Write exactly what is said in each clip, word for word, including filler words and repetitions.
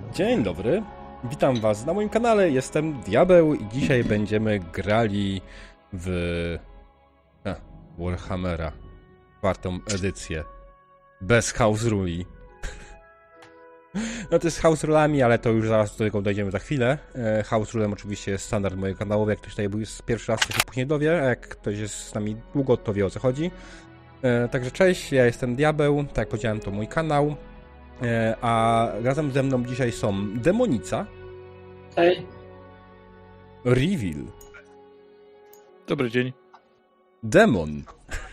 Dzień dobry, witam was na moim kanale, jestem Diabeł i dzisiaj będziemy grali w A, Warhammera, czwartą edycję, bez house ruli. No to jest house rulami, ale to już zaraz do tego dojdziemy za chwilę. House rulem oczywiście jest standard mojego kanału, jak ktoś tutaj był pierwszy raz, to się później dowie, a jak ktoś jest z nami długo, to wie o co chodzi. Także cześć, ja jestem Diabeł, tak jak powiedziałem, to mój kanał. A razem ze mną dzisiaj są Demonica. Hej. Reveal. Dobry dzień. Demon.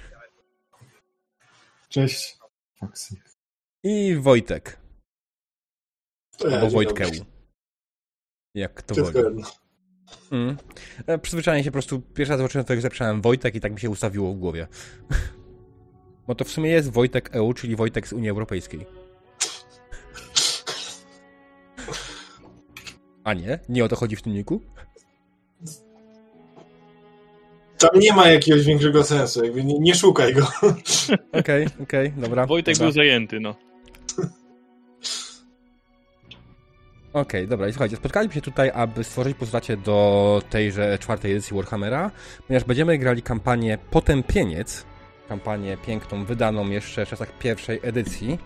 Cześć. Foxy. I Wojtek. To ja, Albo Wojtkeł. Jak to woli. Mm. Przyzwyczajenie się po prostu, pierwszy raz zobaczyłem to, zapisałem Wojtek i tak mi się ustawiło w głowie. Bo to w sumie jest Wojtek E U, czyli Wojtek z Unii Europejskiej. A nie? Nie o to chodzi w tym niku? Tam nie ma jakiegoś większego sensu, jakby nie, nie szukaj go. Okej, okej, okay, dobra. Wojtek dobra. był zajęty, no. Okej, okay, dobra, i słuchajcie, spotkaliśmy się tutaj, aby stworzyć postacie do tejże czwartej edycji Warhammera, ponieważ będziemy grali kampanię Potępieniec, kampanię piękną, wydaną jeszcze w czasach pierwszej edycji.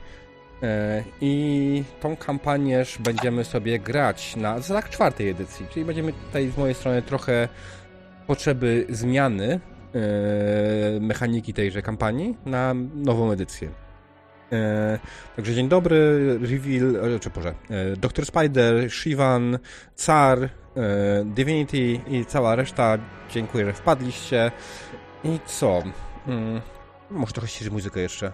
I tą kampanię będziemy sobie grać na zasadach czwartej edycji, czyli będziemy tutaj z mojej strony trochę potrzeby zmiany mechaniki tejże kampanii na nową edycję. Także dzień dobry, Reveal, czy Boże, doktor Spider, Shivan, Car, Divinity i cała reszta. Dziękuję, że wpadliście. I co? Może trochę ściszy muzykę jeszcze.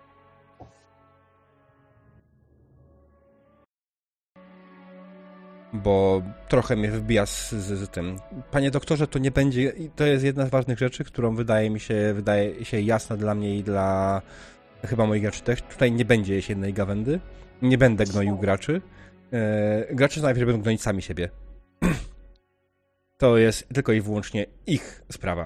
Bo trochę mnie wybija z, z, z tym. Panie doktorze, to nie będzie... To jest jedna z ważnych rzeczy, którą wydaje mi się, wydaje się jasna dla mnie i dla chyba moich graczy też. Tutaj nie będzie jesiennej gawędy. Nie będę gnoił graczy. Eee, gracze najpierw będą gnoić sami siebie. To jest tylko i wyłącznie ich sprawa.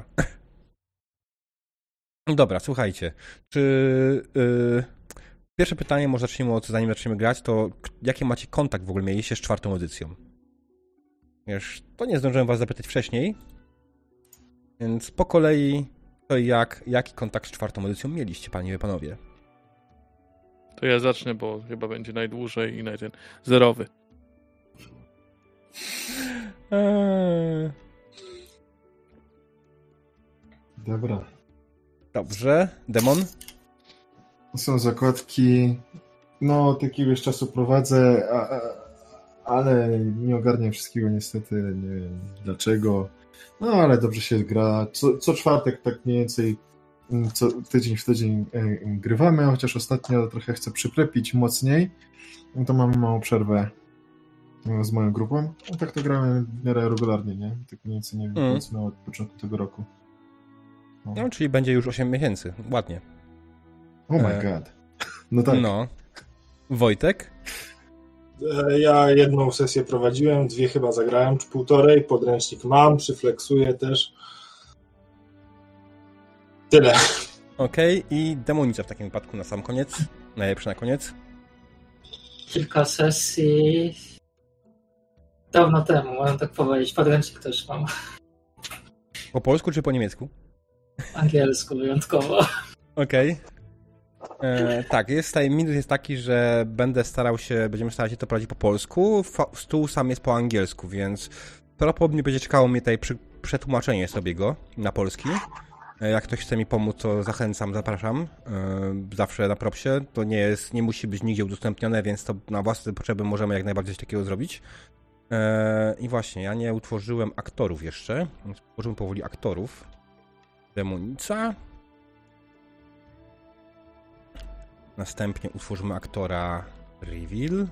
Dobra, słuchajcie. Czy... Yy... Pierwsze pytanie, może zacznijmy od, zanim zaczniemy grać, to jaki macie kontakt w ogóle mieliście z czwartą edycją? Wiesz, to nie zdążyłem was zapytać wcześniej, więc po kolei to jak, jaki kontakt z czwartą edycją mieliście, panie i panowie? To ja zacznę, bo chyba będzie najdłużej i naj ten zerowy. Eee... Dobra. Dobrze. Demon? Są zakładki. No, od jakiegoś czasu prowadzę, a, a, ale nie ogarniam wszystkiego niestety, nie wiem dlaczego. No, ale dobrze się gra. Co, co czwartek tak mniej więcej co tydzień w tydzień e, grywamy, chociaż ostatnio trochę chcę przyprepić mocniej. No to mamy małą przerwę z moją grupą. A tak to gramy w miarę regularnie, nie? Tak mniej więcej nie wiem, mm. od początku tego roku. No. no, czyli będzie już osiem miesięcy. Ładnie. Oh my e... god. No tak. No. Wojtek? Ja jedną sesję prowadziłem, dwie chyba zagrałem, czy półtorej, podręcznik mam, przyfleksuję też. Tyle. Okej, okay. I Demonica w takim wypadku na sam koniec, najlepszy na koniec. Kilka sesji dawno temu, można tak powiedzieć, podręcznik też mam. Po polsku czy po niemiecku? Angielsku wyjątkowo. Okej. Okay. E, tak, jest tutaj minus jest taki, że będę starał się, będziemy starać się to prowadzić po polsku, stół sam jest po angielsku, więc prawdopodobnie będzie czekało mnie tutaj przy, przetłumaczenie sobie go na polski. E, jak ktoś chce mi pomóc, to zachęcam, zapraszam. E, zawsze na propsie. To nie jest, nie musi być nigdzie udostępnione, więc to na własne potrzeby możemy jak najbardziej coś takiego zrobić. E, I właśnie, ja nie utworzyłem aktorów jeszcze, więc utworzymy powoli aktorów. Demonica. Następnie utworzymy aktora Reveal.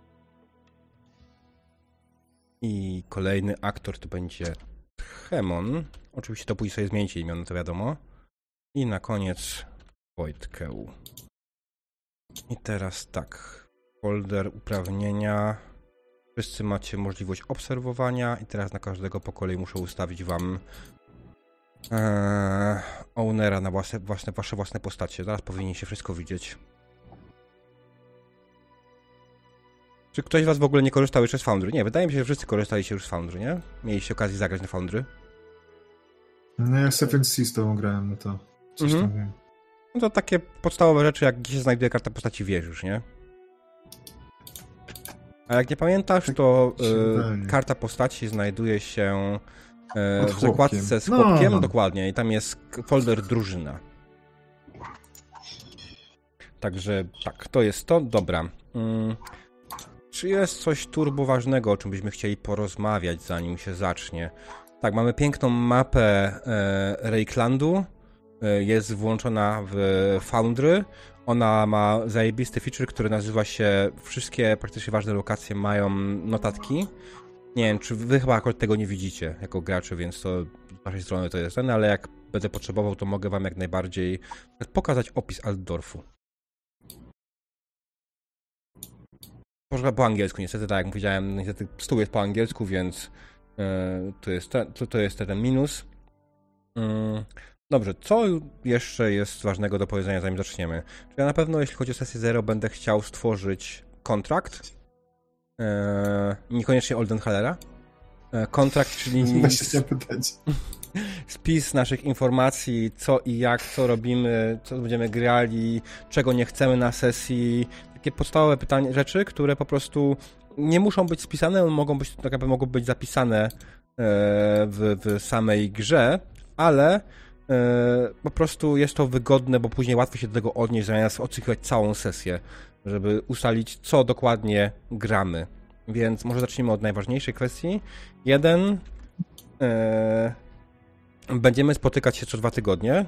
I kolejny aktor to będzie Hemon. Oczywiście to później sobie zmienicie imiona, to wiadomo. I na koniec Wojtkeł. I teraz tak. Folder uprawnienia. Wszyscy macie możliwość obserwowania. I teraz na każdego po kolei muszę ustawić wam Eee, ownera na własne, własne, wasze własne postacie. Zaraz powinni się wszystko widzieć. Czy ktoś z was w ogóle nie korzystał jeszcze z Foundry? Nie, wydaje mi się, że wszyscy korzystaliście już z Foundry, nie? Mieliście okazję zagrać na Foundry. No ja Seven Seas z tobą grałem, no to coś Mhm. tam wiem. No to takie podstawowe rzeczy, jak gdzie się znajduje karta postaci, wiesz już, nie? A jak nie pamiętasz, to się wydaje. y, karta postaci znajduje się y, Pod w chłopkiem. zakładce z No, chłopkiem, no. dokładnie, i tam jest k- folder drużyna. Także tak, to jest to. Dobra. Mm. Czy jest coś turbo ważnego, o czym byśmy chcieli porozmawiać, zanim się zacznie? Tak, mamy piękną mapę e, Reiklandu. E, jest włączona w Foundry. Ona ma zajebisty feature, który nazywa się wszystkie praktycznie ważne lokacje mają notatki. Nie wiem, czy wy chyba akurat tego nie widzicie jako gracze, więc to z waszej strony to jest ten, ale jak będę potrzebował, to mogę wam jak najbardziej pokazać opis Altdorfu. Może po angielsku, niestety, tak jak mówiłem, niestety stół jest po angielsku, więc yy, to, jest te, to, to jest ten minus. Yy, dobrze, co jeszcze jest ważnego do powiedzenia, zanim zaczniemy? Czyli ja na pewno, jeśli chodzi o sesję zero, będę chciał stworzyć kontrakt. Yy, niekoniecznie Oldenhalera. Yy, kontrakt, czyli Właśnie chciałem pytać. spis naszych informacji, co i jak, co robimy, co będziemy grali, czego nie chcemy na sesji. Takie podstawowe pytania, rzeczy, które po prostu nie muszą być spisane, mogą być, tak naprawdę mogą być zapisane e, w, w samej grze, ale e, po prostu jest to wygodne, bo później łatwo się do tego odnieść, zamiast odsłuchiwać całą sesję, żeby ustalić, co dokładnie gramy. Więc może zacznijmy od najważniejszej kwestii. Jeden... E, Będziemy spotykać się co dwa tygodnie.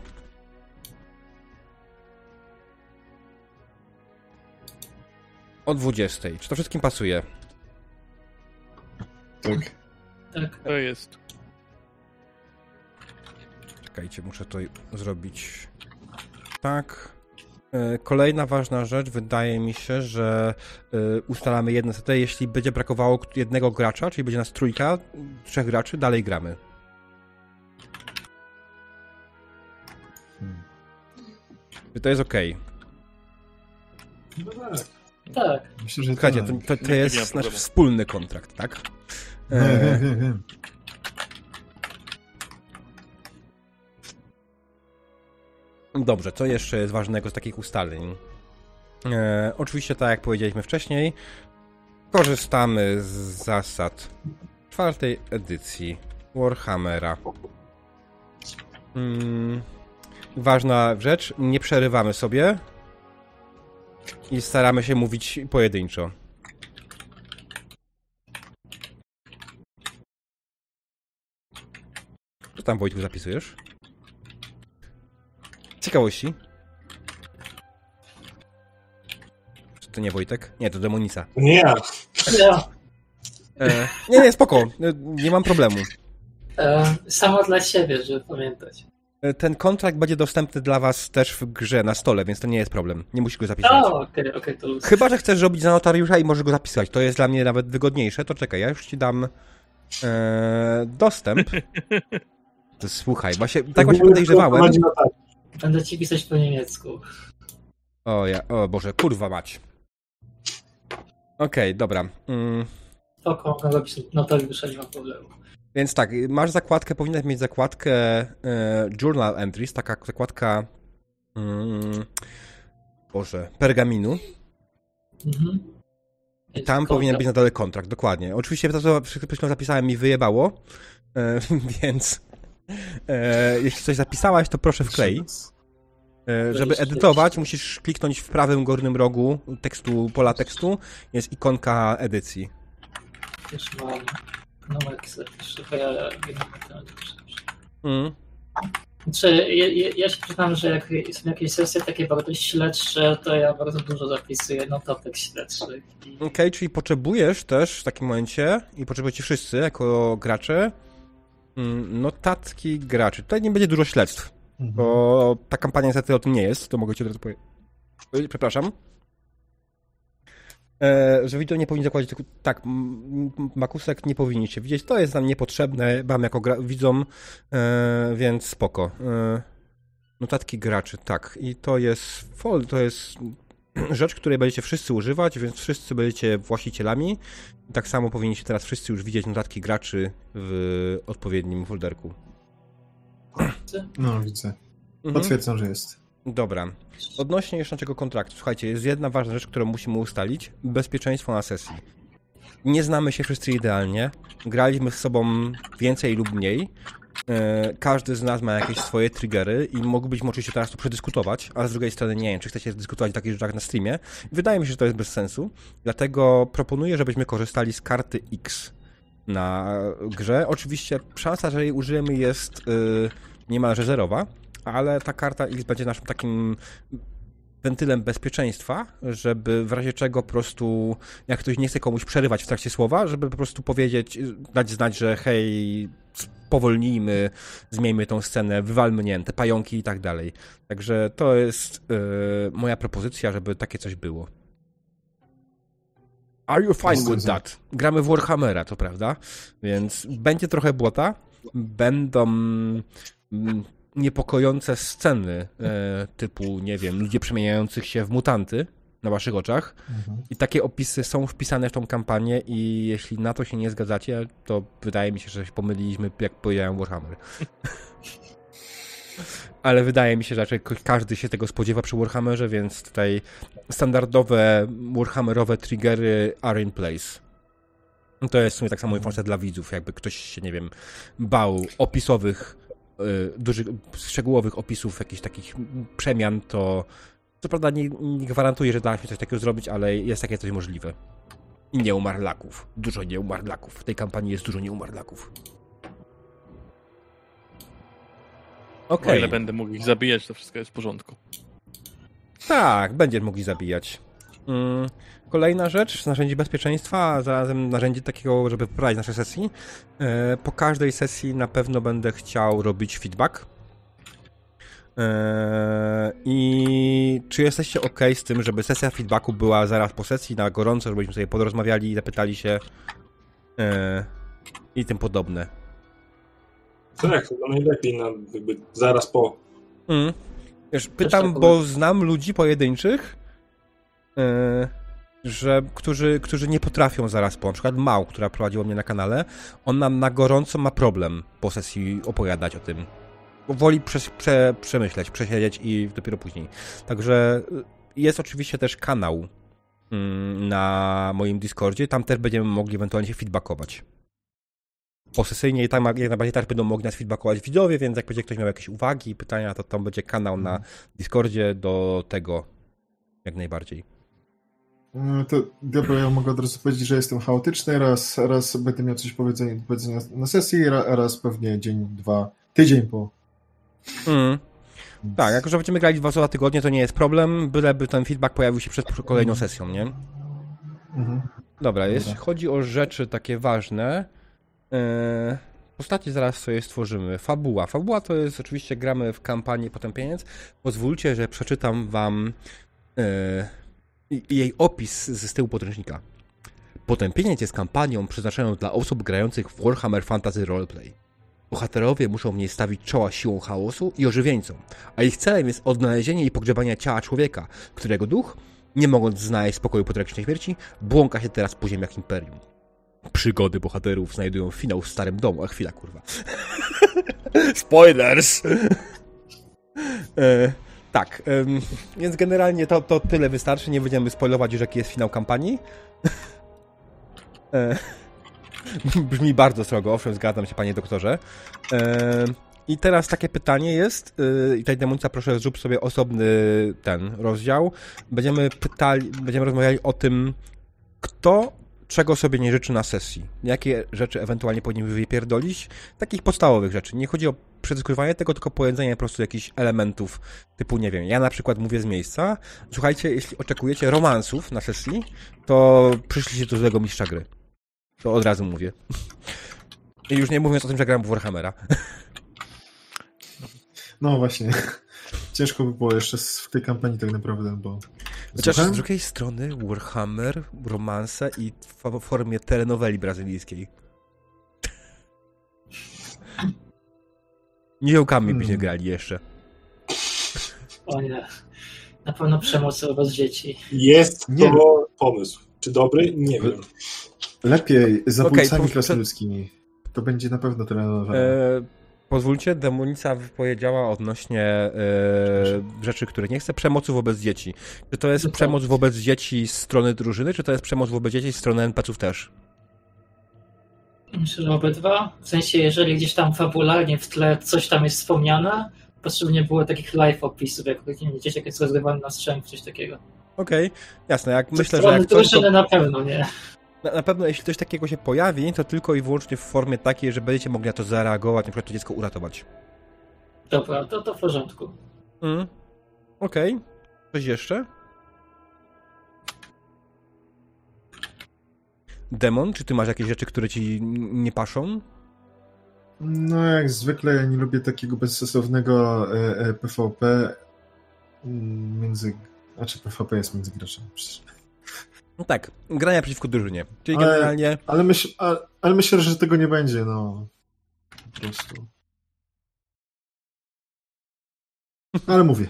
O dwudziestej. Czy to wszystkim pasuje? Tak. Tak. To jest. Czekajcie, muszę to zrobić tak. E, Kolejna ważna rzecz, wydaje mi się, że e, ustalamy jedno sety. Jeśli będzie brakowało jednego gracza, czyli będzie nas trójka, trzech graczy, dalej gramy. Hmm. Czy to jest okej? No tak. Tak. Myślę, że Słuchajcie, tak. to, to, to Nie jest ma nasz problemu. wspólny kontrakt, tak? Wiem, E, wiem, wiem, wiem. Dobrze, co jeszcze jest ważnego z takich ustaleń? E, oczywiście, tak jak powiedzieliśmy wcześniej, korzystamy z zasad czwartej edycji Warhammera. Mm, ważna rzecz, nie przerywamy sobie i staramy się mówić pojedynczo. Co tam, Wojtku, zapisujesz? Ciekawości. Czy to nie Wojtek? Nie, to Demonica. Nie ja. Ja, E, nie, nie, spoko. E, Nie mam problemu. e, samo dla siebie, żeby pamiętać. E, Ten kontrakt będzie dostępny dla was też w grze na stole, więc to nie jest problem. Nie musisz go zapisać. O, okej, okej, to luz. Chyba że chcesz robić za notariusza i możesz go zapisać. To jest dla mnie nawet wygodniejsze. To czekaj, ja już ci dam e, dostęp. To słuchaj, właśnie, tak właśnie podejrzewałem. Prowadzi notatnik. Będę ci pisać po niemiecku. O ja, o Boże, kurwa mać. Okej, dobra. Mm. Spoko, mogę robić notariusza, nie ma problemu. Więc tak, masz zakładkę, powinnaś mieć zakładkę e, Journal Entries, taka zakładka mm, Boże, pergaminu. Mhm. I tam Jest powinien kontrakt. być na dole kontrakt, dokładnie. Oczywiście to, co przed chwilą zapisałem, mi wyjebało, e, więc e, jeśli coś zapisałaś, to proszę wklej. E, żeby edytować, musisz kliknąć w prawym górnym rogu tekstu, pola tekstu, jest ikonka edycji. Już mam numer zapiszę, bo ja wiem, jak to napiszę. Mm. Znaczy, ja, ja, ja się przyznam, że jak są jakieś sesje takie bardzo śledcze, to ja bardzo dużo zapisuję notatek śledczych. I... Okej, okay, czyli potrzebujesz też w takim momencie, i potrzebujecie wszyscy jako gracze, mm, notatki graczy. Tutaj nie będzie dużo śledztw, Mhm. bo ta kampania niestety o tym nie jest, to mogę ci od razu powiedzieć. Przepraszam. E, że wideo nie powinien zakładać tylko... Tak, m- m- makusek nie powinniście widzieć, to jest nam niepotrzebne, wam jako gra- widzom, e, więc spoko. E, notatki graczy, tak. I to jest... Fol, to jest... rzecz, której będziecie wszyscy używać, więc wszyscy będziecie właścicielami. I tak samo powinniście teraz wszyscy już widzieć notatki graczy w odpowiednim folderku. No, widzę. Mhm. Potwierdzam, że jest. Dobra. Odnośnie jeszcze naszego kontraktu. Słuchajcie, jest jedna ważna rzecz, którą musimy ustalić. Bezpieczeństwo na sesji. Nie znamy się wszyscy idealnie. Graliśmy z sobą więcej lub mniej. Każdy z nas ma jakieś swoje triggery i moglibyśmy oczywiście teraz to przedyskutować, a z drugiej strony nie wiem, czy chcecie dyskutować o takich rzeczach na streamie. Wydaje mi się, że to jest bez sensu. Dlatego proponuję, żebyśmy korzystali z karty X na grze. Oczywiście szansa, że jej użyjemy, jest yy, niemalże zerowa, ale ta karta X będzie naszym takim wentylem bezpieczeństwa, żeby w razie czego po prostu, jak ktoś nie chce komuś przerywać w trakcie słowa, żeby po prostu powiedzieć, dać znać, że hej, powolnijmy, zmieńmy tą scenę, wywalmy, nie wiem, te pająki i tak dalej. Także to jest yy, moja propozycja, żeby takie coś było. Are you fine with that? Gramy w Warhammera, to prawda? Więc będzie trochę błota, będą mm, niepokojące sceny e, typu, nie wiem, ludzie przemieniających się w mutanty na waszych oczach. Mhm. I takie opisy są wpisane w tą kampanię i jeśli na to się nie zgadzacie, to wydaje mi się, że się pomyliliśmy, jak powiedziałem Warhammer. Ale wydaje mi się, że raczej każdy się tego spodziewa przy Warhammerze, więc tutaj standardowe Warhammerowe triggery are in place. To jest w sumie tak samo informacja dla widzów, jakby ktoś się, nie wiem, bał opisowych, yy, dużych, szczegółowych opisów jakichś takich przemian, to co prawda nie, nie gwarantuję, że da się coś takiego zrobić, ale jest takie coś możliwe. I nieumarlaków. Dużo nieumarlaków. W tej kampanii jest dużo nieumarlaków. Okay. O ile będę mógł ich zabijać, to wszystko jest w porządku. Tak, będziesz mógł ich zabijać. Mm. Kolejna rzecz z narzędzi bezpieczeństwa, a zarazem narzędzi takiego, żeby poprawić nasze sesji. E, po każdej sesji na pewno będę chciał robić feedback. E, I czy jesteście ok z tym, żeby sesja feedbacku była zaraz po sesji, na gorąco, żebyśmy sobie porozmawiali i zapytali się e, i tym podobne. Tak, chyba najlepiej na, jakby zaraz po. Mm. Wiesz, pytam, bo znam ludzi pojedynczych, yy, że, którzy, którzy nie potrafią zaraz po. Na przykład Mał, która prowadziła mnie na kanale, on nam na gorąco ma problem po sesji opowiadać o tym. Woli prze, prze, przemyśleć, przesiedzieć i dopiero później. Także jest oczywiście też kanał yy, na moim Discordzie, tam też będziemy mogli ewentualnie się feedbackować. Posesyjnie i tam jak najbardziej też będą mogli nas feedbackować widzowie, więc jak będzie ktoś miał jakieś uwagi, pytania, to tam będzie kanał na Discordzie do tego jak najbardziej. To dobra, ja mogę od razu powiedzieć, że jestem chaotyczny, raz, raz będę miał coś powiedzenia, powiedzenia na sesji, a raz pewnie dzień, dwa, tydzień po. Mm. Tak, jako że będziemy grali dwa razy na tygodnie, to nie jest problem, byleby ten feedback pojawił się przed kolejną sesją, nie? Mhm. Dobra, jeśli chodzi o rzeczy takie ważne, Yy, postacie zaraz sobie stworzymy. Fabuła. Fabuła to jest oczywiście, gramy w kampanię Potępieniec. Pozwólcie, że przeczytam wam yy, jej opis z tyłu podręcznika. Potępieniec jest kampanią przeznaczoną dla osób grających w Warhammer Fantasy Roleplay. Bohaterowie muszą w niej stawić czoła siłą chaosu i ożywieńcom, a ich celem jest odnalezienie i pogrzebanie ciała człowieka, którego duch, nie mogąc znaleźć spokoju po tragicznej śmierci, błąka się teraz po ziemiach Imperium. Przygody bohaterów znajdują finał w starym domu. A chwila, kurwa. Spoilers! e, tak, e, więc generalnie to, to tyle wystarczy. Nie będziemy spoilować już, jaki jest finał kampanii. e, brzmi bardzo srogo, owszem, zgadzam się, panie doktorze. E, I teraz takie pytanie jest, e, i tutaj Demonica, proszę, zrób sobie osobny ten rozdział. Będziemy pytali, będziemy rozmawiali o tym, kto czego sobie nie życzy na sesji. Jakie rzeczy ewentualnie powinniśmy wypierdolić. Takich podstawowych rzeczy. Nie chodzi o przedyskutowanie tego, tylko powiedzenie po prostu jakichś elementów typu, nie wiem, ja na przykład mówię z miejsca, słuchajcie, jeśli oczekujecie romansów na sesji, to przyszliście do złego mistrza gry. To od razu mówię. I już nie mówiąc o tym, że gram w Warhammera. No właśnie. Ciężko by było jeszcze w tej kampanii tak naprawdę, bo... Chociaż z drugiej strony Warhammer, romanse i w formie telenoweli brazylijskiej. Niołkami byśmy grali jeszcze. O nie. Na pewno przemoc wobec dzieci. Jest Nie to wiem. pomysł. Czy dobry? Nie wiem. Lepiej zabójcami Okej, to- krasnoludzkimi. To będzie na pewno trenowane. E, pozwólcie, demonica wypowiedziała odnośnie e, rzeczy, których nie chce, przemocy wobec dzieci. Czy to jest No tak. przemoc wobec dzieci z strony drużyny, czy to jest przemoc wobec dzieci z strony en pe ce ów też? Myślę, że obydwa. W sensie, jeżeli gdzieś tam fabularnie w tle coś tam jest wspomniane, potrzebnie było takich live opisów, jak nie wiem, dzieciak jest rozgrywany na strzęp, coś takiego. Okej, jasne. Jak Ze myślę, że strony jak coś, to, drużyny na pewno nie. na, na pewno jeśli coś takiego się pojawi, to tylko i wyłącznie w formie takiej, że będziecie mogli na to zareagować, na przykład to dziecko uratować. Dobra, to, to w porządku. Mm. Okej. Coś jeszcze? Demon, czy ty masz jakieś rzeczy, które ci nie paszą? No jak zwykle ja nie lubię takiego bezsensownego e, e, pe ve pe mm, między... Znaczy pe ve pe jest między graczami przecież. No tak, grania przeciwko drużynie. Czyli Ale- generalnie... Ale, myśl, ale, ale myślę, że tego nie będzie, no. Po prostu. Ale mówię.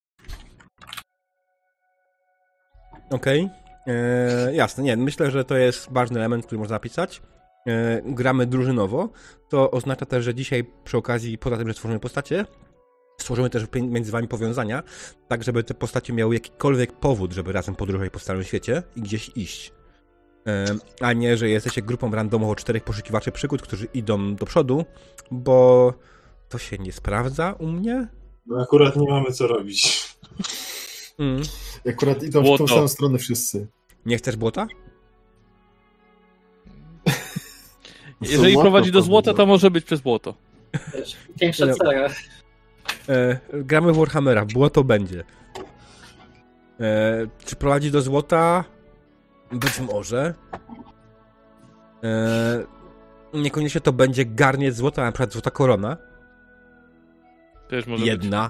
Okej. Eee, jasne, nie, myślę, że to jest ważny element, który można napisać. Eee, gramy drużynowo. To oznacza też, że dzisiaj przy okazji, poza tym, że tworzymy postacie, stworzymy też pię- między wami powiązania, tak żeby te postacie miały jakikolwiek powód, żeby razem podróżować po starym świecie i gdzieś iść. Eee, a nie, że jesteście grupą randomowo czterech poszukiwaczy przygód, którzy idą do przodu, bo to się nie sprawdza u mnie. Bo akurat nie mamy co robić. Mm. Akurat idą w Błoto. tą samą stronę wszyscy. Nie chcesz błota? Jeżeli Złoto prowadzi do złota, to powiedział. może być przez błoto. Wiesz, większa No. cera. E, gramy w Warhammera, błoto będzie. E, czy prowadzi do złota? Być może. E, niekoniecznie to będzie garniec złota, a na przykład złota korona. Też może Jedna.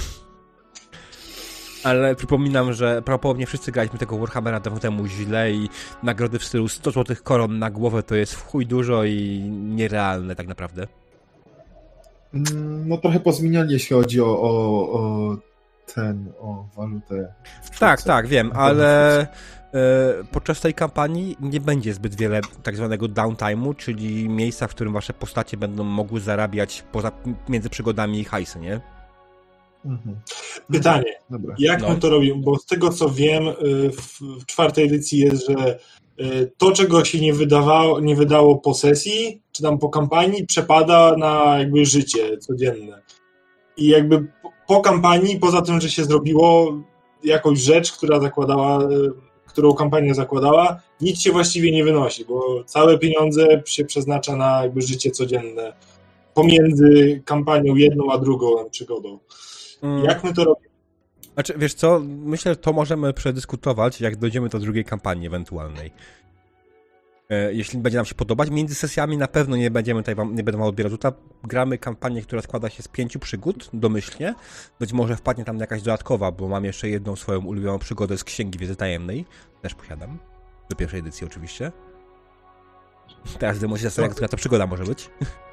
Ale przypominam, że prawdopodobnie wszyscy graliśmy tego Warhammera dawno temu źle i nagrody w stylu sto złotych koron na głowę to jest w chuj dużo i nierealne tak naprawdę. Mm, No trochę pozmieniali, jeśli chodzi o, o, o ten, o walutę. w czwórce. Tak, tak, wiem, Na pewno ale w e, podczas tej kampanii nie będzie zbyt wiele tak zwanego downtime'u, czyli miejsca, w którym wasze postacie będą mogły zarabiać poza, między przygodami i hajsy, nie? Mhm. Pytanie, Dobra. jak No. my to robimy? Bo z tego co wiem, y, w, w czwartej edycji jest, że y, to, czego się nie, wydawało, nie wydało po sesji, czy tam po kampanii, przepada na jakby życie codzienne. I jakby po, po kampanii, poza tym, że się zrobiło jakąś rzecz, która zakładała, y, którą kampania zakładała, nic się właściwie nie wynosi, bo całe pieniądze się przeznacza na jakby życie codzienne pomiędzy kampanią jedną a drugą przygodą. Mm. Jak my to robimy? Znaczy, wiesz co, myślę, że to możemy przedyskutować, jak dojdziemy do drugiej kampanii ewentualnej. E, jeśli będzie nam się podobać, między sesjami na pewno nie będziemy tutaj wam, nie będę wam odbierał. Tutaj gramy kampanię, która składa się z pięciu przygód, domyślnie. Być może wpadnie tam jakaś dodatkowa, bo mam jeszcze jedną swoją ulubioną przygodę z Księgi Wiedzy Tajemnej. Też posiadam. Do pierwszej edycji oczywiście. Teraz dymo się zastanawia, która to przygoda może być.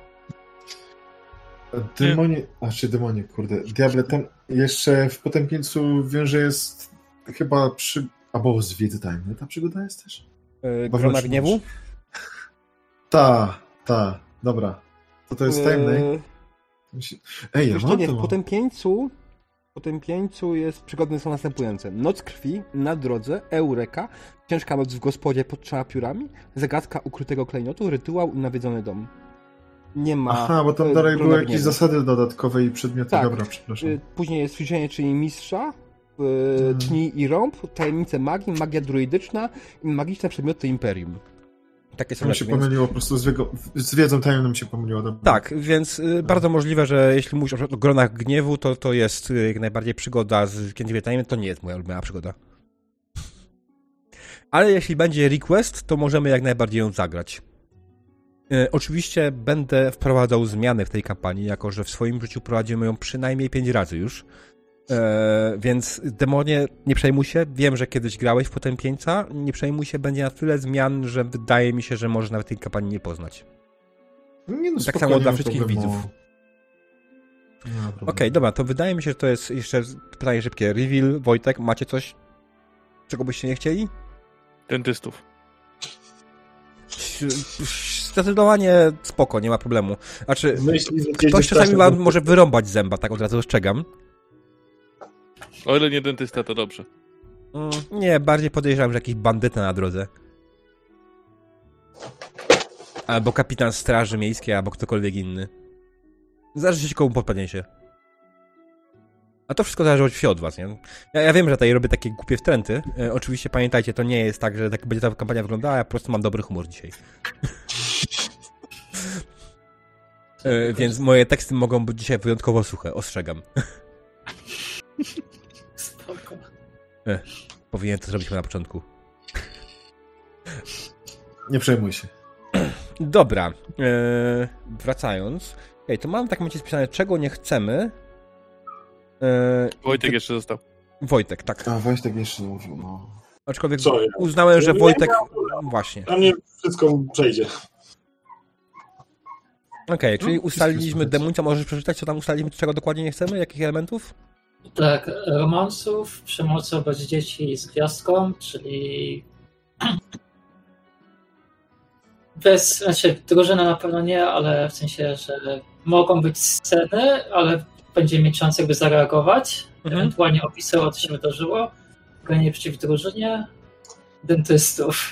Demonie, a czy demonie, kurde, diable, tam jeszcze w Potępieńcu wiem, że jest chyba przy... albo z wiedzy tajemnej ta przygoda jest też? E, Bo Grona wnosi- Gniewu? Ta, ta, dobra. To to jest tajemnej. E, Ej, ja Wiesz co, mam nie, to. w Potępieńcu, w Potępieńcu jest przygody są następujące. Noc krwi, na drodze, Eureka, ciężka noc w gospodzie pod trzema piórami, zagadka ukrytego klejnotu, rytuał i nawiedzony dom. Nie ma... Aha, bo tam e, dalej Grona były jakieś Gniewu. zasady dodatkowe i przedmioty. Tak. Dobra, przepraszam. Y, Później jest ćwiczenie, czyli mistrza, y, Mhm. tni i rąb, tajemnice magii, magia druidyczna i magiczne przedmioty imperium. Takie są To mi rzeczy, się więc... pomyliło, po prostu z, wiego, z wiedzą tajemną mi się pomyliło. Dobra. Tak, więc y, bardzo możliwe, że jeśli mówisz o, o Gronach Gniewu, to to jest y, jak najbardziej przygoda z Księgi Wiedzy Tajemnej, to nie jest moja ulubiona przygoda. Ale jeśli będzie request, to możemy jak najbardziej ją zagrać. Y, oczywiście będę wprowadzał zmiany w tej kampanii, jako że w swoim życiu prowadzimy ją przynajmniej pięć razy już. E, więc demonie, nie przejmuj się, wiem, że kiedyś grałeś w Potępieńca, nie przejmuj się, będzie na tyle zmian, że wydaje mi się, że może nawet tej kampanii nie poznać. Nie no, Tak spokojnie, samo dla nie ma wszystkich problemu. widzów. Okej, okay, dobra, to wydaje mi się, że to jest jeszcze pytanie szybkie. Reveal, Wojtek, macie coś, czego byście nie chcieli? Dentystów. Zdecydowanie spoko, nie ma problemu. Znaczy, Myśli, że ktoś czasami wam może wyrąbać zęba, tak od razu ostrzegam. O ile nie dentysta, to dobrze. Mm, nie, bardziej podejrzewam, że jakiś bandyta na drodze. Albo kapitan straży miejskiej, albo ktokolwiek inny. Zależy się komu podpadniecie. A to wszystko zależy od was, nie? Ja, ja wiem, że tutaj robię takie głupie wtręty. E, oczywiście pamiętajcie, to nie jest tak, że tak będzie ta kampania wyglądała, ja po prostu mam dobry humor dzisiaj. e, więc moje teksty mogą być dzisiaj wyjątkowo suche, ostrzegam. Spoko. E, powinien to zrobić na początku. Nie przejmuj się. Dobra, e, wracając. Ej, to mam w takim momencie spisane, czego nie chcemy. E, Wojtek ty... jeszcze został. Wojtek, tak. A Wojtek jeszcze nie mówił, no. Aczkolwiek Co, ja? uznałem, że Ja Wojtek... miałem- Właśnie. Dla mnie wszystko przejdzie. Okej, okay, czyli No, ustaliliśmy wszystko Demuncia, możesz przeczytać, co tam ustaliliśmy, czego dokładnie nie chcemy? Jakich elementów? Tak, romansów, przemocy wobec dzieci z gwiazdką, czyli bez, znaczy drużyna na pewno nie, ale w sensie, że mogą być sceny, ale będzie mieć szansę jakby zareagować, Mhm. ewentualnie opisywać, co się wydarzyło, granie przeciw drużynie, dentystów.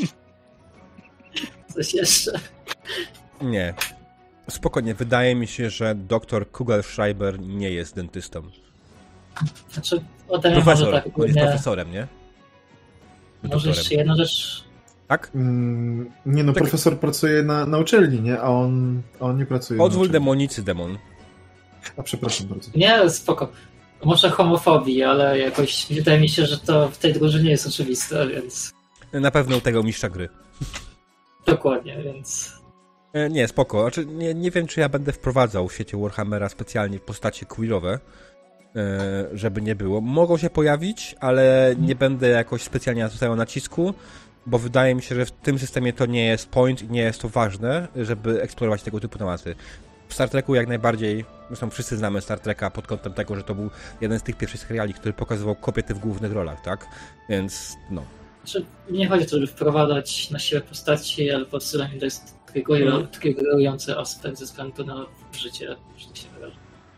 Coś jeszcze? Nie. Spokojnie, wydaje mi się, że doktor Kugelschreiber nie jest dentystą. Znaczy, ode mnie może Profesor, tak, on jest nie, profesorem, nie? może Doktorem. jeszcze jedna rzecz. Tak? Mm, nie no, Tak. profesor pracuje na, na uczelni, nie? A on, a on nie pracuje na Pozwól uczelni. demonicy demon. A przepraszam bardzo. Nie, spoko. Może homofobii, ale jakoś wydaje mi się, że to w tej drużynie jest oczywiste, więc Na pewno u tego mistrza gry. dokładnie, więc E, Nie, spoko. Znaczy, nie, nie wiem, czy ja będę wprowadzał w świecie Warhammera specjalnie postacie queerowe, e, żeby nie było. Mogą się pojawić, ale nie będę jakoś specjalnie nastawiał nacisku, bo wydaje mi się, że w tym systemie to nie jest point i nie jest to ważne, żeby eksplorować tego typu tematy. W Star Treku jak najbardziej, zresztą wszyscy znamy Star Treka pod kątem tego, że to był jeden z tych pierwszych seriali, który pokazywał kobiety w głównych rolach, tak? Więc, no. znaczy, nie chodzi o to, żeby wprowadzać na siłę postaci, ale po prostu dla mnie to jest triggerują- Mhm. triggerujący aspekt ze względu na życie, że tak się wyrażę.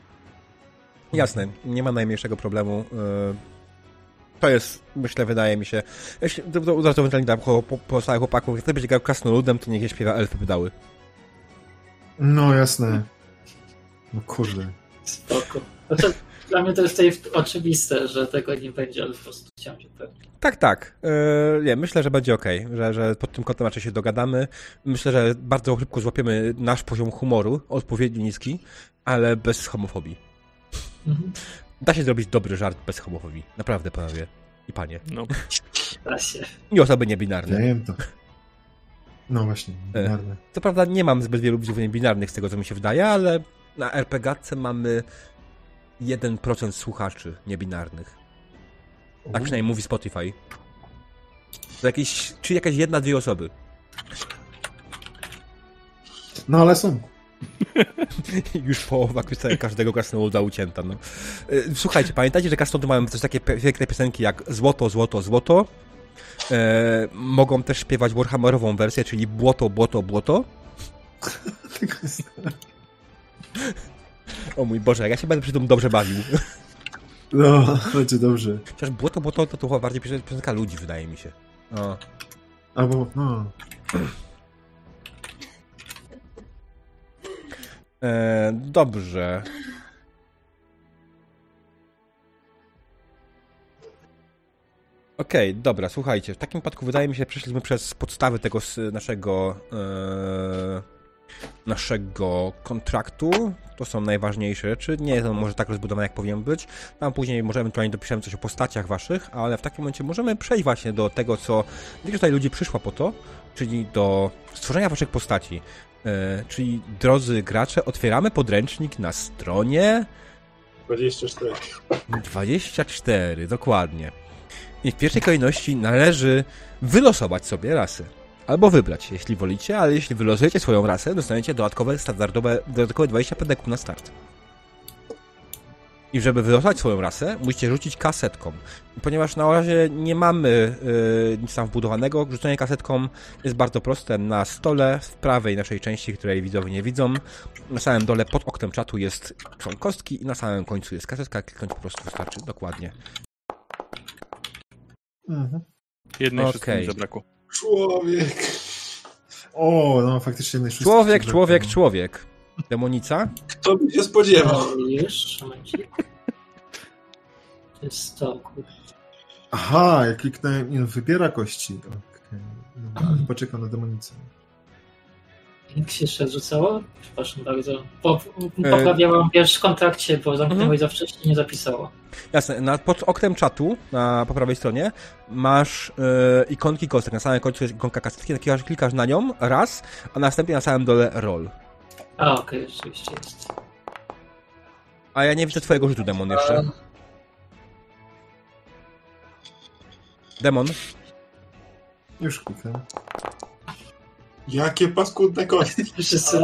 Jasne, nie ma najmniejszego problemu. Yy, To jest, myślę, wydaje mi się. Jeśli to, to, to ewentualnie dam po, po, pozostałych chłopaków, jak ktoś będzie grał krasnoludem, to niech je śpiewa elfy pedały. No jasne. No kurde. Spoko. Znaczy, dla mnie to jest tutaj oczywiste, że tego nie będzie, ale po prostu chciałem się pewnie. Tak, tak. Yy, nie, myślę, że będzie okej, że, że pod tym kątem raczej się dogadamy. Myślę, że bardzo szybko złapiemy nasz poziom humoru, odpowiednio niski, ale bez homofobii. Mhm. Da się zrobić dobry żart bez homofobii. Naprawdę, panowie i panie. No. Da się. I osoby niebinarne. Wiem to. No właśnie, E. binarne. Co prawda nie mam zbyt wielu widzów niebinarnych z tego, co mi się wydaje, ale na er pe gie ce mamy jeden procent słuchaczy niebinarnych. Tak przynajmniej mówi Spotify. To jakieś, czy jakaś jedna, dwie osoby. No ale są. Już połowa każdego krasnoluda ucięta. No. Słuchajcie, pamiętajcie, że krasnoludy mają też takie piękne piosenki jak Złoto, Złoto, Złoto. E, mogą też śpiewać Warhammerową wersję, czyli Błoto, Błoto, Błoto. O mój Boże, jak ja się będę przy tym dobrze bawił. No, będzie dobrze. Chociaż Błoto, Błoto to, to chyba bardziej piosenka ludzi, wydaje mi się. O. Albo, no. E, dobrze. Okej, okay, dobra, słuchajcie. W takim wypadku wydaje mi się, że przeszliśmy przez podstawy tego naszego e, naszego kontraktu. To są najważniejsze rzeczy. Nie jest on może tak rozbudowany, jak powinien być. Tam później możemy ewentualnie dopiszemy coś o postaciach waszych, ale w takim momencie możemy przejść właśnie do tego, co większość tutaj ludzi przyszła po to, czyli do stworzenia waszych postaci. E, czyli, drodzy gracze, otwieramy podręcznik na stronie dwadzieścia cztery. dwadzieścia cztery, dokładnie. I w pierwszej kolejności należy wylosować sobie rasy. Albo wybrać, jeśli wolicie, ale jeśli wylosujecie swoją rasę, dostaniecie dodatkowe, standardowe, dodatkowe dwadzieścia pięć deków na start. I żeby wylosać swoją rasę, musicie rzucić kasetką. I ponieważ na razie nie mamy yy, nic tam wbudowanego, rzucenie kasetką jest bardzo proste. Na stole w prawej naszej części, której widzowie nie widzą, na samym dole pod oknem czatu jest, są kostki i na samym końcu jest kasetka. Kliknąć po prostu wystarczy. Dokładnie. Mhm. Jednej Okej. szóstej mi zabrakło. Człowiek. O, no faktycznie jednej szóstki Człowiek, się człowiek, brakło. człowiek. Demonica? Kto by się spodziewał? No, już, momencik. To jest to, kurde. Aha, jak kliknąłem, nie, no, wybiera kości. Okej. Dobra, ale poczekam na demonicę. Jak się jeszcze rzucało? Przepraszam bardzo. Po, poprawiałam wiesz w kontakcie, bo zamknęło i za wcześnie nie zapisało. Jasne, na, pod oknem czatu, na, po prawej stronie, masz yy, ikonki kostek. Na samym końcu jest ikonka kasetki, klikasz, klikasz na nią raz, a następnie na samym dole roll. A, okej, okay, rzeczywiście jest. A ja nie widzę twojego rzutu, Demon, jeszcze. Demon? Już klikam. Jakie paskudne kości. Wszyscy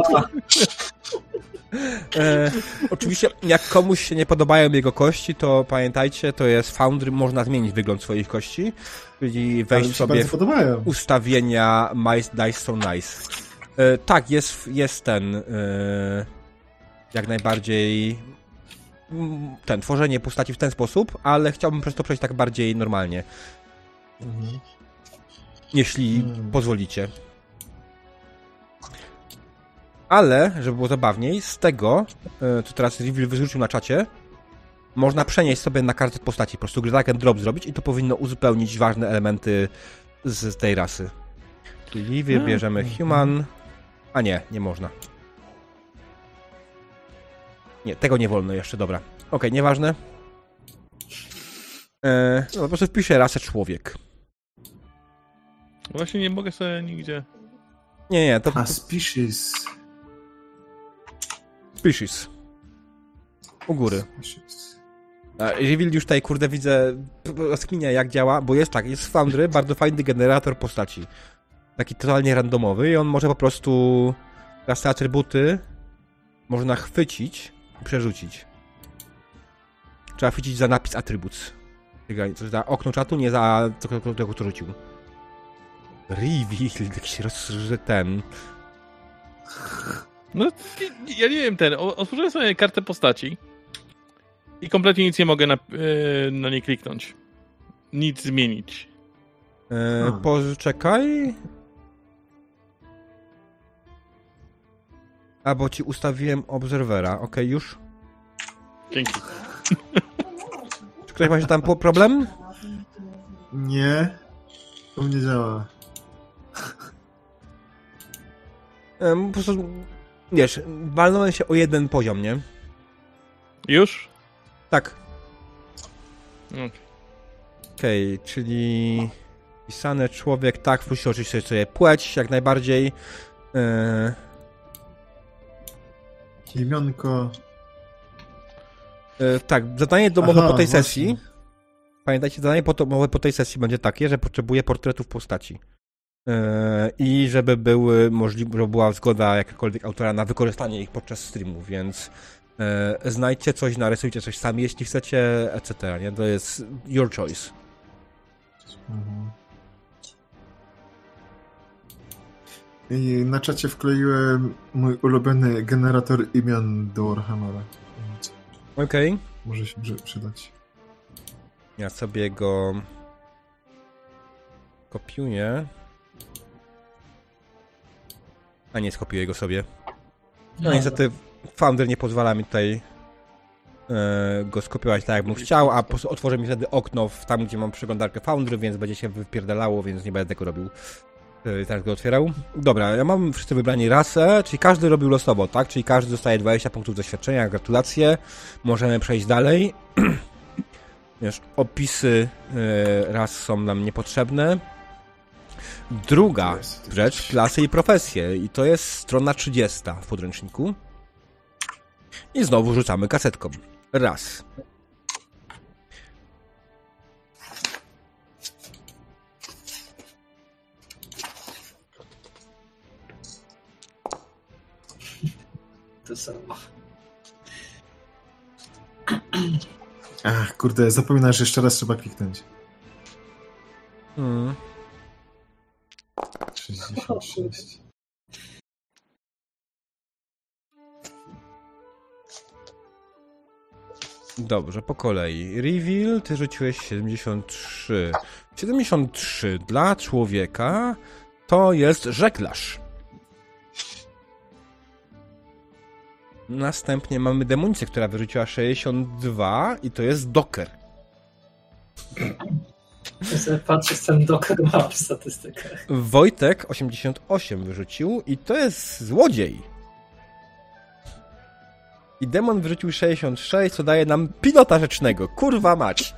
E, oczywiście, jak komuś się nie podobają jego kości, to pamiętajcie, to jest Foundry, można zmienić wygląd swoich kości, czyli Ale wejść mi się sobie bardzo w podobają. ustawienia My Dice So Nice. E, tak, jest, jest ten e, jak najbardziej mm, ten, tworzenie postaci w ten sposób, ale chciałbym przez to przejść tak bardziej normalnie. Mhm. Jeśli Hmm. pozwolicie. Ale, żeby było zabawniej, z tego, yy, co teraz Reveal wyrzucił na czacie, można przenieść sobie na kartę postaci, po prostu drag and drop zrobić i to powinno uzupełnić ważne elementy z tej rasy. Czyli wybierzemy human... A nie, nie można. Nie, tego nie wolno jeszcze, dobra. Okej, okay, nieważne. Yy, no, po prostu wpiszę rasę człowiek. Właśnie nie mogę sobie nigdzie... Nie, nie, to... A species. Species. U góry. Species. Reveal już tutaj, kurde, widzę rozkminia jak działa, bo jest tak, jest w Foundry bardzo fajny generator postaci. Taki totalnie randomowy i on może po prostu teraz te atrybuty można chwycić i przerzucić. Trzeba chwycić za napis attributes. Za okno czatu, nie za tego, kto to rzucił. Reveal, jakiś roz... ten... No, ja nie wiem, ten, otworzyłem sobie kartę postaci i kompletnie nic nie mogę na, yy, na niej kliknąć. Nic zmienić. Yy, poczekaj. A, bo ci ustawiłem obserwera. Okej, okay, już? Dzięki. Czy ktoś ma się tam po problem? Nie. To mnie działa. Yy, po prostu... Wiesz, walnąłem się o jeden poziom, nie? Już? Tak. Okay. Okej, okay, czyli... Pisane człowiek, tak, wpuścił oczywiście sobie płeć, jak najbardziej. Yy... Imionko. Yy, tak, zadanie domowe Aha, po tej właśnie. sesji. Pamiętajcie, zadanie domowe po tej sesji będzie takie, że potrzebuję portretów postaci. Yy, I żeby były możliwe, żeby była zgoda jakiegokolwiek autora na wykorzystanie ich podczas streamu, więc yy, znajdźcie coś, narysujcie coś sami, jeśli chcecie, et cetera. Nie? To jest your choice. Mhm. I na czacie wkleiłem mój ulubiony generator imion do Warhammera. Okej. Okay. Może się przy- przydać. Ja sobie go kopiuję. A nie, skopiuję go sobie. No niestety Founder nie pozwala mi tutaj e, go skopiować tak, jakbym chciał, a po prostu otworzy mi wtedy okno w tam, gdzie mam przeglądarkę Foundry, więc będzie się wypierdalało, więc nie będę tego robił. E, teraz go otwierał. Dobra, ja mam wszyscy wybrani rasę, czyli każdy robił losowo, tak? Czyli każdy dostaje dwadzieścia punktów doświadczenia, gratulacje. Możemy przejść dalej. Wiesz, opisy e, ras są nam niepotrzebne. Druga rzecz, klasy i profesje. I to jest strona trzydziesta w podręczniku. I znowu rzucamy kasetką. Raz. To samo. Ach, kurde, zapominasz, że jeszcze raz trzeba kliknąć. Hmm. sześćdziesiąt sześć. Dobrze, po kolei. Reveal, ty rzuciłeś siedemdziesiąt trzy. siedemdziesiąt trzy dla człowieka to jest żeglarz. Następnie mamy demonicę, która wyrzuciła sześćdziesiąt dwa i to jest docker. Ja sobie patrzę, z ten doker ma w statystykach. Wojtek osiemdziesiąt osiem wyrzucił i to jest złodziej. I demon wyrzucił sześćdziesiąt sześć, co daje nam pilota rzecznego. Kurwa mać.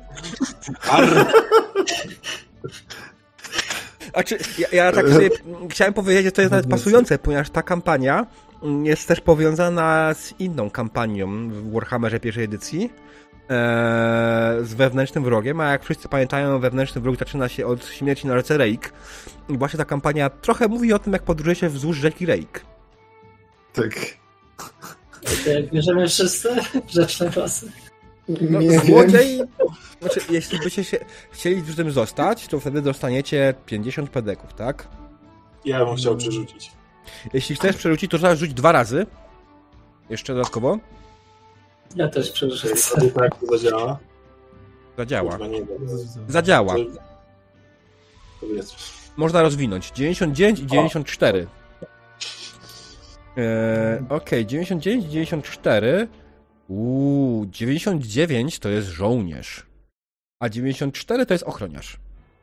A czy, ja, ja tak sobie chciałem powiedzieć, że to jest nawet pasujące, ponieważ ta kampania jest też powiązana z inną kampanią w Warhammerze pierwszej edycji, e, z wewnętrznym wrogiem, a jak wszyscy pamiętają, wewnętrzny wróg zaczyna się od śmierci na rzece Reik. I właśnie ta kampania trochę mówi o tym, jak podróżuje się wzdłuż rzeki Reik. Tak. Jak bierzemy wszyscy grzeczne klasy. No, Nie złodziej, znaczy, jeśli byście się chcieli w tym zostać, to wtedy dostaniecie pięćdziesiąt pedeków, tak? Ja bym chciał przerzucić. Jeśli chcesz przerzucić, to trzeba rzucić dwa razy. Jeszcze dodatkowo. Ja też przeżyję. Wtedy tak to zadziała. Zadziała. Kurwa, nie wiem. Zadziała. To- to jest. Można rozwinąć. dziewięćdziesiąt dziewięć i dziewięćdziesiąt cztery. Eee, Okej, okay. dziewięćdziesiąt dziewięć i dziewięćdziesiąt cztery. Uuu, dziewięćdziesiąt dziewięć to jest żołnierz. A dziewięćdziesiąt cztery to jest ochroniarz.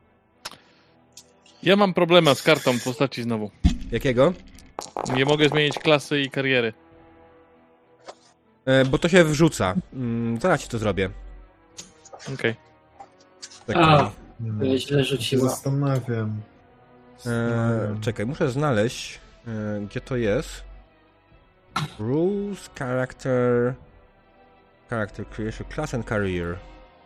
Ja mam problema z kartą postaci znowu. Jakiego? Nie mogę zmienić klasy i kariery. Eee, bo to się wrzuca. Mm, zaraz ci to zrobię. Okej. Tak, A. No, Ja źle się rzuciła. zastanawiam. Eee, czekaj, muszę znaleźć, eee, gdzie to jest. Rules, character, character creation, class and career.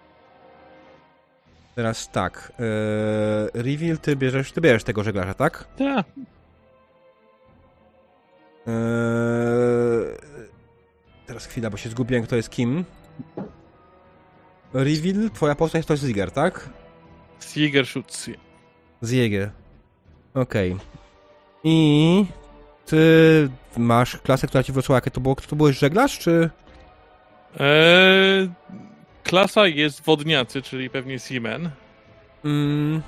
Teraz tak. Eee, reveal, ty bierzesz, ty bierzesz tego żeglarza, tak? Tak. Eee, teraz chwila, bo się zgubiłem, kto jest kim. Reveal, twoja postać to jest Ziger, tak? Jägerschutz. Ziger. Okej. Okay. I ty masz klasę, która ci wrzuciła, jakie to było? Kto to byłeś, żeglarz, czy... Eee, klasa jest wodniacy, czyli pewnie Seaman. Mm.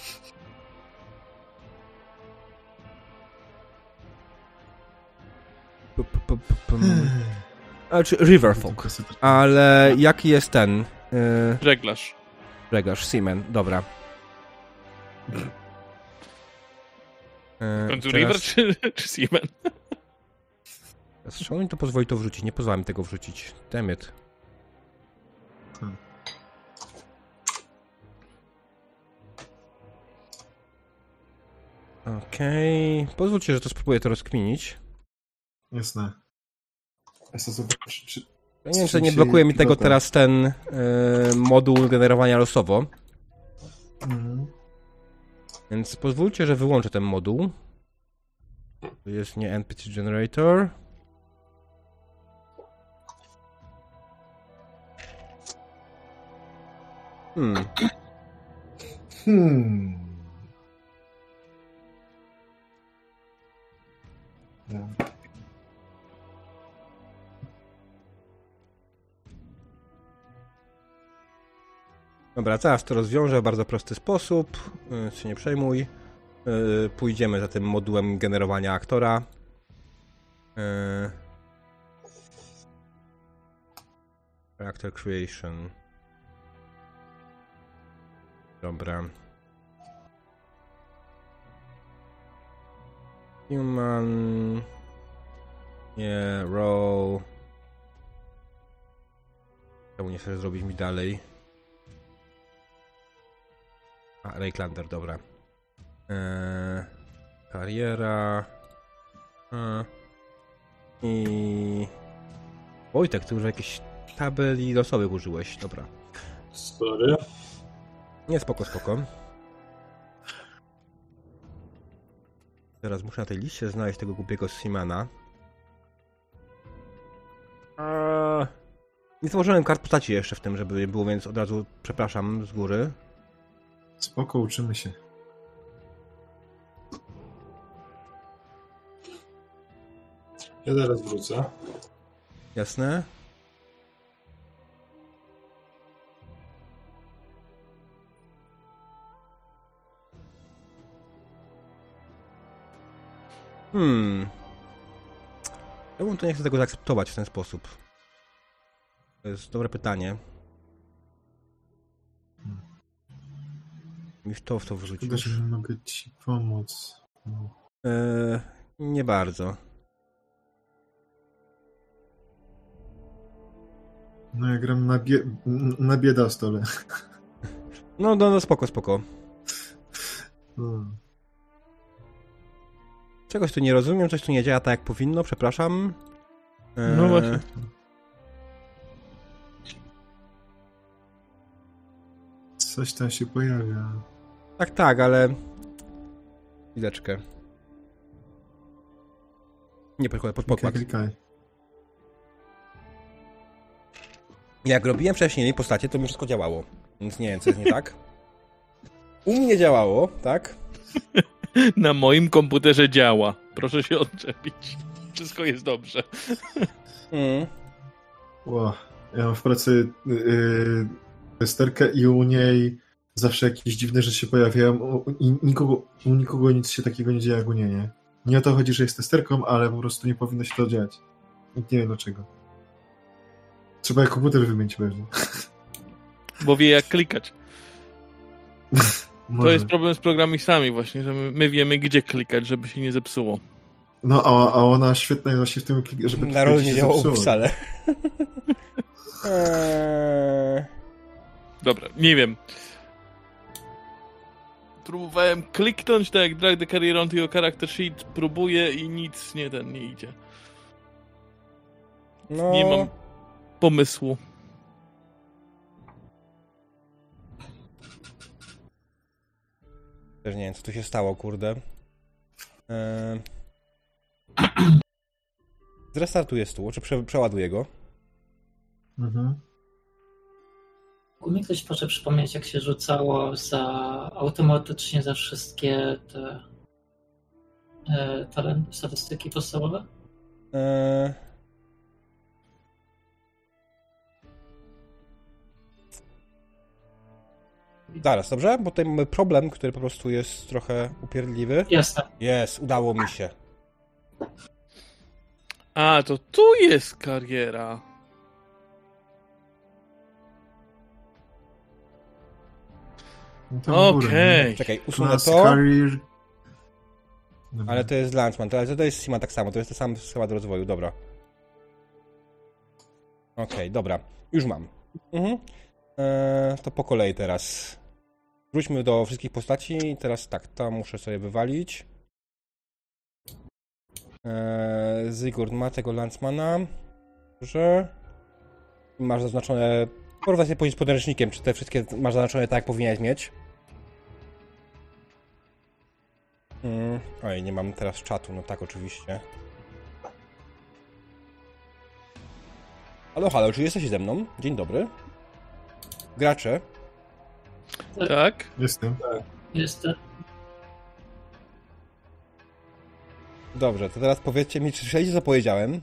P- p- p- p- pum. A, czy Riverfolk. Ale jaki jest ten? Yy, Żeglarz. żeglarz, Seaman, dobra. W Yy, końcu teraz- River czy, czy Seaman? teraz Czemu mi to pozwoli to wrzucić? Nie pozwala mi tego wrzucić. Dammit. Hmm. Okej. Okay. Pozwólcie, że to spróbuję to rozkminić. Jasne. Ja sobie zobaczę, czy... Ja nie wiem, czy nie blokuje mi tego teraz ten yy, moduł generowania losowo. Mhm. Więc pozwólcie, że wyłączę ten moduł. To jest nie N P C Generator. Hmm. Hmm. Ja. Dobra, zaraz to rozwiążę w bardzo prosty sposób. Yy, się nie przejmuj. Yy, pójdziemy za tym modułem generowania aktora. Yy. Character Creation. Dobra. Human. Nie, row. Czemu nie chcesz zrobić mi dalej? A, Rayklander, dobra. Eee, kariera. Eee, I... Wojtek, ty już jakichś tabeli losowych użyłeś, dobra. Sorry. Nie, spoko, spoko. Teraz muszę na tej liście znaleźć tego głupiego Simana. Eee, Nie założyłem kart postaci jeszcze w tym, żeby było, więc od razu przepraszam z góry. Spoko, uczymy się. Ja zaraz wrócę. Jasne. Hmm. Ja bym to nie chcę tego zaakceptować w ten sposób. To jest dobre pytanie. Już to w to Szkoda, wrzucić. że nie mogę ci pomóc. No. Eee, nie bardzo. No ja gram na, bie... na bieda stole. No, no, no spoko, spoko. Hmm. Czegoś tu nie rozumiem, coś tu nie działa tak jak powinno, przepraszam. Eee, No właśnie. Coś tam się pojawia. Tak, tak, ale... Chwileczkę. Nie, podkład, pod Klikaj, podkład. klikaj. Jak robiłem wcześniej postacie, to mi wszystko działało. Więc nie wiem, co jest nie tak. U mnie nie działało, tak? Na moim komputerze działa. Proszę się odczepić. Wszystko jest dobrze. Mm. Ło, ja mam w pracy yy, testerkę i u niej zawsze jakieś dziwne rzeczy się pojawiają u, i nikogo, u nikogo nic się takiego nie dzieje jak u niej, nie? Nie o to chodzi, że jest testerką, ale po prostu nie powinno się to dziać. Nikt nie wie dlaczego. Trzeba jak komputer wymienić pewnie. Bo wie jak klikać. To Może. jest problem z programistami właśnie, że my, my wiemy gdzie klikać, żeby się nie zepsuło. No, a, a ona świetna jest właśnie w tym, żeby Na rol nie się działało zepsuło. wcale. eee... Dobra, nie wiem. Próbowałem kliknąć tak jak drag the carrier onto your character sheet, próbuję i nic nie ten nie idzie. No... Nie mam pomysłu. Też nie wiem, co tu się stało, kurde. Eee... Zrestartuję stół, czy prze, przeładuję go. Mhm. Mógł mi ktoś proszę przypomnieć, jak się rzucało za automatycznie za wszystkie te e, talent, statystyki podstawowe? Eee... Zaraz, dobrze? Bo tutaj mamy problem, który po prostu jest trochę upierdliwy. Jasne. Jest, udało mi się. A, to tu jest kariera. No to w górę, Okej. nie? Czekaj, usunę Class, to, career. Dobra. ale to jest Landsman, to, ale to jest Sima tak samo, to jest ten sam schemat rozwoju, dobra. Okej, okay, dobra, już mam. Mhm. Eee, to po kolei teraz. Wróćmy do wszystkich postaci, teraz tak, to muszę sobie wywalić. Eee, Sigurd ma tego Landsmana. Dobrze. I masz zaznaczone... Porównuj sobie później z podręcznikiem, czy te wszystkie masz zaznaczone tak, jak powinieneś mieć. Mm. Oj, nie mam teraz czatu, no tak oczywiście. Halo, halo, czy jesteście ze mną? Dzień dobry. Gracze. Tak? Jestem. Jestem. Dobrze, to teraz powiedzcie mi, czy słyszeliście, co powiedziałem?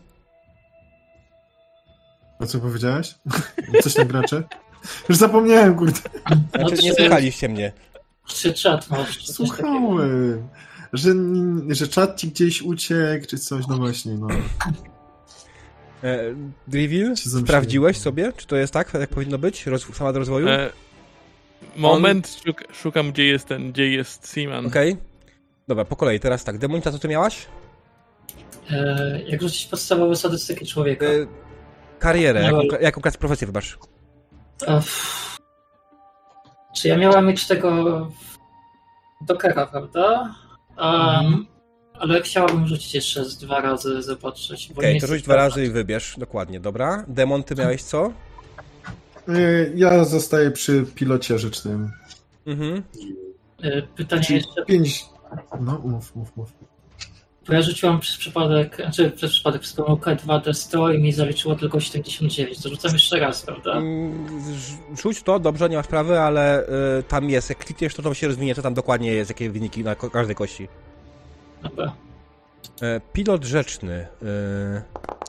A co powiedziałeś? Coś tam gracze? Już zapomniałem, kurde. Znaczy, No, nie czy- słuchaliście mnie. Czy czat masz? Czy coś takiego? Słuchałem. Że, że czat ci gdzieś uciekł, czy coś, no właśnie, no. E, Drivil, Się zamyśliłem. sprawdziłeś sobie, czy to jest tak, jak powinno być? Roz, schemat rozwoju? E, moment, szuk, szukam gdzie jest ten, gdzie jest Seaman. Okej. Okay. Dobra, po kolei, teraz tak. Demonica, co ty miałaś? E, jak rzucić podstawowe statystyki człowieka? E, karierę, No, jaką, jaką klasę profesję wybacz? E, pff. Czy ja miałam mieć tego Dockera, prawda? Um, Mhm. Ale chciałabym rzucić jeszcze z dwa razy, zobaczyć. bo Okej, nie to chcę rzuć dwa razy i sprawdzać. wybierz, dokładnie, dobra. Demon, ty miałeś co? Y, Ja zostaję przy pilocie rzecznym. Mhm. E, Pytanie Czyli jeszcze, pięć... No, mów, mów, mów. Bo ja rzuciłam przez przypadek, znaczy przez przypadek przez pomyłkę dwa D sto i mi zaliczyło tylko siedemdziesiąt dziewięć. To rzucam jeszcze raz, prawda? Mm, Rzuć to, dobrze, nie ma sprawy, ale y, tam jest, jak klikniesz, to to się rozwinie, co tam dokładnie jest, jakie wyniki na ko- każdej kości. Dobra. E, pilot rzeczny. Y,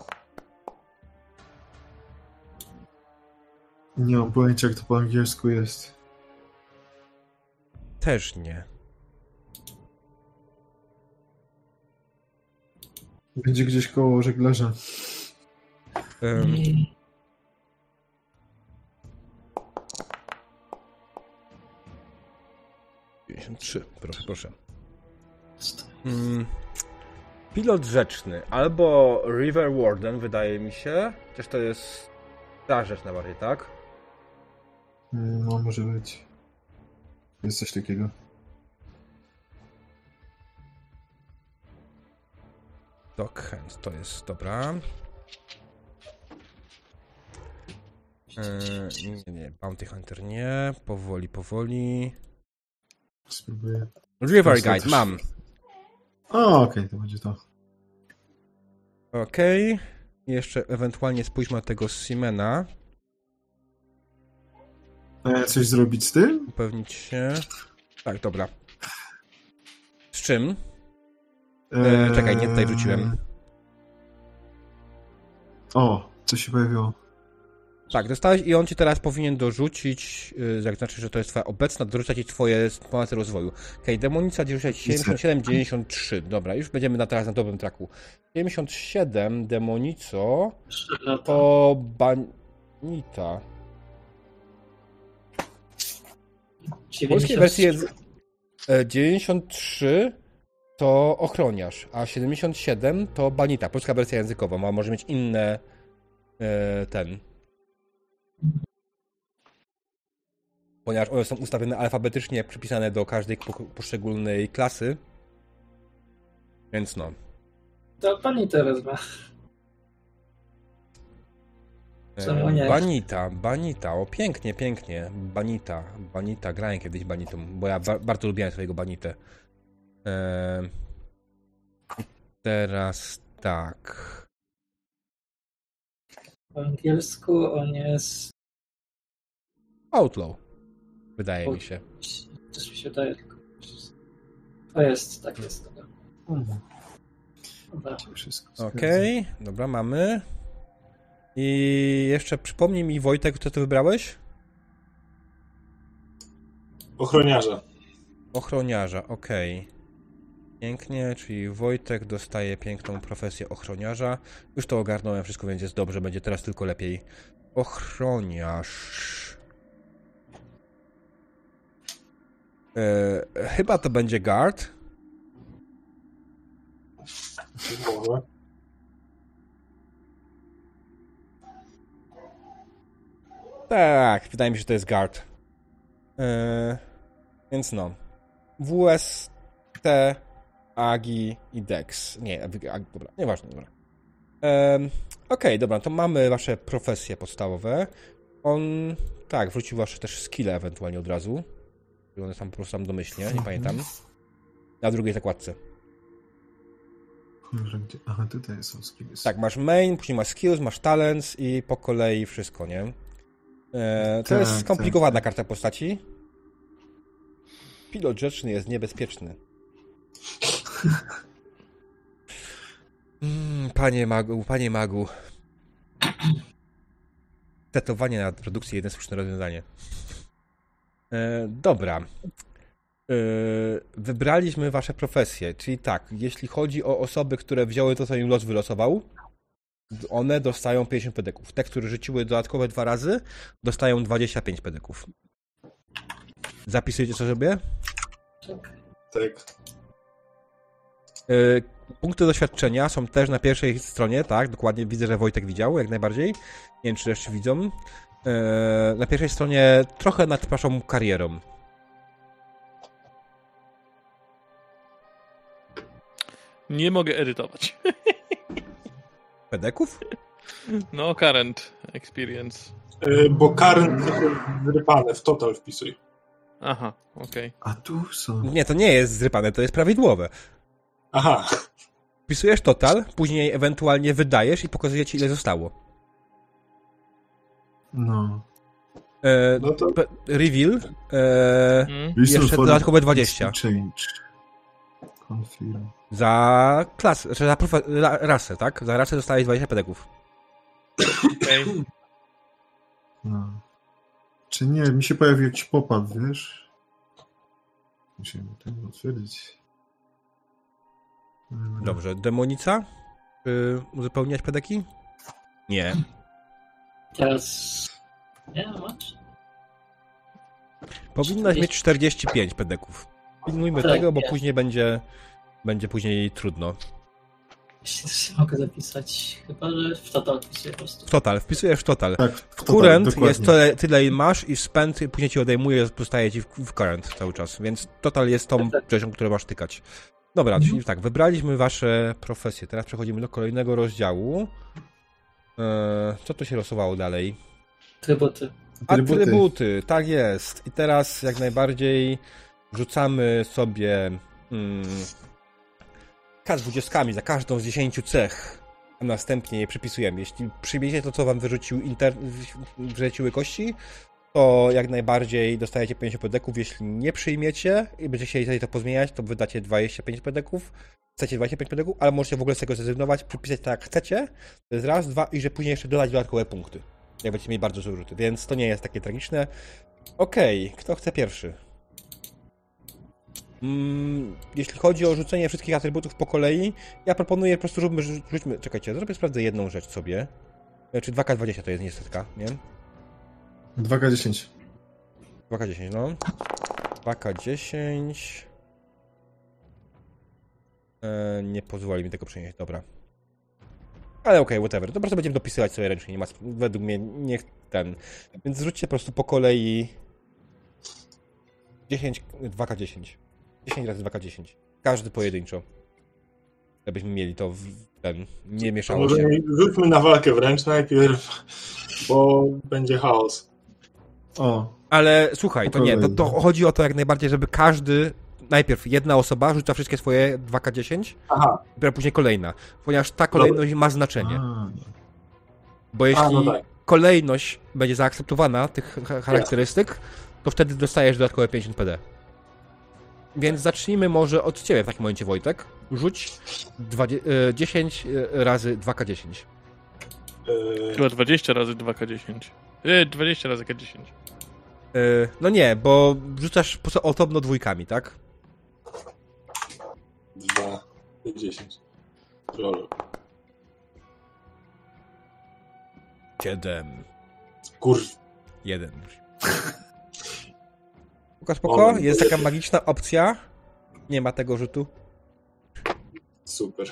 Nie mam pojęcia, jak to po angielsku jest. też nie. Będzie gdzieś koło żeglarza. Ym, I... pięćdziesiąt trzy, proszę, proszę. Mm, pilot rzeczny, albo River Warden, wydaje mi się. Chociaż to jest ta rzecz najbardziej, tak? No, może być. Jest coś takiego. Dockhand, to jest, dobra. Yy, nie, nie, Bounty Hunter nie. Powoli, powoli. Spróbuję. River Guide, mam. O, okej, okay, to będzie to. Okej. Okay. Jeszcze ewentualnie spójrzmy na tego Simena. E, coś zrobić z tym? Upewnić się. Tak, dobra. Z czym? E, Eee... czekaj, nie tutaj wrzuciłem. O, co się pojawiło? Tak, dostałeś i on ci teraz powinien dorzucić, jak znaczy, że to jest twoja obecna, dorzucać ci twoje pomocy rozwoju. Okej, okay, demonica dorzucać siedemdziesiąt siedem, dziewięćdziesiąt trzy. Dobra, już będziemy na teraz na dobrym traku. siedemdziesiąt siedem, demonico, to banita. W polskiej wersji jest dziewięćdziesiąt trzy to ochroniarz, a siedemdziesiąt siedem to banita. Polska wersja językowa, ma może mieć inne e, ten. Ponieważ one są ustawione alfabetycznie, przypisane do każdej poszczególnej klasy. Więc no. To pani teraz ma. E, banita, banita, o pięknie, pięknie. Banita, banita, grałem kiedyś banitą, bo ja ba- bardzo lubiłem swojego banitę. E, teraz tak. Po angielsku on jest... Outlaw. Wydaje mi się. Też mi się wydaje, tylko... To jest, tak jest. Dobra. Okej, okay, dobra, mamy. I jeszcze przypomnij mi, Wojtek, co ty wybrałeś? Ochroniarza. Ochroniarza, okej. Okay. Pięknie, czyli Wojtek dostaje piękną profesję ochroniarza. Już to ogarnąłem, wszystko więc jest dobrze, będzie teraz tylko lepiej. Ochroniarz. E, chyba to będzie guard. Może. Tak, wydaje mi się, że to jest guard. E, więc no. W S T, Agi i Dex. Nie, Agi, dobra, nieważne, dobra. E, Okej, okay, dobra, to mamy wasze profesje podstawowe. On, tak, wrócił wasze też skille ewentualnie od razu. One tam po prostu tam domyślnie, nie pamiętam. Na drugiej zakładce. Aha, tutaj są skills. Tak, masz main, później masz skills, masz talents i po kolei wszystko, nie? E, to tak, jest skomplikowana tak. karta postaci. Pilot rzeczny jest niebezpieczny. mm, panie magu, panie magu. Tetowanie na produkcję jedno słuszne rozwiązanie. E, dobra. E, wybraliśmy wasze profesje, czyli tak, jeśli chodzi o osoby, które wzięły to, co im los wylosował, one dostają pięćdziesiąt pedeków. Te, które rzuciły dodatkowe dwa razy, dostają dwadzieścia pięć pedeków. Zapisujecie co sobie? Tak. Tak. E, punkty doświadczenia są też na pierwszej stronie, tak, dokładnie widzę, że Wojtek widział, jak najbardziej. Nie wiem, czy jeszcze widzą. E, na pierwszej stronie trochę nad waszą karierą. Nie mogę edytować. Pedeków? No, current experience. Yy, bo current zrypane, w total wpisuj. Aha, okej. Okay. A tu są... Nie, to nie jest zrypane, to jest prawidłowe. Aha. Wpisujesz total, później ewentualnie wydajesz i pokazuje ci, ile zostało. No. E, No to pe- reveal. E, Mm. jeszcze dodatkowe dwadzieścia. Change. Confirm. Za klasę, znaczy za profe- ra- rasę, tak? Za rasę dostałeś dwadzieścia pedeków. Okej. No. Czy nie, mi się pojawił jakiś pop-up, wiesz? Musimy tego potwierdzić. Dobra. Dobrze, demonica? Czy uzupełniać pedeki? Nie. Teraz... Nie, masz? Powinnaś mieć czterdzieści pięć pedeków. Pilnujmy Tak, tego, bo nie. później będzie, będzie później trudno. Jeśli też nie mogę zapisać, chyba że w total wpisuję po prostu. Total, wpisujesz w total. Tak, w total, Current dokładnie. jest tyle, tyle ile masz i spend później ci odejmuje, zostaje ci w, w current cały czas, więc total jest tą Tak. rzeczą, którą masz tykać. Dobra, Mhm. czyli tak, wybraliśmy wasze profesje, teraz przechodzimy do kolejnego rozdziału. Eee, co tu się losowało dalej? Trybuty. Atrybuty. Atrybuty, tak jest. I teraz jak najbardziej rzucamy sobie mm, K dwadzieścia za każdą z dziesięciu cech, a następnie je przypisujemy. Jeśli przyjmiecie to, co wam wyrzucił inter... wyrzuciły kości, to jak najbardziej dostajecie pięćdziesiąt pedeków. Jeśli nie przyjmiecie i będziecie chcieli to pozmieniać, to wydacie dwadzieścia pięć pedeków. Chcecie dwadzieścia pięć pedeków, ale możecie w ogóle z tego zrezygnować, przypisać tak jak chcecie. To jest raz, dwa i że później jeszcze dodać dodatkowe punkty. Jak będziecie mieli bardzo dużo rzuty, więc to nie jest takie tragiczne. Okej, okay, kto chce pierwszy? Mm, jeśli chodzi o rzucenie wszystkich atrybutów po kolei, ja proponuję po prostu róbmy, rzućmy, czekajcie, zrobię sprawdzę jedną rzecz sobie. Czy dwa K dwadzieścia to jest niestetka, nie? dwa K dziesięć. dwa K dziesięć, no. dwa K dziesięć. E, nie pozwoli mi tego przenieść, dobra. Ale okej, okay, whatever. To po prostu będziemy dopisywać sobie ręcznie, nie ma, według mnie, niech ten. Więc zrzućcie po prostu po kolei dziesięć, dwa K dziesięć. dziesięć razy dwa K dziesięć. Każdy pojedynczo. Żebyśmy mieli to w ten, nie mieszało może się. rzućmy na walkę wręcz najpierw, bo będzie chaos. O, Ale słuchaj, to nie, to, to Kolej. chodzi o to jak najbardziej, żeby każdy, najpierw jedna osoba rzuca wszystkie swoje dwa K dziesięć, Aha, a później kolejna. Ponieważ ta kolejność ma znaczenie. a, Bo jeśli a no tak. kolejność będzie zaakceptowana tych cha- charakterystyk, to wtedy dostajesz dodatkowe pięćdziesiąt P D. Więc zacznijmy może od ciebie w takim momencie, Wojtek. Rzuć dwadzie- e, dziesięć razy dwa K dziesięć. Yy, Chyba dwadzieścia razy dwa K dziesięć. Yy, dwadzieścia razy K dziesięć. E, No nie, bo rzucasz po prostu osobno dwójkami, tak? dwa, dziesięć. Rolę. siedem. Kurw. jeden. Spoko, spoko. O, Jest taka magiczna opcja. Nie ma tego rzutu. Super.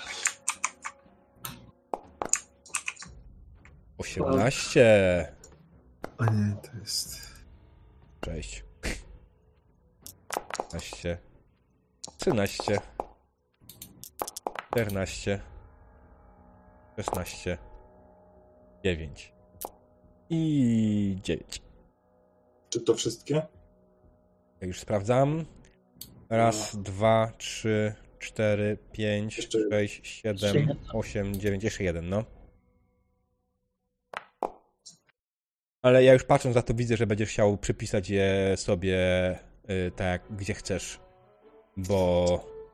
osiemnaście. a nie, to jest... Cześć. piętnaście. trzynaście. czternaście. szesnaście. dziewięć. I dziewięć. Czy to wszystkie? Ja już sprawdzam. Raz, dwa, trzy, cztery, pięć, Jeszcze- sześć, siedem, jeden. osiem, dziewięć. Jeszcze jeden, no. Ale ja już patrząc na to widzę, że będziesz chciał przypisać je sobie y, tak, gdzie chcesz. Bo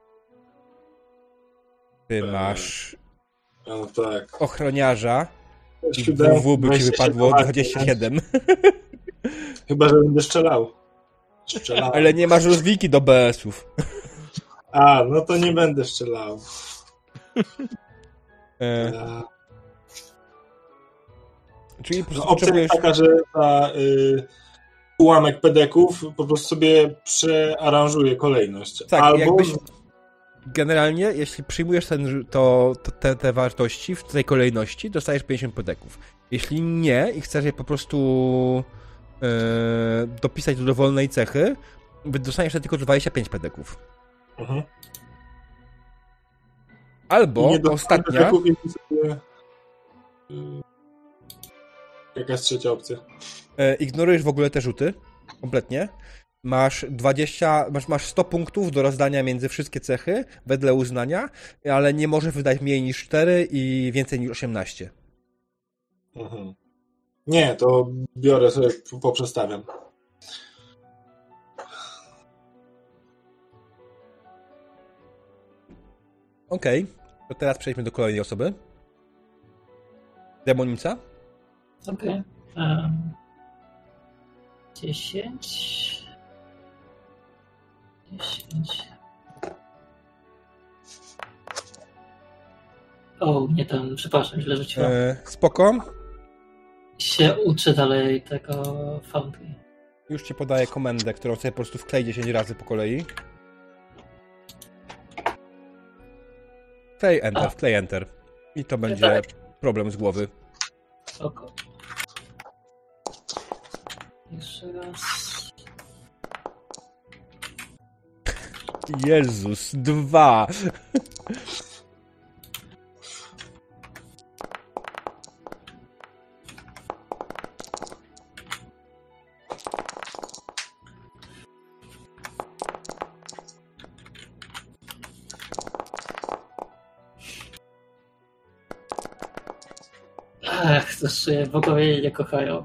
ty Eee, masz A no tak. ochroniarza i w Siódemka, W W by ci dwadzieścia siedem wypadło lat, dwadzieścia nie? siedem. Chyba, że będę strzelał. Strzelał. Ale nie masz rozwiki do B S-ów. A, no to nie będę strzelał. E, A, czyli po no, prostu opcja jest potrzebujesz... taka, że ta y, ułamek pedeków po prostu sobie przearanżuje kolejność. Tak, Albo jakbyś... Generalnie, jeśli przyjmujesz ten, to, to, te, te wartości w tej kolejności, dostajesz pięćdziesiąt pedeków. Jeśli nie i chcesz je po prostu e, dopisać do dowolnej cechy, dostaniesz wtedy tylko dwadzieścia pięć pedeków. Mhm. Albo Nie do- ostatnia... pedeków i sobie... y, Jaka jest trzecia opcja? E, ignorujesz w ogóle te rzuty kompletnie. Masz dwadzieścia, masz, masz sto punktów do rozdania między wszystkie cechy, wedle uznania, ale nie możesz wydać mniej niż cztery i więcej niż osiemnaście. Mhm. Nie, to biorę sobie, poprzestawiam. Okej, okay. To teraz przejdźmy do kolejnej osoby. Demonica? Okej. Okay. Um, dziesięć. dziesięć. O, nie tam, przepraszam, źle rzuciłem. E, spoko. Się uczy dalej tego Foundry. Już ci podaję komendę, którą sobie po prostu wklej dziesięć razy po kolei. Wklej Enter, A. wklej Enter. I to będzie tak. problem z głowy. Spoko. Jeszcze raz. Jezus, dwa. Ach, to się w ogóle jej nie kochają.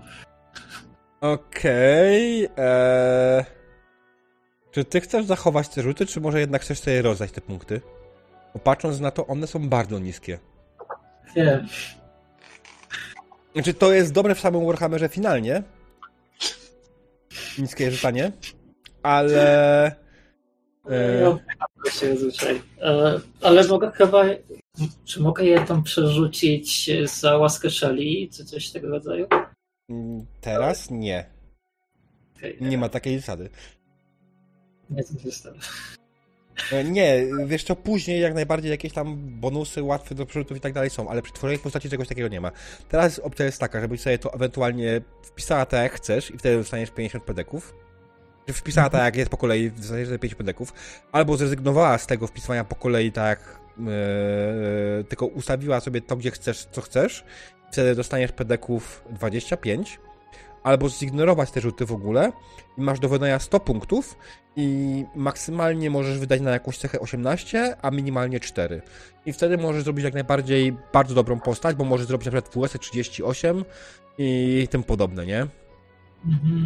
Okej. Okay, ee... Czy ty chcesz zachować te rzuty, czy może jednak chcesz sobie rozdać te punkty? Bo patrząc na to, one są bardzo niskie. Wiem. Znaczy, to jest dobre w samym Warhammerze finalnie. Niskie rzucanie. Ale... E... Ja się zazwyczaj. Ale, ale mogę chyba... Czy mogę je tam przerzucić za łaskę Shelley, czy coś tego rodzaju? Teraz nie. Okay, nie ma takiej zasady. Nie znam system. Nie, wiesz co, później jak najbardziej jakieś tam bonusy łatwe do przerzutów i tak dalej są, ale przy tworzeniu postaci czegoś takiego nie ma. Teraz opcja jest taka, żebyś sobie to ewentualnie wpisała tak jak chcesz i wtedy dostaniesz pięćdziesiąt pedeków. Czy wpisała tak jak jest po kolei, dostaniesz pięć pedeków. Albo zrezygnowała z tego wpisywania po kolei tak jak Yy, tylko ustawiła sobie to, gdzie chcesz, co chcesz, wtedy dostaniesz pedeków dwadzieścia pięć, albo zignorować te rzuty w ogóle i masz do wydania sto punktów i maksymalnie możesz wydać na jakąś cechę osiemnaście, a minimalnie cztery. I wtedy możesz zrobić jak najbardziej bardzo dobrą postać, bo możesz zrobić na przykład W S trzydzieści osiem i tym podobne, nie? Mhm.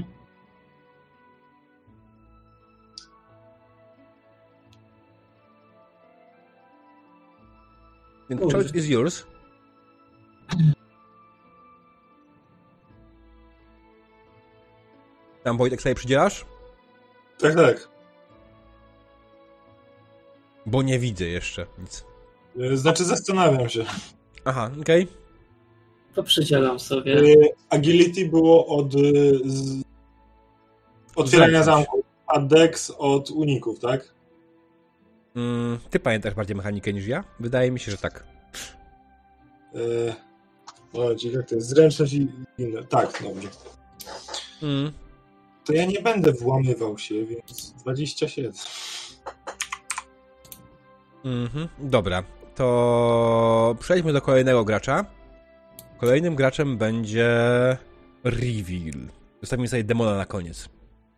Więc choice is yours. Tam Wojtek sobie przydzielasz? Tak, tak. Bo nie widzę jeszcze nic. Znaczy zastanawiam się. Aha, okej. Okay. To przydzielam sobie. Agility było od z, otwierania zamku, a Dex od uników, tak? Mm, ty pamiętasz bardziej mechanikę niż ja? Wydaje mi się, że tak. Yy, o, jak to jest? Zręczność i inne. Tak, dobrze. Mm. To ja nie będę włamywał się, więc dwadzieścia siedem. Mhm, dobra. To przejdźmy do kolejnego gracza. Kolejnym graczem będzie Reveal. Zostawimy sobie demona na koniec.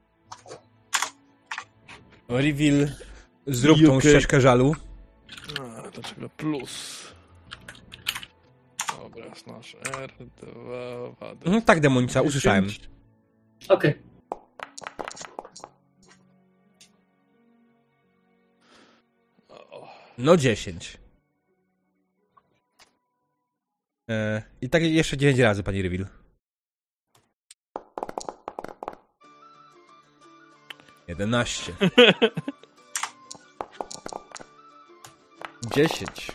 Reveal, zrób tą ścieżkę żalu. A, dlaczego plus? Dobra, slash R, dwa, dwa, mhm, tak, demonica, usłyszałem. Okej. Okay. No dziesięć. E, I tak jeszcze dziewięć razy, pani Reveal. jedenaście. dziesięć.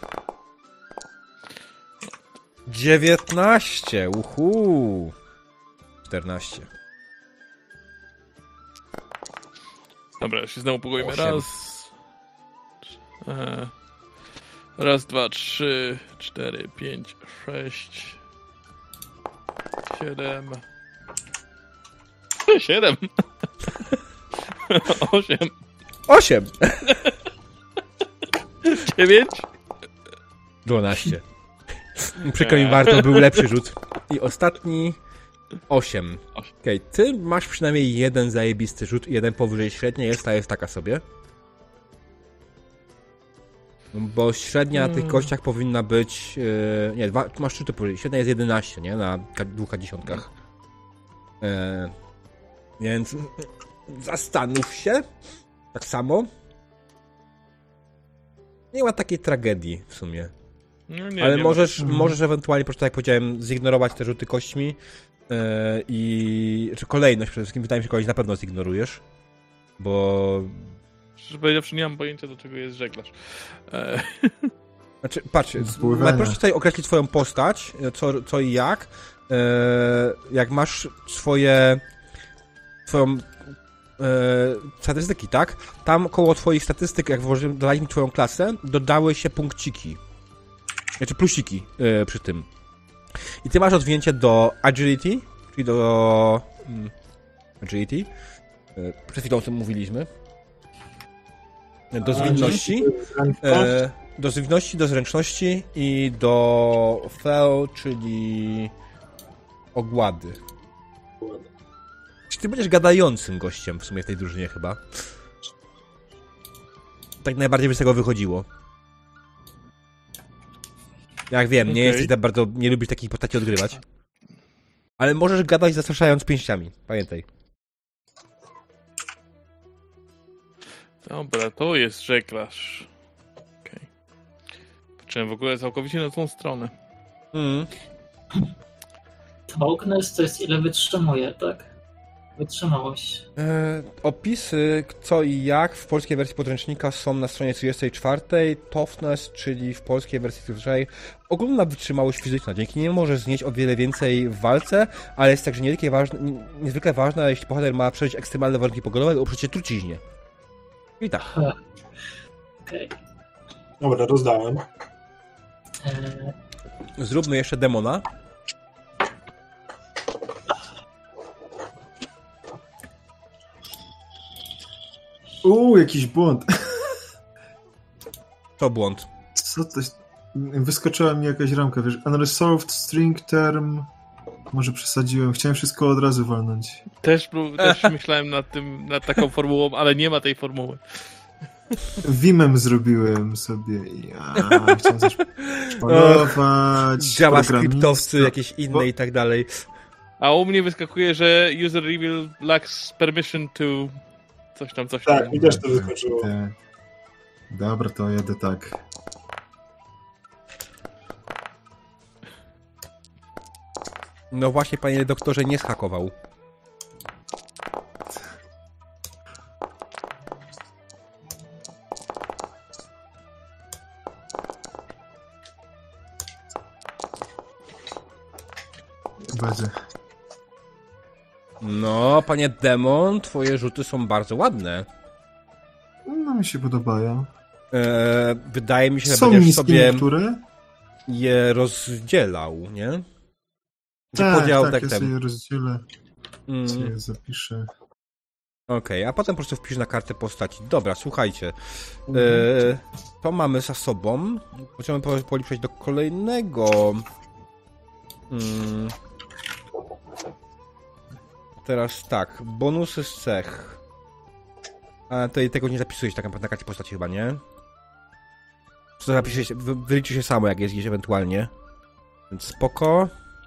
dziewiętnaście. Uhu. czternaście. Dobra, się znowu pogoimy. Raz. E, raz, dwa, trzy, cztery, pięć, sześć, siedem. Siedem. Osiem. Osiem. Dziewięć. Dwanaście. Przykro mi, warto, był lepszy rzut. I ostatni osiem. Okej, okay. Ty masz przynajmniej jeden zajebisty rzut i jeden powyżej średniej, jest ta jest taka sobie. Bo średnia na tych Hmm. kościach powinna być... Yy, nie, dwa, masz rzuty powyżej. Średnia jest jedenaście, nie? Na dwóch dziesiątkach. Yy, więc zastanów się. Tak samo. Nie ma takiej tragedii w sumie. No, nie, Ale nie możesz, ma. możesz ewentualnie, po prostu tak jak powiedziałem, zignorować te rzuty kośćmi yy, i... Czy kolejność przede wszystkim. Wydaje mi się, że kogoś na pewno zignorujesz. Bo... Szczerze powiedziawszy, nie mam pojęcia, do czego jest żeglarz. E... Znaczy, patrz, Spływania. najprościej tutaj określić twoją postać, co, co i jak. E, jak masz swoje twoją e, statystyki, tak? Tam koło twoich statystyk, jak włożyłem, dodaliśmy twoją klasę, dodały się punkciki. Znaczy plusiki e, przy tym. I ty masz odwinięcie do agility, czyli do mm, agility. E, przed chwilą o tym mówiliśmy. Do zwinności. E, do zwinności, do zręczności i do fel, czyli ogłady. Czy ty będziesz gadającym gościem w sumie w tej drużynie chyba? Tak najbardziej by z tego wychodziło. Jak wiem, nie Okay. jesteś tak bardzo, nie lubisz takich postaci odgrywać. Ale możesz gadać zastraszając pięściami, pamiętaj. Dobra, to jest żeglarz. Okej. Okay. Patrzyłem w ogóle całkowicie na tą stronę. Mm. Toughness to jest ile wytrzymuje, tak? Wytrzymałość. E, opisy co i jak w polskiej wersji podręcznika są na stronie trzydziestej czwartej. Toughness, czyli w polskiej wersji pierwszej ogólna wytrzymałość fizyczna. Dzięki niej możesz znieść o wiele więcej w walce, ale jest także niezwykle ważna, niezwykle ważna, jeśli bohater ma przeżyć ekstremalne warunki pogodowe lub przecież truciźnie. I tak. Okej. Okay. Dobra, rozdałem. Eee, Zróbmy jeszcze demona. Uuu, jakiś błąd. To błąd. Co to jest? Wyskoczyła mi jakaś ramka, wiesz, unresolved string term. Może przesadziłem, chciałem wszystko od razu walnąć. Też, też myślałem nad tym, nad taką formułą, ale nie ma tej formuły. Vimem zrobiłem sobie i ja chciałem coś szpalować. JavaScriptowcy, jakieś inne Bo... i tak dalej. A u mnie wyskakuje, że user reveal lacks permission to coś tam, coś tam. Tak, mi też to wyskoczyło. Dobra, to jedę tak. No właśnie, panie doktorze, nie schakował. Będzie. No, panie demon, twoje rzuty są bardzo ładne. No mi się podobają. Eee, wydaje mi się, że Są będziesz niskie sobie niektóre. je rozdzielał, nie? Że Tak, podział tak, tak ja tem. sobie rozdzielę. Mm. Sobie zapiszę. Okej, okay, a potem po prostu wpisz na kartę postaci. Dobra, słuchajcie. Mhm. E, to mamy za sobą. Możemy powoli przejść do kolejnego. Hmm. Teraz tak, bonusy z cech. A tutaj tego nie zapisujesz tak naprawdę na karcie postaci chyba, nie? Czy to zapiszesz, wy, wyliczy się samo, jak jest gdzieś ewentualnie. Więc spoko.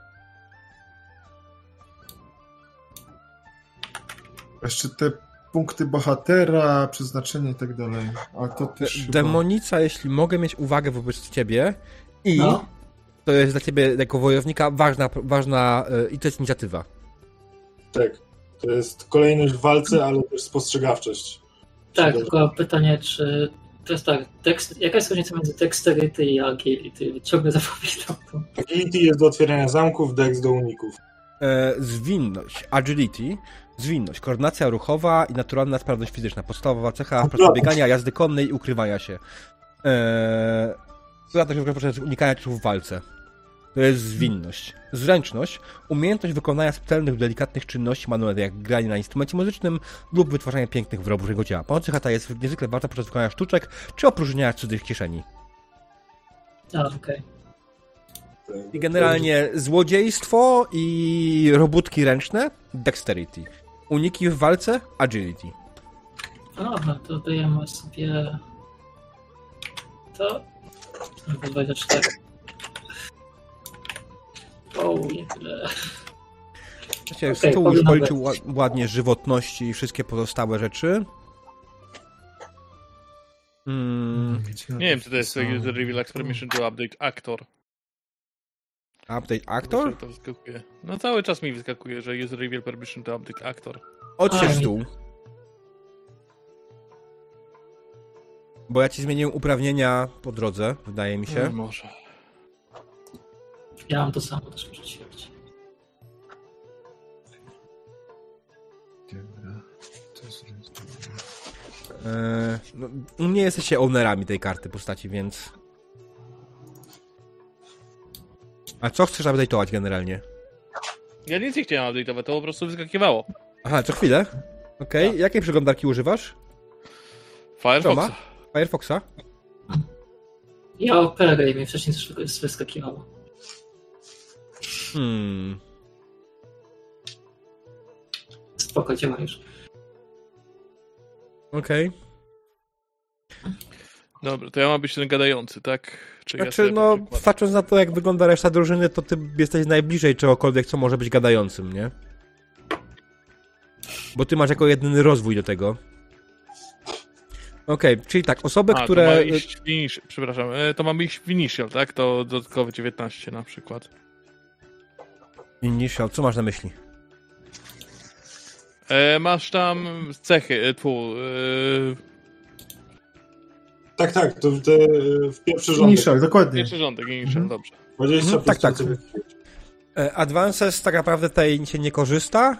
Jeszcze te punkty bohatera, przeznaczenie i tak dalej. A to też Demonica, chyba... jeśli mogę mieć uwagę wobec ciebie i no. to jest dla ciebie jako wojownika ważna, ważna yy, i to jest inicjatywa. Tak. To jest kolejność w walce, ale też spostrzegawczość. Tak, tylko pytanie, czy to jest tak, tekst, jaka jest różnica między dexterity i agility? Ciągle zapominam to. Agility jest do otwierania zamków, dex do uników. E, zwinność, agility, zwinność, koordynacja ruchowa i naturalna sprawność fizyczna. Podstawowa cecha proces biegania, jazdy konnej i ukrywania się. E, to też proces unikania czasów w walce. To jest zwinność. Zręczność, umiejętność wykonania subtelnych, delikatnych czynności manualnych, jak granie na instrumencie muzycznym lub wytwarzanie pięknych wyrobów jego dzieła. Pomoc cecha ta jest niezwykle ważna podczas wykonania sztuczek czy opróżniania cudzych kieszeni. A, okej. Okay. I generalnie złodziejstwo i robótki ręczne, dexterity. Uniki w walce, agility. O, no to dajemy sobie to. dwadzieścia cztery. O, nie tyle. Wiecie, Okay, stół już powinno policzył ła- ładnie żywotności i wszystkie pozostałe rzeczy. Mm, Nie wiem, czy to jest user reveal as permission to update actor. update actor? To wyskakuje. No cały czas mi wyskakuje, że user reveal permission to update actor. Odsiecz A, stół. Bo ja ci zmieniłem uprawnienia po drodze, wydaje mi się. No, może. Ja mam to samo, też muszę ćwiczyć. Dobra. To jest... Eee, no, nie jesteście ownerami tej karty postaci, więc... A co chcesz update'ować generalnie? Ja nic nie chciałem update'ować, to po prostu wyskakiwało. Aha, co chwilę? Okej, okay. Jakiej przeglądarki używasz? Firefoxa. Firefoxa? Ja Opera i mi wcześniej też wyskakiwało. Hmm... Spoko, działa już. Okej. Okay. Dobra, to ja mam być ten gadający, tak? Czy Znaczy, ja no, patrząc na to, jak wygląda reszta drużyny, to ty jesteś najbliżej czegokolwiek, co może być gadającym, nie? Bo ty masz jako jedyny rozwój do tego. Okej, okay, czyli tak, osoby, A, które... To ma iść w initial, przepraszam, to mamy iść w initial, tak? To dodatkowe dziewiętnaście na przykład. Initial, co masz na myśli? E, masz tam cechy, tu... E... Tak, tak, to w, te, w pierwszy rządek. Initial, dokładnie. Pierwszy rządek, initial, Mhm. dobrze. dwadzieścia Mhm, tak, procent. tak. Advances tak naprawdę tutaj się nie korzysta,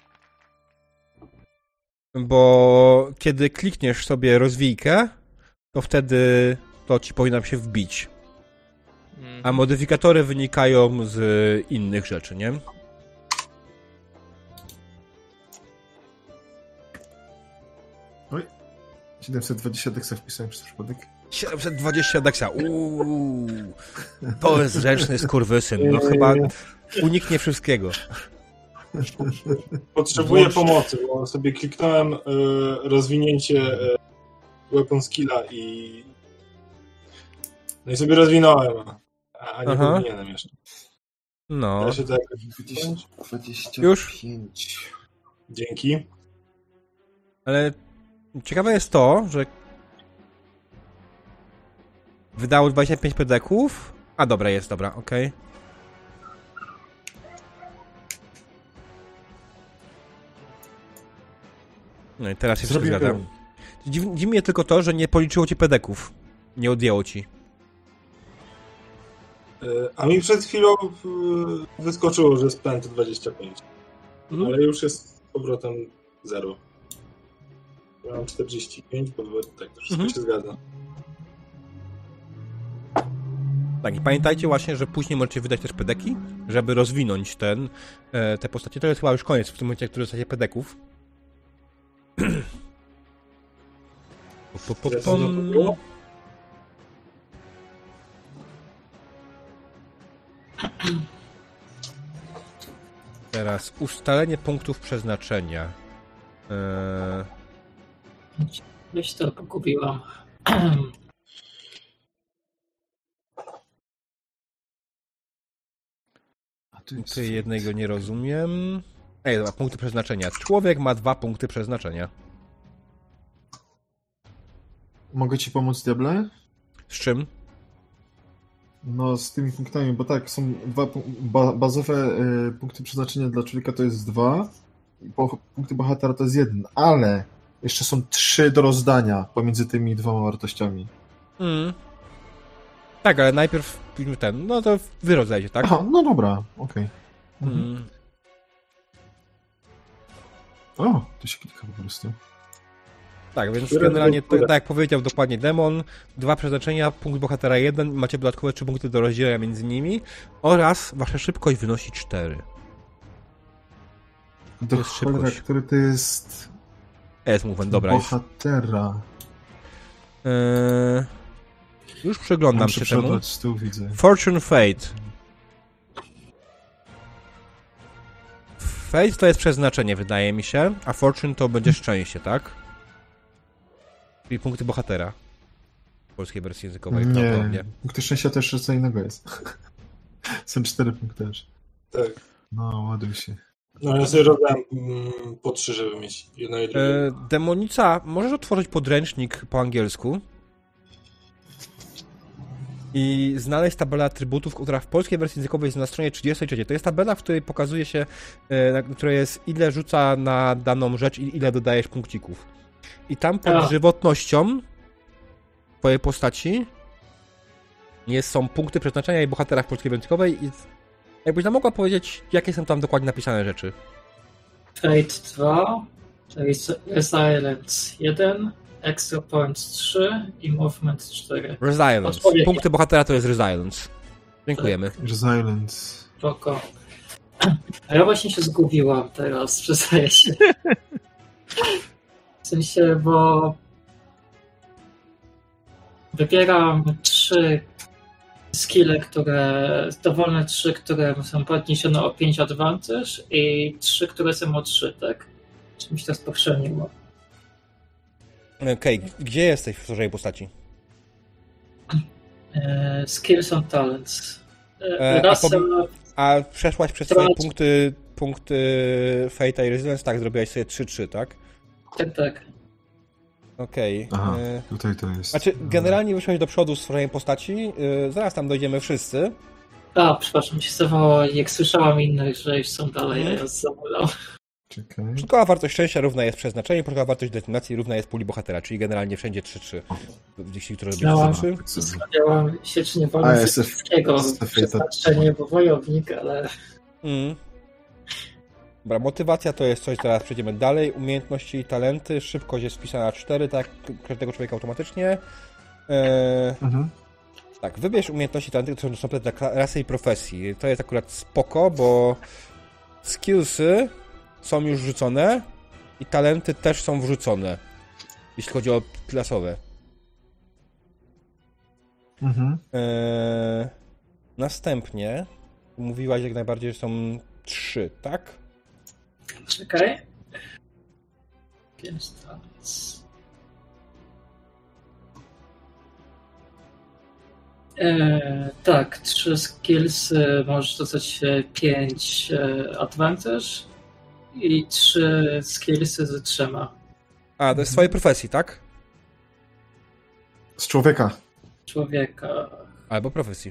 bo kiedy klikniesz sobie rozwijkę, to wtedy to ci powinno się wbić. Mhm. A modyfikatory wynikają z innych rzeczy, nie? siedemset dwadzieścia deksa wpisałem przez przypadek. siedemset dwadzieścia deksa, uuu, to jest zręczny skurwysyn, no chyba uniknie wszystkiego. Potrzebuję Włącz- pomocy, bo sobie kliknąłem y, rozwinięcie y, weapon skilla i no i sobie rozwinąłem, a, a nie Aha. powinienem jeszcze. No, Ja się tak... dwadzieścia Już? pięć. Dzięki. ale ciekawe jest to, że wydało dwadzieścia pięć pedeków. A dobra, jest, dobra, okej. No i teraz się wszystko zgadza. Zrobiłem. Dziw, dziwi mnie tylko to, że nie policzyło ci pedeków. Nie odjęło ci. Y, a mi przed chwilą y, wyskoczyło, że spęd dwadzieścia pięć. Mhm. Ale już jest z powrotem zero. Ja mam czterdzieści pięć, bo tak to wszystko Mhm. się zgadza. Tak, i pamiętajcie właśnie, że później możecie wydać też pedeki, żeby rozwinąć ten, e, te postacie. To jest chyba już koniec w tym momencie, który dostacie pedeków. Po, po, po, Co to pom. było? Teraz ustalenie punktów przeznaczenia. E, Gdzieś to pogubiłam. A tu jest... Ty jednego nie rozumiem. Ej, dobra, punkty przeznaczenia. Człowiek ma dwa punkty przeznaczenia. Mogę ci pomóc, Diable? Z czym? No, z tymi punktami, bo tak, są dwa pu- ba- bazowe y, punkty przeznaczenia dla człowieka to jest dwa, i po, punkty bohatera to jest jeden, ale jeszcze są trzy do rozdania pomiędzy tymi dwoma wartościami. Mm. Tak, ale najpierw ten, no to wy rozdajecie, tak? Aha, no dobra, okej. Mhm. Mm. O, to się klika po prostu. Tak, więc Które generalnie, to, które? tak jak powiedział dokładnie Demon, dwa przeznaczenia, punkt bohatera jeden, macie dodatkowe trzy punkty do rozdzielenia między nimi oraz wasza szybkość wynosi cztery. Do jest cholera, szybkość. który to jest Jest movement, dobra. Już, bohatera. eee, już przyglądam Muszę się temu. przeglądać z tyłu, widzę. Fortune Fate. Fate to jest przeznaczenie, wydaje mi się, a Fortune to będzie szczęście, tak? Czyli punkty bohatera. W polskiej wersji językowej. Nie, prawdopodobnie. punkty szczęścia też co innego jest. Są cztery punkty też. Tak. No, ładuj się. No ja sobie robiłem mm, po trzy, żeby mieć jedno i drugie. E, Demonica, możesz otworzyć podręcznik po angielsku i znaleźć tabelę atrybutów, która w polskiej wersji językowej jest na stronie trzydziestej trzeciej. To jest tabela, w której pokazuje się, e, na której jest ile rzuca na daną rzecz i ile dodajesz punkcików. I tam pod A. żywotnością twojej postaci jest, są punkty przeznaczenia i bohatera w polskiej wersji językowej i jakbyś nam mogła powiedzieć, jakie są tam dokładnie napisane rzeczy. Fate dwa, to jest Resilience jeden, Extra Points trzy i Movement cztery. Resilience. Odpowiednie. Punkty bohatera to jest Resilience. Dziękujemy. Resilience. Spoko. A ja właśnie się zgubiłam teraz, przyznaję się. W sensie, bo wybieram trzy skille, które, dowolne trzy, które są podniesione o pięć advantage i trzy, które są o trzy, tak? Czy mi się teraz pochrzeniło? Okej, okay. Gdzie jesteś w swojej postaci? E, skills and talents. E, E, a rasa, po- A przeszłaś przez swoje punkty, punkty Fate'a i Resilience, tak? Zrobiłaś sobie trzy trzy, tak? tak, tak. Okej. Aha, Okay. tutaj to jest. Znaczy, generalnie wyszłaś do przodu z swojej postaci, yy, zaraz tam dojdziemy wszyscy. A, przepraszam, mi się zdawało, jak słyszałam innych, że już są dalej, a ja zamulał. Czekaj. Początkowa wartość szczęścia równa jest przeznaczenie, początkowa wartość determinacji równa jest puli bohatera, czyli generalnie wszędzie trzy trzy. Jeśli który robi Miałam- trzy trzy. Zastanawiałam się, czy nie A, wolno S F wszystkiego S F przeznaczenie, bo wojownik, ale Mm. Dobra, motywacja to jest coś, teraz przejdziemy dalej. Umiejętności i talenty, szybkość jest wpisana na cztery, tak, każdego człowieka automatycznie. Eee, Mhm. tak, wybierz umiejętności i talenty, które są dostępne dla rasy i profesji. To jest akurat spoko, bo skillsy są już wrzucone i talenty też są wrzucone, jeśli chodzi o klasowe. Mhm. Eee, następnie mówiłaś jak najbardziej, że są trzy, tak? czekaj. Pięć talents. E, tak, trzy skills, e, możesz dostać e, pięć e, advantage i trzy skillsy z trzema A, to jest swojej profesji, tak? Z człowieka. człowieka. Albo profesji.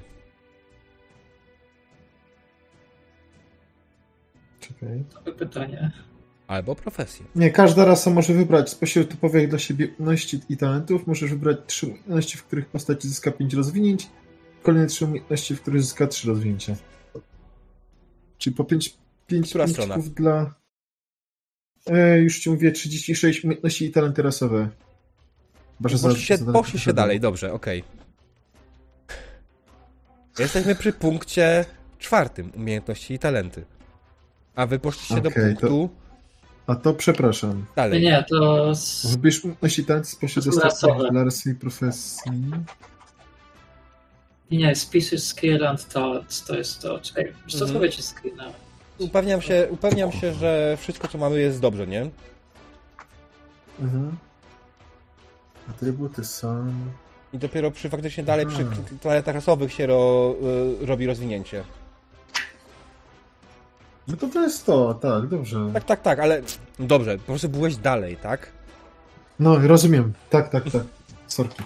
Czekaj. To pytanie. Albo profesji. Nie, każda rasa może wybrać spośród typowych dla siebie umiejętności i talentów. Możesz wybrać trzy umiejętności, w których postać zyska pięć rozwinięć. Kolejne trzy umiejętności, w których zyska trzy rozwinięcia. Czyli po pięć Która punkcików dla... E, już ci mówię, trzydzieści sześć umiejętności i talenty rasowe. Chyba, że za- Poszli się, za- poszli się dalej, dobrze, okej. Jesteśmy przy punkcie czwartym, umiejętności i talenty. A wy poszliście do Okej, punktu A to przepraszam. Nie, dalej. nie, to z... Wybierz umiejętności i talenty spośród To są dostępnych rasowe. dla rasy i profesji. nie, species, skill and talent, to jest to. Czekaj, co Mhm. zrobię ci screena? Upewniam się, upewniam się, że wszystko co mamy jest dobrze, nie? Mhm. Atrybuty są... I dopiero przy faktycznie dalej przy Mhm. talentach rasowych się ro, y, robi rozwinięcie. No to to jest to, tak, dobrze. Tak, tak, tak, ale dobrze, po prostu byłeś dalej, tak? No, rozumiem. Tak, tak, tak. Sorki.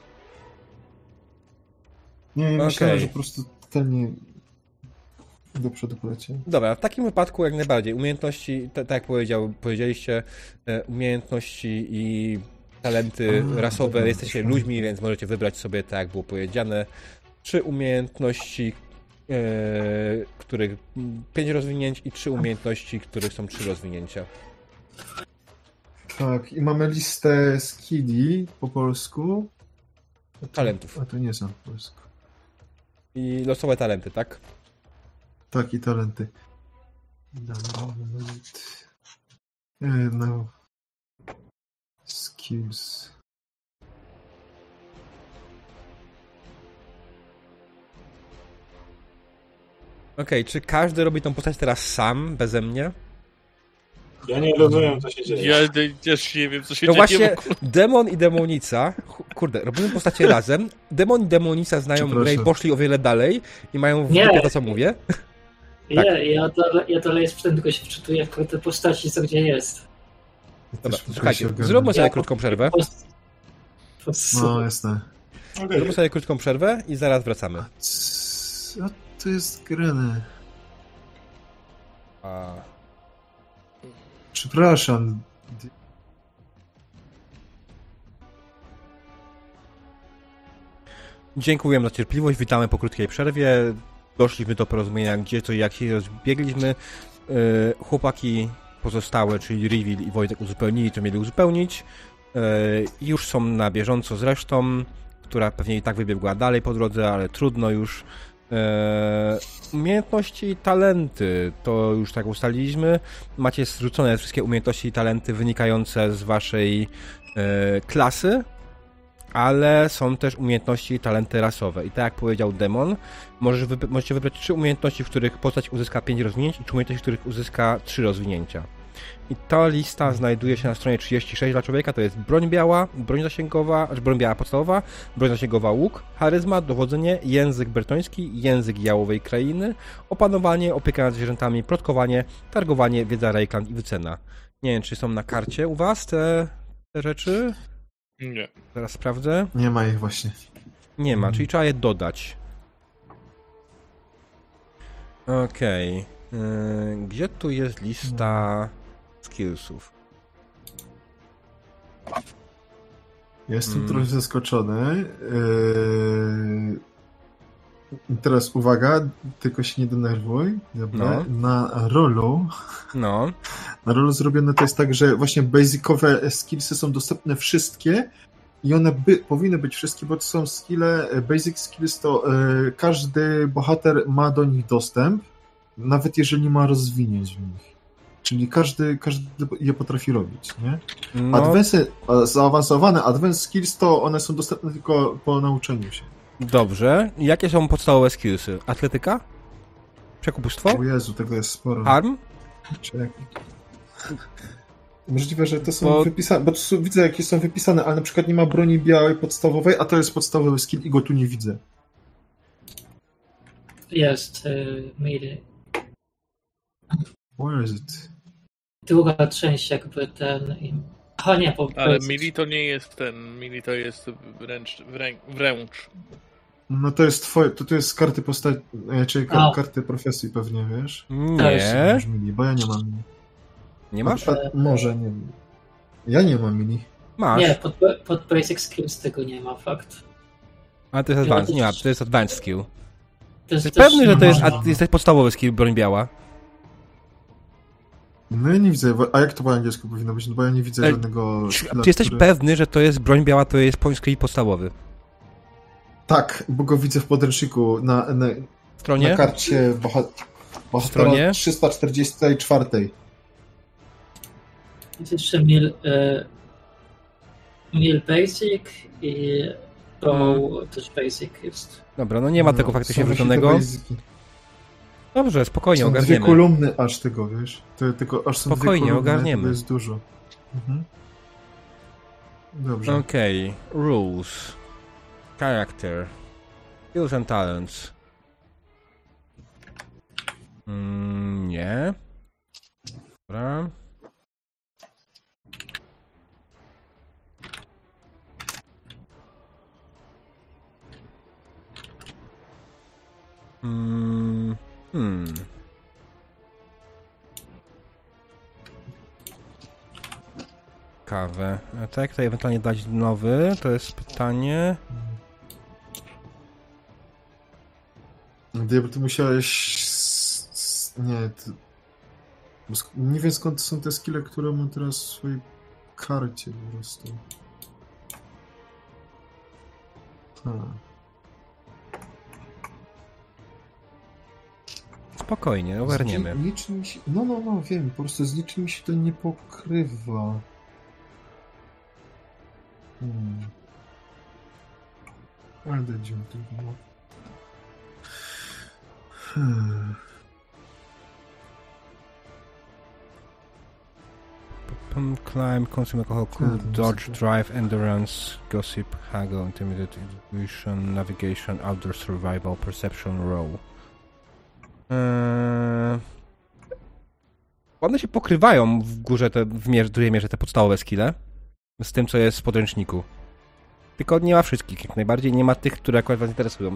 Nie, Okej. myślałem, że po prostu ten nie... do przodu poleciał. Dobra, w takim wypadku jak najbardziej. Umiejętności, tak jak powiedział, powiedzieliście, e, umiejętności i talenty A, rasowe, dobra, jesteście dobra. ludźmi, więc możecie wybrać sobie, tak jak było powiedziane, trzy umiejętności, e, których pięć rozwinięć i trzy umiejętności, których są trzy rozwinięcia. Tak, i mamy listę skilli po polsku. Talentów. A to nie są po polsku. I losowe talenty, tak? Tak, i talenty. Dobra, moment. E, No. Skills. Okej, czy każdy robi tą postać teraz sam, beze mnie? Ja nie rozumiem, co się dzieje. Ja też nie wiem, co się No dzieje. właśnie, bo- demon i demonica, kurde, robimy postacie razem, demon i demonica znają grę i Przepraszam. poszli o wiele dalej i mają w Nie. dupie to, co mówię. Tak. Ja, ja, dalej, ja dalej jestem, tylko się wczytuję w te postaci, co gdzie jest. Dobra, Też muszę słuchajcie, się ogarnąć. zróbmy sobie Ja- krótką przerwę. Post, post, No, jasne. Okej. Zróbmy sobie krótką przerwę i zaraz wracamy. Co to jest grane? A... Przepraszam. Dziękujemy za cierpliwość, witamy po krótkiej przerwie. Doszliśmy do porozumienia, gdzie co i jak się rozbiegliśmy. Yy, chłopaki pozostałe, czyli Reveal i Wojtek uzupełnili, co mieli uzupełnić. Yy, już są na bieżąco z resztą, która pewnie i tak wybiegła dalej po drodze, ale trudno już. Yy, umiejętności i talenty, to już tak ustaliliśmy. Macie zrzucone wszystkie umiejętności i talenty wynikające z waszej yy, klasy, ale są też umiejętności i talenty rasowe. I tak jak powiedział Demon, możesz wyb- możecie wybrać trzy umiejętności, w których postać uzyska pięć rozwinięć i trzy umiejętności, w których uzyska trzy rozwinięcia. I ta lista znajduje się na stronie trzydzieści sześć dla człowieka, to jest broń biała, broń zasięgowa, znaczy broń biała podstawowa, broń zasięgowa łuk, charyzma, dowodzenie, język bertoński, język jałowej krainy, opanowanie, opieka nad zwierzętami, plotkowanie, targowanie, wiedza Reikland i wycena. Nie wiem, czy są na karcie u was te, te rzeczy? Nie. Zaraz sprawdzę. Nie ma ich właśnie. Nie ma, czyli trzeba je dodać. Okej. Yy, gdzie tu jest lista skillsów? Jestem Hmm. trochę zaskoczony. Yy... Teraz uwaga, tylko się nie denerwuj. Dobra. No. Na rolu. No, Na rolu zrobione to jest tak, że właśnie basicowe skillsy są dostępne wszystkie i one by, powinny być wszystkie, bo to są skille, basic skills to e, każdy bohater ma do nich dostęp, nawet jeżeli nie ma rozwinięć w nich. Czyli każdy, każdy je potrafi robić, nie? no Advanced, e, zaawansowane advanced skills to one są dostępne tylko po nauczeniu się. dobrze. Jakie są podstawowe skillsy? Atletyka? Przekupstwo? O Jezu, tego jest sporo. Arm? Czekaj. Możliwe, że to są Bo- wypisane, bo tu są, widzę jakie są wypisane, ale na przykład nie ma broni białej podstawowej, a to jest podstawowy skill i go tu nie widzę. jest y, mili. Where is it? Druga część jakby ten... Aha, nie, bo... Ale mili to nie jest ten, mili to jest wręcz, wrę, wręcz. No to jest twoje, to, to jest karty postaci, czyli ka- A. karty profesji pewnie, wiesz? Nie. Masz mini, bo ja nie mam mini. Nie masz? A, może, nie wiem. Ja nie mam mini. Masz. Nie, pod, pod Basic Skills tego nie ma, fakt. Ale to jest advanced. Nie ma, to jest advanced skill. To jest Jesteś pewny, że to jest, nie ad, jest podstawowy skill broń biała? No ja nie widzę, bo- a jak to po angielsku powinno być? No bo ja nie widzę Ej, żadnego... Czy skilla, jesteś który- pewny, że to jest broń biała, to jest point skill podstawowy? Tak, bo go widzę w podręczniku na, na, W stronie? na karcie boha... bohatera stronie? trzysta czterdzieści cztery. Jest jeszcze Mil, y, Mil Basic i Bow też Basic jest. Dobra, no nie ma tego faktycznie są właśnie te wrzuconego. basiki. Dobrze, spokojnie, Są dwie ogarniemy. kolumny aż tego, wiesz? To, tylko aż są Spokojnie, dwie kolumny, ogarniemy. to jest dużo. Mhm. Dobrze. Okej, rules. Character. Skills and talents. Mm, nie. Dobra. Mm, hmm. Kawę. A tak, tutaj ewentualnie dać nowy, to jest pytanie. Gdyby ty musiałeś... s- s- Nie, to... bo sk- nie wiem skąd są te skille, które mam teraz w swojej karcie po prostu. Ha. Spokojnie, Z ogarniemy. ni- niczym się... No, no, no, wiem, po prostu z niczym się to nie pokrywa. Hmm. Ale dajmy to było. Hmm. Hmm, Climb, consume alcohol, cool, to dodge, muzyka. drive, endurance, gossip, haggle, intimidate, intuition, navigation, outdoor survival, perception, row. Eee... One się pokrywają w górze, te, w mierze, dużej mierze te podstawowe skille z tym, co jest w podręczniku. Tylko nie ma wszystkich, jak najbardziej. Nie ma tych, które akurat was interesują.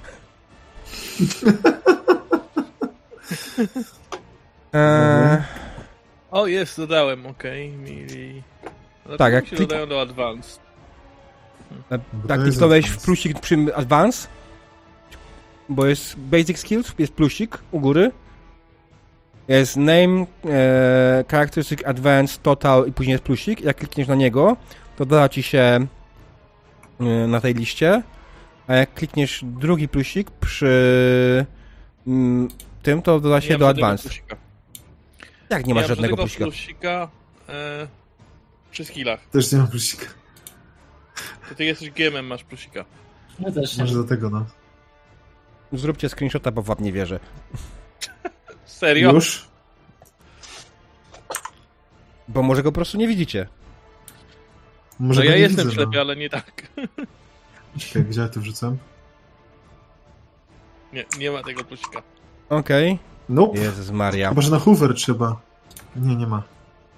eee... O, jest, dodałem, okej. Okay. Mili... Tak, jak się klik- dodają do Advanced. E, Bo Tak, to jest kliknąłeś w advanced. plusik przy Advance, bo jest Basic Skills, jest plusik u góry. Jest Name, e, Characteristic, Advanced, Total i później jest plusik. Jak klikniesz na niego, to doda ci się e, na tej liście. A jak klikniesz drugi plusik przy mm, tym, to doda się Nie mam do żadnego Advanced. plusika. Jak nie masz mam żadnego żadnego plusika? plusika e, przy skillach. Też nie mam plusika. To ty jesteś G M-em, masz plusika. Ja też nie. Może do tego, no. Zróbcie screenshota, bo wam nie wierzę. Serio? Już? Bo może go po prostu nie widzicie. Może No go ja nie jestem widzę, ślepy, no. ale nie tak. Czekaj, gdzie ja to wrzucam? Nie, nie ma tego plusika. Okej. Nope. Jezus Maria. Chyba, że na Hoover trzeba. Nie, nie ma.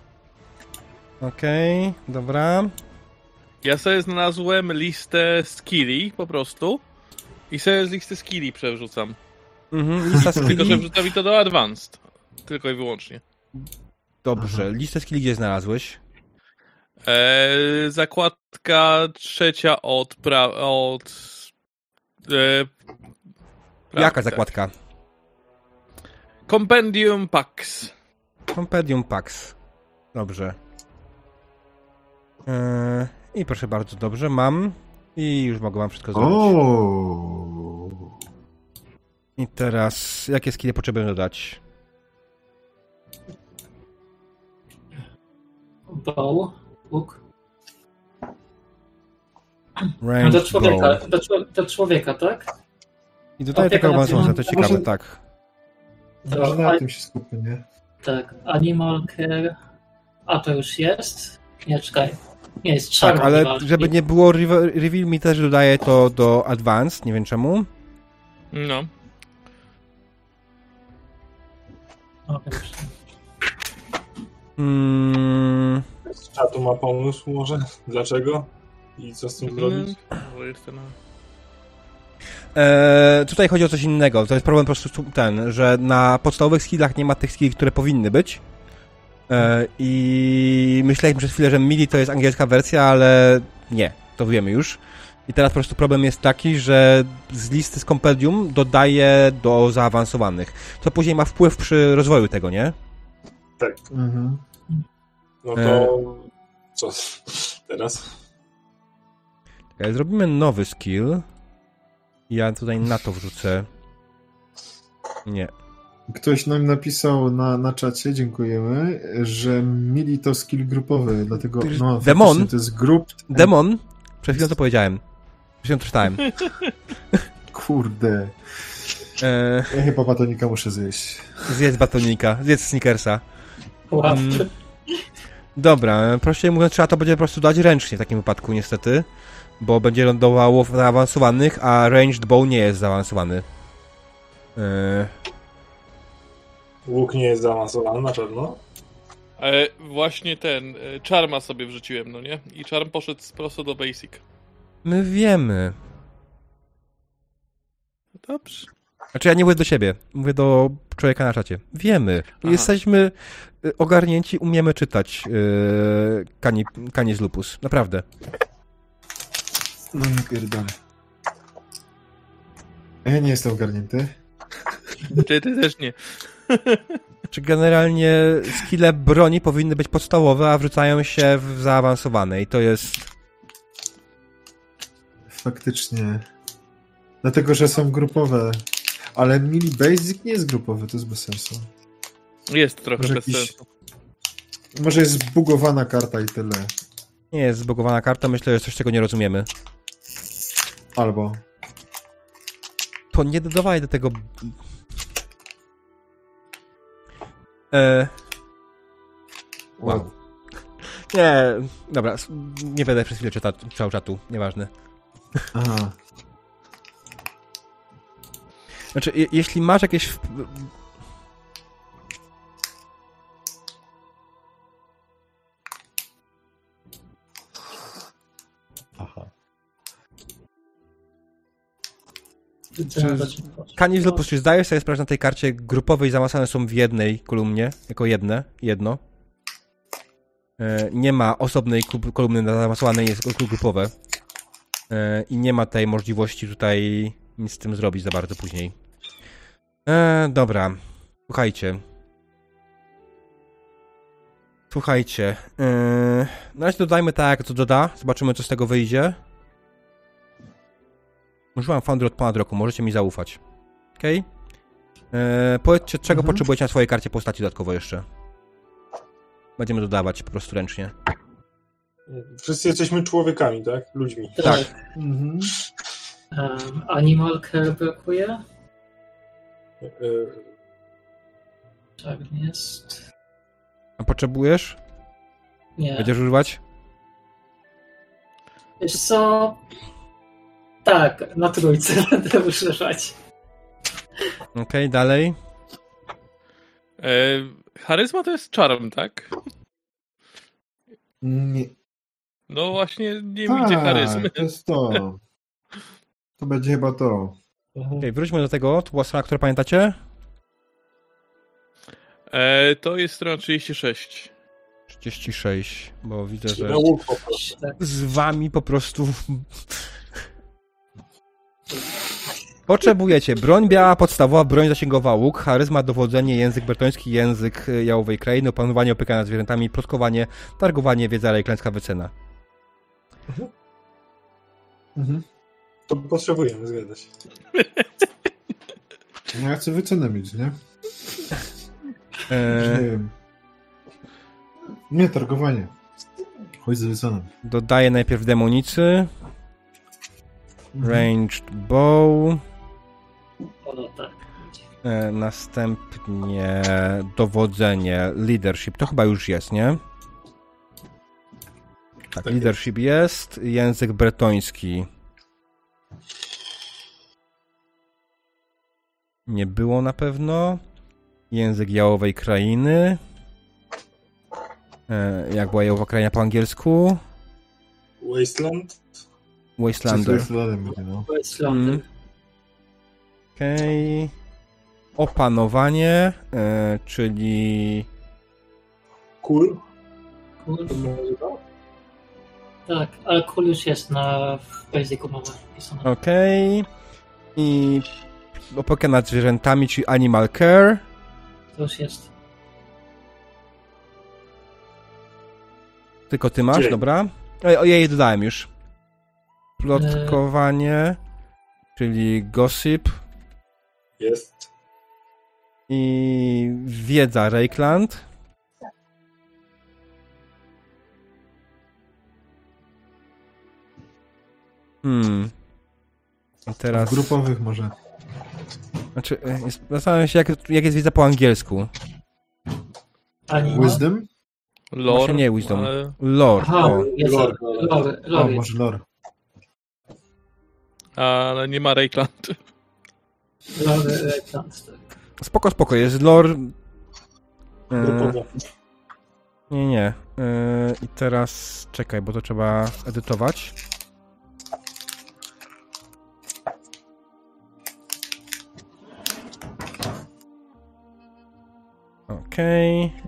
Okej, dobra. Ja sobie znalazłem listę skilli po prostu i sobie z listy skilli przerzucam. Mhm, lista Tylko, że skilli. wrzuca mi to do Advanced. Tylko i wyłącznie. Dobrze, listę skilli gdzie znalazłeś? Eee, zakładka trzecia od... Pra- od e, pra- Jaka tak. zakładka? Compendium Packs. Compendium Packs. Dobrze. Eee, I proszę bardzo, dobrze, mam. I już mogę wam wszystko zrobić. O. I teraz, jakie skille potrzebuję dodać? Bow, łuk. No Range, do człowieka, bow. do, czło- do człowieka, tak? I dodaję Opieka tego nad awansowania, to zwierzętami. ciekawe, Może- tak. Może To, na a, tym się skupię, nie? tak, Animal Care. A to już jest? Nie, czekaj. Nie, jest czarny. Tak, ale animal. żeby nie było, re- reveal mi też dodaje to do Advanced, nie wiem czemu. No. O, już. Hmm, Z czatu ma pomysł może? Dlaczego? I co z tym zrobić? Może jeszcze na... e, tutaj chodzi o coś innego. To jest problem po prostu ten, że na podstawowych skillach nie ma tych skilli, które powinny być. E, I myśleliśmy przez chwilę, że mili to jest angielska wersja, ale nie, to wiemy już. I teraz po prostu problem jest taki, że z listy z kompendium dodaje do zaawansowanych. Co później ma wpływ przy rozwoju tego, nie? Tak. Mhm. No E. to... Co teraz? Okay, zrobimy nowy skill. Ja tutaj na to wrzucę. Nie. Ktoś nam napisał na, na czacie, dziękujemy, że mili to skill grupowy, dlatego no, Demon? faktycznie to jest grup... Demon? Przed chwilą to powiedziałem. Przed chwilą to czytałem. Kurde. E, Ja chyba batonika muszę zjeść. zjedz batonika, zjedz Snickersa. Łap. Mm. Dobra, prościej mówiąc, trzeba to będzie po prostu dać ręcznie w takim wypadku, niestety. Bo będzie lądowało w zaawansowanych, a ranged bow nie jest zaawansowany. E, Łuk nie jest zaawansowany na pewno. E, właśnie ten, e, Charma sobie wrzuciłem, no nie? I Charm poszedł prosto do Basic. my wiemy. Dobrze. Znaczy ja nie mówię do siebie, mówię do człowieka na czacie. Wiemy. Aha. Jesteśmy y, ogarnięci, umiemy czytać yy, Cani, Canis Lupus. Naprawdę. No nie pierdolę. Ja nie jestem ogarnięty. Czy ty też nie? Czy generalnie skille broni powinny być podstawowe, a wrzucają się w zaawansowane i to jest... Faktycznie. Dlatego, że są grupowe. Ale mili basic nie jest grupowy, to jest bez sensu. Jest trochę Może bez jakiś- sensu. Może jest zbugowana karta i tyle. Nie jest zbugowana karta, myślę, że jest coś, czego nie rozumiemy. Albo. To nie dodawaj do tego... E... Wow. Nie, dobra, nie będę przez chwilę czytał, czytał czatu, nieważne. Aha. Znaczy, je, jeśli masz jakieś... Aha. Kanizl, po prostu zdajesz sobie sprawę, że na tej karcie grupowej zamazane są w jednej kolumnie, jako jedne, jedno. E, nie ma osobnej kolumny zamasowanej, jest tylko grupowe. E, I nie ma tej możliwości tutaj nic z tym zrobić za bardzo później. E, dobra, słuchajcie. Słuchajcie. E, na razie dodajmy tak, co doda. Zobaczymy, co z tego wyjdzie. Używam Foundry od ponad roku, możecie mi zaufać. Okej? Okay? Powiedzcie, czego mhm. potrzebujecie na swojej karcie postaci dodatkowo jeszcze. Będziemy dodawać po prostu ręcznie. Wszyscy jesteśmy człowiekami, tak? Ludźmi. Tak. tak. Mhm. Um, animal care brakuje? Tak jest. A potrzebujesz? Nie. Będziesz używać? Wiesz co? Tak, na trójce będę używać. Okej, okay, dalej. E, charyzma to jest charm, tak? Nie. No właśnie, nie A, widzę charyzmy. To jest to. To będzie chyba to. Okej, okay, wróćmy do tego. To była strona, którą pamiętacie? E, to jest strona trzydzieści sześć. trzydzieści sześć, bo widzę, że tak. z wami po prostu... Potrzebujecie broń biała, podstawowa, broń zasięgowa, łuk, charyzma, dowodzenie, język bertoński, język jałowej krainy, opanowanie, opieka nad zwierzętami, plotkowanie, targowanie, wiedza i klęska wycena. Mhm. Mhm. To potrzebujemy, zgadza się. No ja chcę wycenę mieć, nie? Eee... Nie wiem. Nie, targowanie. Chodź z wyceną. Dodaję najpierw demonicy. Ranged bow. O, tak. E, następnie dowodzenie, leadership. To chyba już jest, nie? Tak, tak leadership jest. jest. Język bretoński. Nie było na pewno. Język jałowej krainy. E, jak była jałowa kraina po angielsku? Wasteland? Wastelander. Wastelander, no. Wastelander. Mm. Okej. Okay. Opanowanie, e, czyli... Cool. Cool. Tak, ale cool już jest na w Basicu mamy wpisane. Okej. Okay. I opieka nad zwierzętami, czyli Animal Care. To już jest. Tylko ty masz, Dzień. dobra. O, ja jej dodałem już. Plotkowanie, e... czyli gossip. Jest. I wiedza Reikland. Hmm. I teraz... Grupowych może. Znaczy, jest, zastanawiam się, jak, jak jest wiedza po angielsku. Ani Wisdom? Lore. Właśnie nie wisdom. Ale... Lore. Aha, o. jest lore. lore, lore. O, może lore. Ale nie ma Reikland. Lore, Reikland, tak. Spoko, spoko. Jest lore... E, Grupowo. nie, nie. E, I teraz... Czekaj, bo to trzeba edytować. Okej. Okay.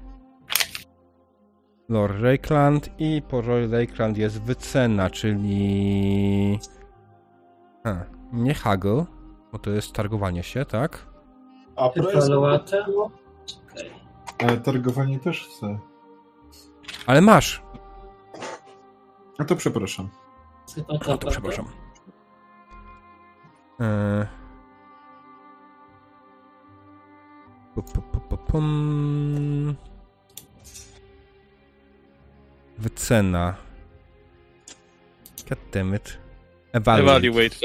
Lord Reikland i po Lord Reikland jest wycena, czyli... A, nie haggle, bo to jest targowanie się, tak? A Evaluate? Okay. Ale targowanie też chcę. Ale masz. A to przepraszam. Chyba A to przepraszam. Eee... Pu, pu, pu, pu, pum. Wycena. God damn it. Evaluate. Evaluate.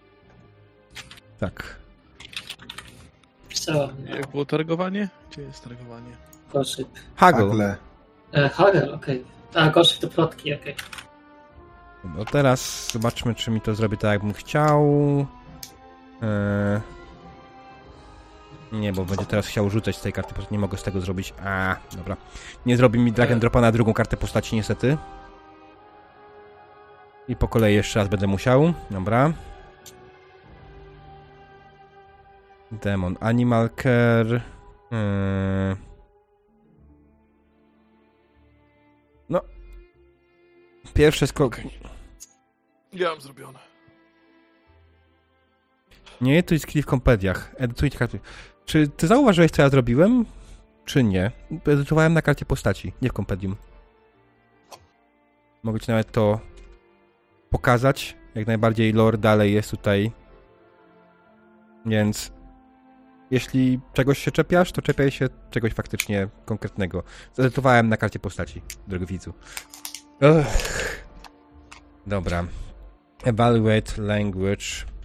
Tak. Pisałem. Jak było targowanie? Gdzie jest targowanie? Gossip. Haggle. E, Hagel, okej. A, koszyk to plotki, okej. Okay. No teraz zobaczmy, czy mi to zrobi tak, jakbym chciał. Eee... Nie, bo będzie teraz chciał rzucać z tej karty postaci. Nie mogę z tego zrobić. A, dobra. Nie zrobi mi drag and dropa na drugą kartę postaci, niestety. I po kolei jeszcze raz będę musiał. Dobra. Demon Animal Care. Hmm. No. Pierwsze skok. Okay. Ja mam zrobione. Nie edytuj skilli w kompediach. Edytuj karty. Czy ty zauważyłeś, co ja zrobiłem? Czy nie? Edytowałem na karcie postaci, nie w kompedium. Mogę ci nawet to pokazać. Jak najbardziej lore dalej jest tutaj. Więc jeśli czegoś się czepiasz, to czepiaj się czegoś faktycznie konkretnego. Zedytowałem na karcie postaci, drogi widzu. Ugh. Dobra. Evaluate language.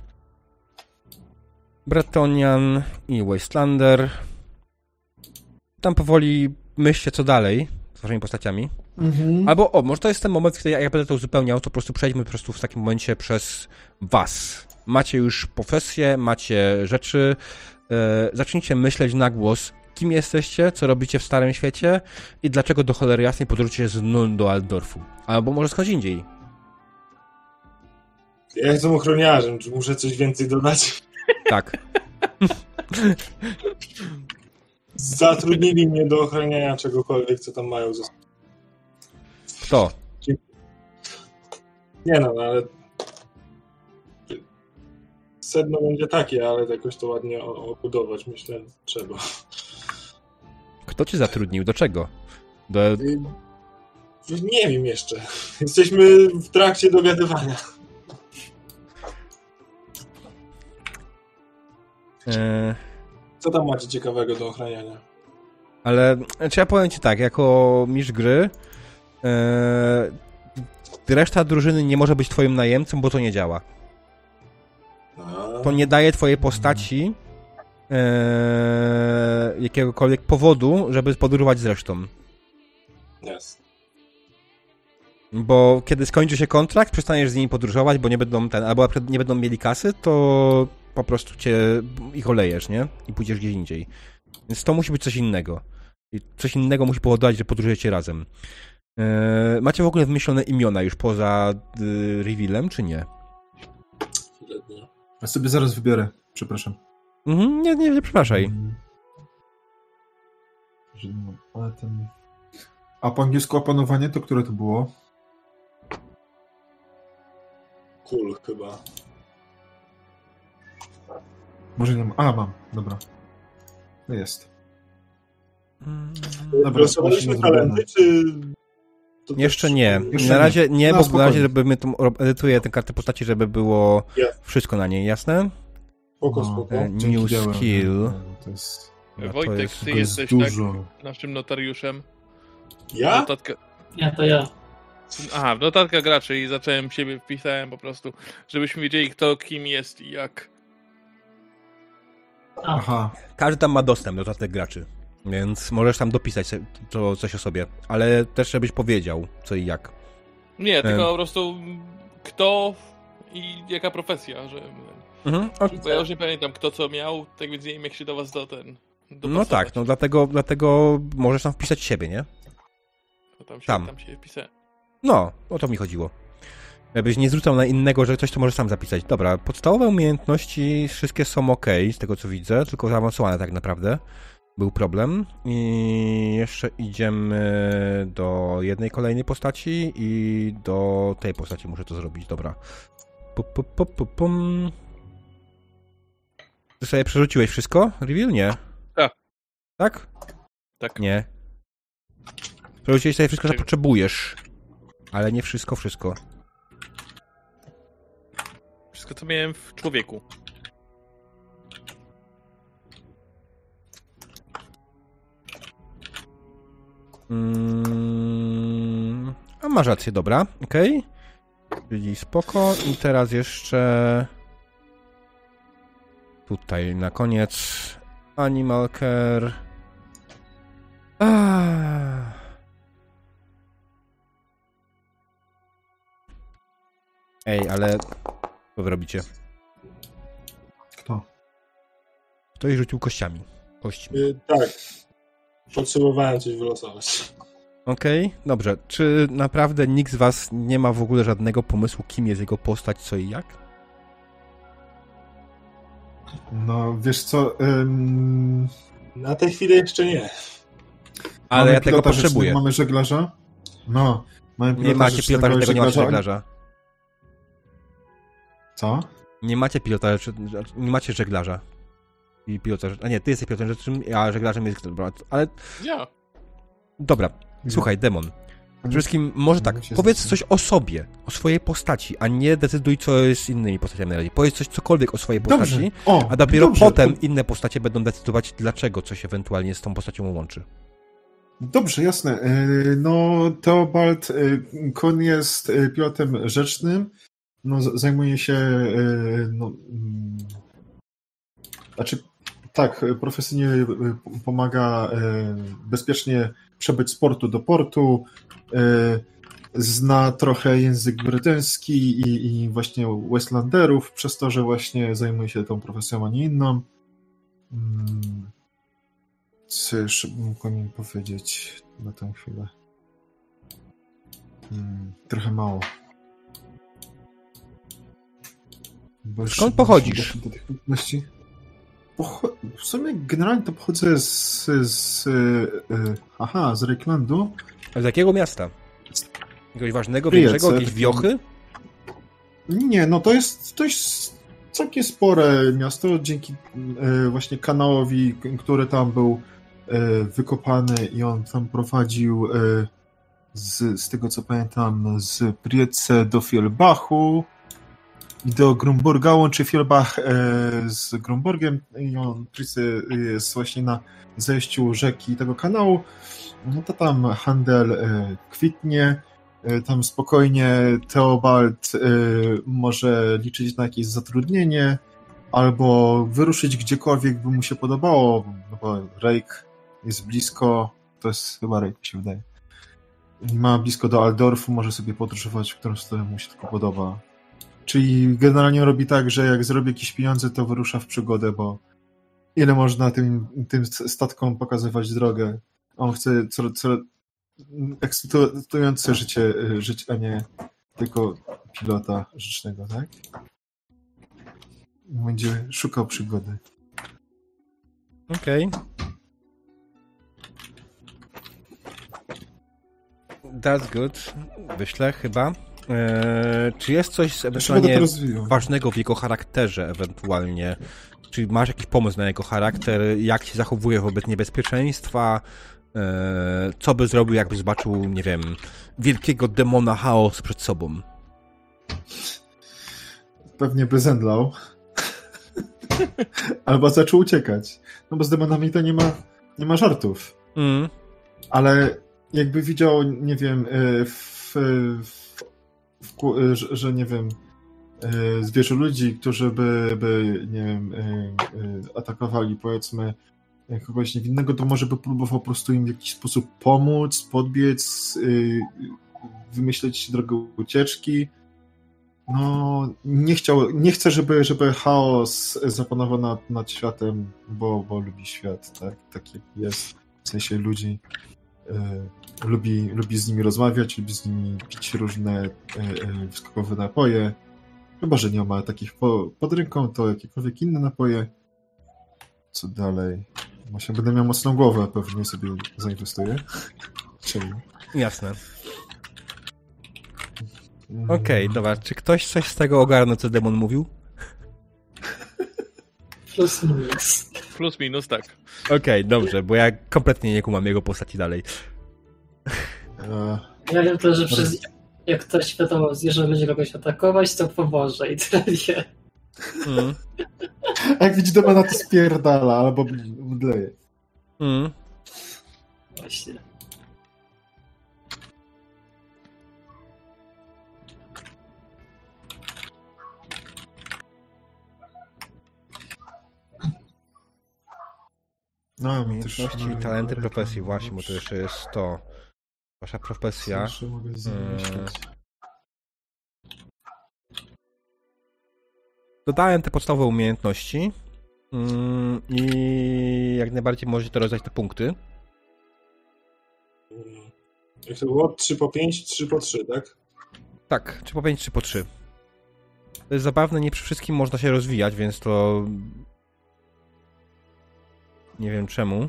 Bretonian i Wastelander. Tam powoli myślcie, co dalej z waszymi postaciami. Mhm. Albo, o, może to jest ten moment, kiedy ja, ja będę to uzupełniał, to po prostu przejdźmy po prostu w takim momencie przez was. Macie już profesję, macie rzeczy, e, zacznijcie myśleć na głos, kim jesteście, co robicie w Starym Świecie i dlaczego do cholery jasnej podróżujecie z Nuln do Altdorfu. Albo może skądś indziej. Ja jestem ochroniarzem, czy muszę coś więcej dodać? Tak. Zatrudnili mnie do ochraniania czegokolwiek, co tam mają. Kto? Nie no, ale sedno będzie takie, ale jakoś to ładnie obudować, myślę, trzeba. Kto cię zatrudnił? Do czego? Do... Nie wiem jeszcze. Jesteśmy w trakcie dogadywania. Eee... Co tam macie ciekawego do ochraniania? Ale, czy ja powiem ci tak, jako mistrz gry, eee... reszta drużyny nie może być twoim najemcą, bo to nie działa. A... To nie daje twojej postaci eee... jakiegokolwiek powodu, żeby podróżować z resztą. Jasne. Bo kiedy skończy się kontrakt, przestaniesz z nimi podróżować, bo nie będą ten, albo nie będą mieli kasy, to po prostu cię ich olejesz, nie? I pójdziesz gdzieś indziej. Więc to musi być coś innego. I coś innego musi powodować, że podróżujecie razem. Eee, macie w ogóle wymyślone imiona już poza y, revealem, czy nie? Ja sobie zaraz wybiorę, przepraszam. Mhm, nie, nie, nie przepraszaj. Hmm. Ale ten... A po angielsku opanowanie to które to było? Cool chyba. Może nie mam. A, mam. Dobra. No jest. Dobra, Losowaliśmy talenty, czy... To Jeszcze też... nie. Jeszcze na razie nie, no, bo spokojnie. na razie robimy tą, edytuję tę kartę postaci, żeby było Jasne. wszystko na niej, jasne? Spoko, No, spoko. E, Dzięki New białe, skill. no, to jest... A to Wojtek, jest- ty to jest jesteś dużo. tak naszym notariuszem. Ja? Notatka... Ja to ja. Aha, notatka graczy i zacząłem siebie, wpisałem po prostu, żebyśmy wiedzieli kto kim jest i jak. A, Aha. Każdy tam ma dostęp do notatek graczy, więc możesz tam dopisać se- to coś o sobie, ale też żebyś powiedział co i jak. Nie, tylko Em. po prostu kto i jaka profesja, że... Mhm, ok. Bo ja już nie pamiętam kto co miał, tak więc nie wiem jak się do was do ten... No dopasować. tak, no dlatego, dlatego możesz tam wpisać siebie, nie? To tam się, tam. tam się wpisałem. No, o to mi chodziło. Jakbyś nie zwrócał na innego, że coś to możesz sam zapisać. Dobra, podstawowe umiejętności wszystkie są ok, z tego co widzę, tylko zaawansowane tak naprawdę. Był problem. I jeszcze idziemy do jednej kolejnej postaci i do tej postaci muszę to zrobić, dobra. Pu, pu, pu, pu, pum. Ty sobie przerzuciłeś wszystko? Reveal? Nie. Tak. Tak? Tak. Nie. Przerzuciłeś sobie wszystko, co Czego? potrzebujesz. Ale nie wszystko, wszystko. Wszystko co miałem w człowieku. Mm, a masz rację, dobra, okej. Okay. Czyli spoko. I teraz jeszcze tutaj na koniec Animal Care. Ah. Ej, ale co wy robicie? Kto? Ktoś rzucił kościami. Kośćmi. Y, tak. Potrzebowałem coś wylosować. Okej, okay, dobrze. Czy naprawdę nikt z was nie ma w ogóle żadnego pomysłu, kim jest jego postać, co i jak? No, wiesz co... Ym... Na tę chwilę jeszcze nie. Ale mamy ja tego pilota potrzebuję. Rzecznego, mamy żeglarza? No. Mamy pilota Nie macie rzecznego, pilota, nie macie żeglarza. żeglarza. Co? Nie macie pilota, nie macie żeglarza. I pilota, a nie, ty jesteś pilotem rzecznym, a żeglarzem jest... Dobra, ale... Ja. Dobra, słuchaj, Demon. Przede wszystkim, może tak, powiedz coś o sobie, o swojej postaci, a nie decyduj, co jest z innymi postaciami na razie. Powiedz coś cokolwiek o swojej postaci, Dobrze. O, a dopiero dobrze. potem inne postacie będą decydować, dlaczego coś ewentualnie z tą postacią łączy. Dobrze, jasne. Yy, No, Theobald yy, Kohn jest yy, pilotem rzecznym. No, z- zajmuje się yy, no, mm, znaczy tak, yy, profesjonalnie yy, pomaga yy, bezpiecznie przebyć z portu do portu. Yy, Zna trochę język brytyjski i, i właśnie Westlanderów, przez to, że właśnie zajmuje się tą profesją, a nie inną. Mm. Co jeszcze bym mógł o nim powiedzieć na tę chwilę? Hmm, trochę mało. Bo jeszcze Skąd pochodzisz? do tych umiejętności. Pocho- w sumie generalnie to pochodzę z... z yy, aha, z Reiklandu. A z jakiego miasta? Jakiegoś ważnego, Priece, większego, jakieś takim- wiochy? Nie, no to jest, to jest całkiem spore miasto, dzięki yy, właśnie kanałowi, k- który tam był yy, wykopany i on tam prowadził yy, z, z tego co pamiętam z Priece do Fjellbachu i do Grunburga, łączy Fjellbach yy, z Grunburgiem i on Priece jest właśnie na zejściu rzeki tego kanału, no to tam handel yy, kwitnie. Tam spokojnie Theobald y, może liczyć na jakieś zatrudnienie albo wyruszyć gdziekolwiek by mu się podobało, no bo Reik jest blisko, to jest chyba Reik, mi się wydaje. Ma blisko do Aldorfu, może sobie podróżować, w którą stronę mu się tylko podoba. Czyli generalnie robi tak, że jak zrobi jakieś pieniądze, to wyrusza w przygodę, bo ile można tym, tym statkom pokazywać drogę. On chce co, co, ekscytujące życie, życie, a nie tylko pilota rzecznego, tak? Będzie szukał przygody. Okej. Okay. That's good. Wyślę chyba. Eee, czy jest coś ewentualnie ważnego w jego charakterze ewentualnie? Czy masz jakiś pomysł na jego charakter? Jak się zachowuje wobec niebezpieczeństwa? Eee, co by zrobił, jakby zobaczył, nie wiem, wielkiego demona chaos przed sobą? Pewnie by zemdlał. Albo zaczął uciekać. No bo z demonami to nie ma, nie ma żartów. Mm. Ale jakby widział, nie wiem, w, w, w, że, że nie wiem, zwierzę ludzi, którzy by, by nie wiem, atakowali, powiedzmy, kogoś niewinnego, to może by próbował po prostu im w jakiś sposób pomóc, podbiec, wymyśleć drogę ucieczki. No, nie chciał, nie chce, żeby, żeby chaos zapanował nad, nad światem, bo, bo lubi świat, tak? Taki jest. W sensie ludzi y, lubi, lubi z nimi rozmawiać, lubi z nimi pić różne y, y, wyskokowe napoje. Chyba że nie ma takich po, pod ręką, to jakiekolwiek inne napoje. Co dalej? Właśnie będę miał mocną głowę, pewnie sobie zainwestuję. Czyli... Jasne. Okej, okay, dobra. Czy ktoś coś z tego ogarnął, co demon mówił? Plus minus. Plus minus, tak. Okej, okay, dobrze, bo ja kompletnie nie kumam jego postaci dalej. Ja wiem to, że przez, jak ktoś wiadomo, że będzie kogoś atakować, to pomoże i tyle wie. Mm. Jak widzi demona, to spierdala albo mdleje. Mm. Właśnie. No, umiejętności i talenty profesji, właśnie, bo to jeszcze jest to. Wasza profesja. Mogę hmm. dodałem te podstawowe umiejętności mm, i jak najbardziej możecie to rozdać te punkty. Jak to było? trzy po pięć, trzy po trzy, tak? Tak, trzy po pięć, trzy po trzy. To jest zabawne, nie przy wszystkim można się rozwijać, więc to... Nie wiem czemu.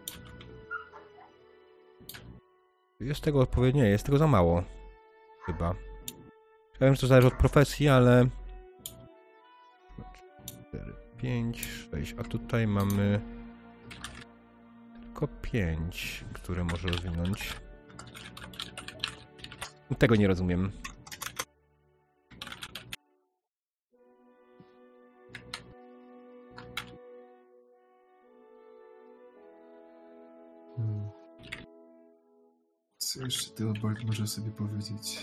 Jest tego odpowiednio, jest tego za mało. Chyba. Ja wiem, że to zależy od profesji, ale... cztery, pięć, sześć, a tutaj mamy... tylko pięć, które może rozwinąć. Tego nie rozumiem. Hmm. Co jeszcze Theobald może sobie powiedzieć?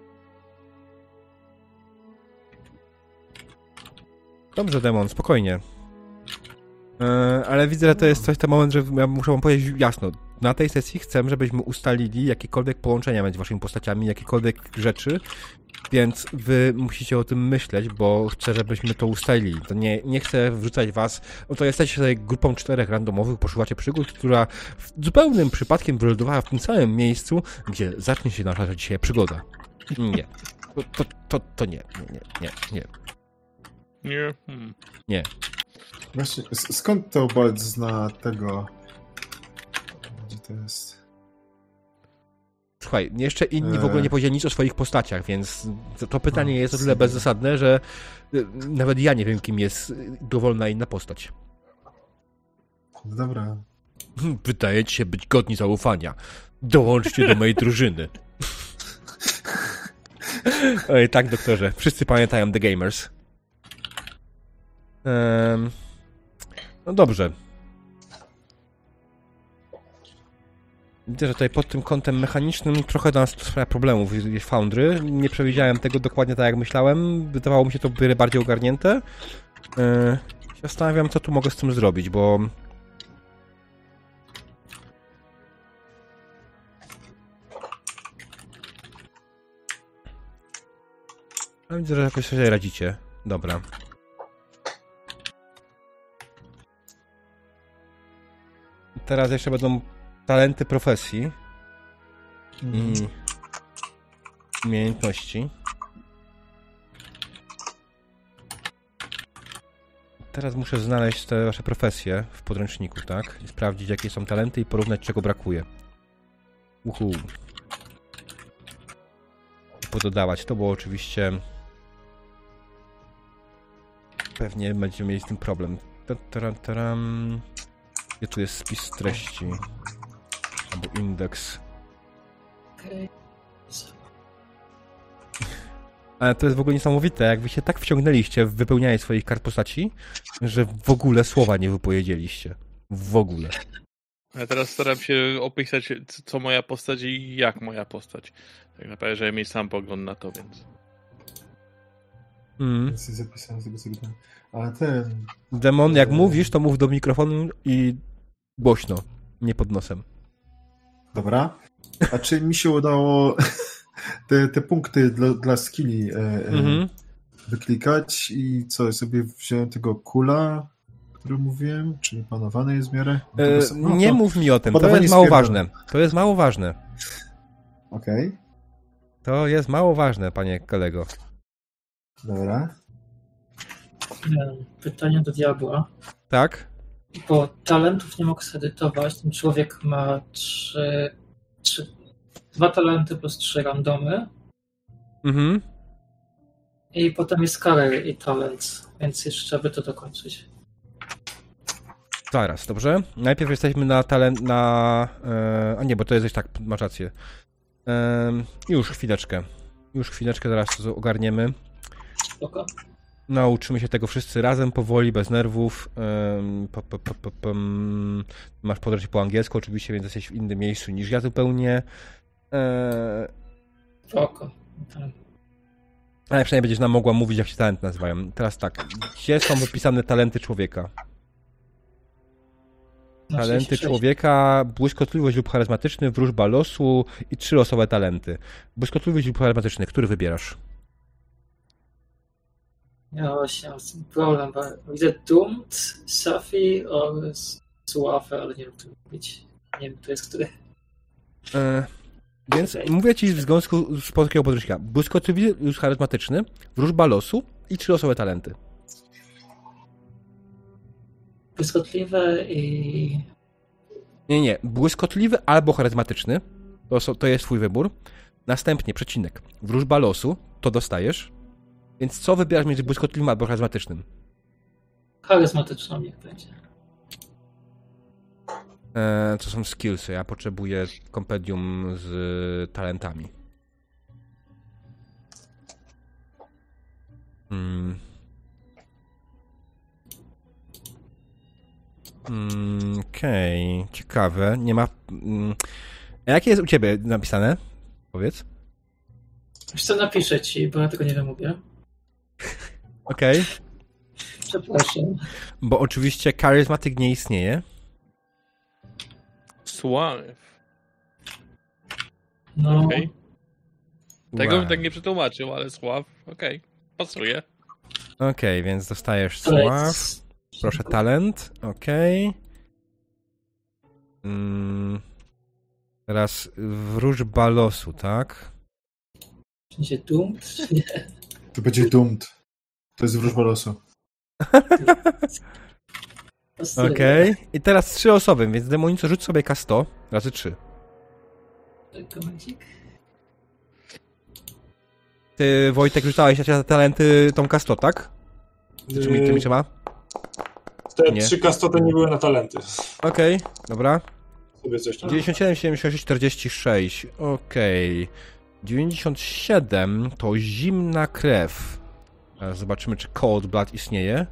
Dobrze, Demon, spokojnie. Yy, ale widzę, że to jest coś, ten moment, że ja muszę wam powiedzieć jasno. Na tej sesji chcę, żebyśmy ustalili jakiekolwiek połączenia między waszymi postaciami, jakiekolwiek rzeczy, więc wy musicie o tym myśleć, bo chcę, żebyśmy to ustalili. To nie, nie chcę wrzucać was, no to jesteście sobie grupą czterech randomowych, poszukacie przygód, która zupełnym przypadkiem wylądowała w tym samym miejscu, gdzie zacznie się nasza dzisiaj przygoda. Nie. To, to, to, to nie. Nie, nie, nie. Nie. Hmm. Nie. Właśnie, skąd Theobald zna tego? Gdzie to jest? Słuchaj, jeszcze inni w ogóle nie powiedzieli nic o swoich postaciach, więc to, to pytanie no, jest o tyle bezzasadne, że nawet ja nie wiem, kim jest dowolna inna postać. Dobra. Wydaje ci się być godni zaufania. Dołączcie do mojej drużyny. Oj, tak, doktorze. Wszyscy pamiętają The Gamers. Um, no dobrze. Widzę, że tutaj pod tym kątem mechanicznym trochę do nas sprawia problemów jest Foundry. Nie przewidziałem tego dokładnie tak, jak myślałem. Wydawało mi się to by bardziej ogarnięte. Yy, zastanawiam, co tu mogę z tym zrobić, bo... Ale widzę, że jakoś sobie radzicie. Dobra. Teraz jeszcze będą talenty profesji i umiejętności. Teraz muszę znaleźć te wasze profesje w podręczniku, tak? I sprawdzić, jakie są talenty i porównać, czego brakuje. Uhu. Pododawać. To było oczywiście... Pewnie będziemy mieli z tym problem. Taram, taram. Gdzie tu jest spis treści? Albo indeks. Okay. Ale to jest w ogóle niesamowite, jak wy się tak wciągnęliście w wypełnianie swoich kart postaci, że w ogóle słowa nie wypowiedzieliście. W ogóle. Ja teraz staram się opisać, co moja postać i jak moja postać. Tak naprawdę, żeby mieć sam pogląd na to, więc... Mm. Więc jest zapisane z tego sygnału. Ale ten... Demon, jak mówisz, to mów do mikrofonu i głośno, nie pod nosem. Dobra. A czy mi się udało te, te punkty dla, dla skilli e, e, mm-hmm. wyklikać i co, sobie wziąłem tego kula, który mówiłem, czy panowany jest w miarę? No, e, prostu, no, nie to, mów mi o tym, to jest mało ważne. To jest mało ważne. Okej. Okay. To jest mało ważne, panie kolego. Dobra. Pytanie do diabła. Tak? Bo talentów nie mogę zedytować. Ten człowiek ma trzy, trzy, dwa talenty plus trzy randomy. Mhm. I potem jest career i talent, więc jeszcze by to dokończyć. Zaraz, dobrze? Najpierw jesteśmy na talent, na... E, a nie, bo to jest tak, masz rację. E, już chwileczkę. Już chwileczkę, zaraz to ogarniemy. Spoko. Nauczymy się tego wszyscy razem, powoli, bez nerwów. Um, po, po, po, po, po, masz podręcznik po angielsku oczywiście, więc jesteś w innym miejscu niż ja zupełnie. E... Spoko. Tak. Ale przynajmniej będziesz nam mogła mówić, jak się talenty nazywają. Teraz tak, gdzie są wypisane talenty człowieka? Talenty człowieka, błyskotliwość lub charyzmatyczny, wróżba losu i trzy losowe talenty. Błyskotliwość lub charyzmatyczny, który wybierasz? miało się z tym problem, bo widzę Doomed, Safi oraz Suave, ale nie wiem, kto mówić. Nie wiem, kto jest który. E, więc Okej. mówię ci w związku z polskiego podręcznika. Błyskotliwy, już charyzmatyczny, wróżba losu i trzy osobowe talenty. Błyskotliwe i... Nie, nie. Błyskotliwy albo charyzmatyczny. To, są, to jest twój wybór. Następnie przecinek. Wróżba losu. To dostajesz. Więc co wybierasz między błyskotliwym albo charyzmatycznym? charyzmatyczną niech będzie. E, to są skillsy. Ja potrzebuję kompendium z talentami. Hmm. Mm, Okej, okay. Ciekawe. Nie ma... Mm. A jakie jest u ciebie napisane? Powiedz. Wiesz co, napiszę ci, bo ja tego nie wymówię. Okej. Okay. Przepraszam. Bo oczywiście charyzmatic nie istnieje. Suave. No, Okej. Tego Wow. bym tak nie przetłumaczył, ale Suave, okej. Pasuje. Okej, okay, więc dostajesz to sław. jest... Proszę talent. Okej. Okay. Mm. Teraz wróżba losu, tak? Będzie Doomed? Nie. To będzie Doomed. To jest wróżba losu. Okej. Okay. I teraz trzy osoby, więc demonico rzuć sobie K sto razy trzy. Momencik. Ty, Wojtek, rzucałeś na te talenty tą K sto, tak? Ty, czy mi, ty mi trzeba? Te Nie. trzy kastoty nie były na talenty. Okej, okay, dobra. Sobie coś tam. dziewięćdziesiąt siedem, siedemdziesiąt sześć, czterdzieści sześć. Okej. Okay. dziewięćdziesiąt siedem to zimna krew. Teraz zobaczymy, czy Cold Blood istnieje.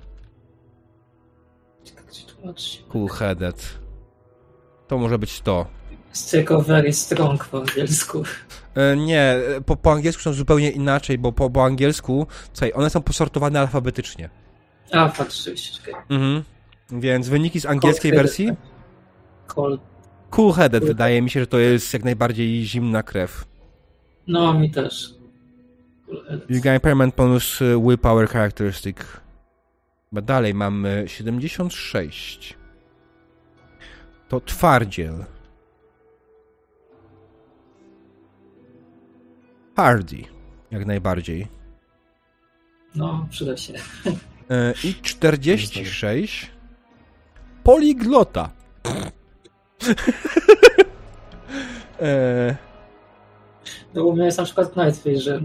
Cool-headed. To może być to. Jest tylko very strong po angielsku. E, nie, po, po angielsku są zupełnie inaczej, bo po, po angielsku, słuchaj, one są posortowane alfabetycznie. A, faktycznie, czekaj. Mhm. Więc wyniki z angielskiej Cold wersji? Cold. Cool-headed. Cool. Wydaje mi się, że to jest jak najbardziej zimna krew. No, mi też. You gain permanent bonus willpower characteristic. Bo dalej mamy siedemdziesiąt sześć. To twardziel. Hardy. Jak najbardziej. No, przyda się. E, I czterdzieści sześć. Poliglota. e... No, u mnie jest na przykład Night Vision.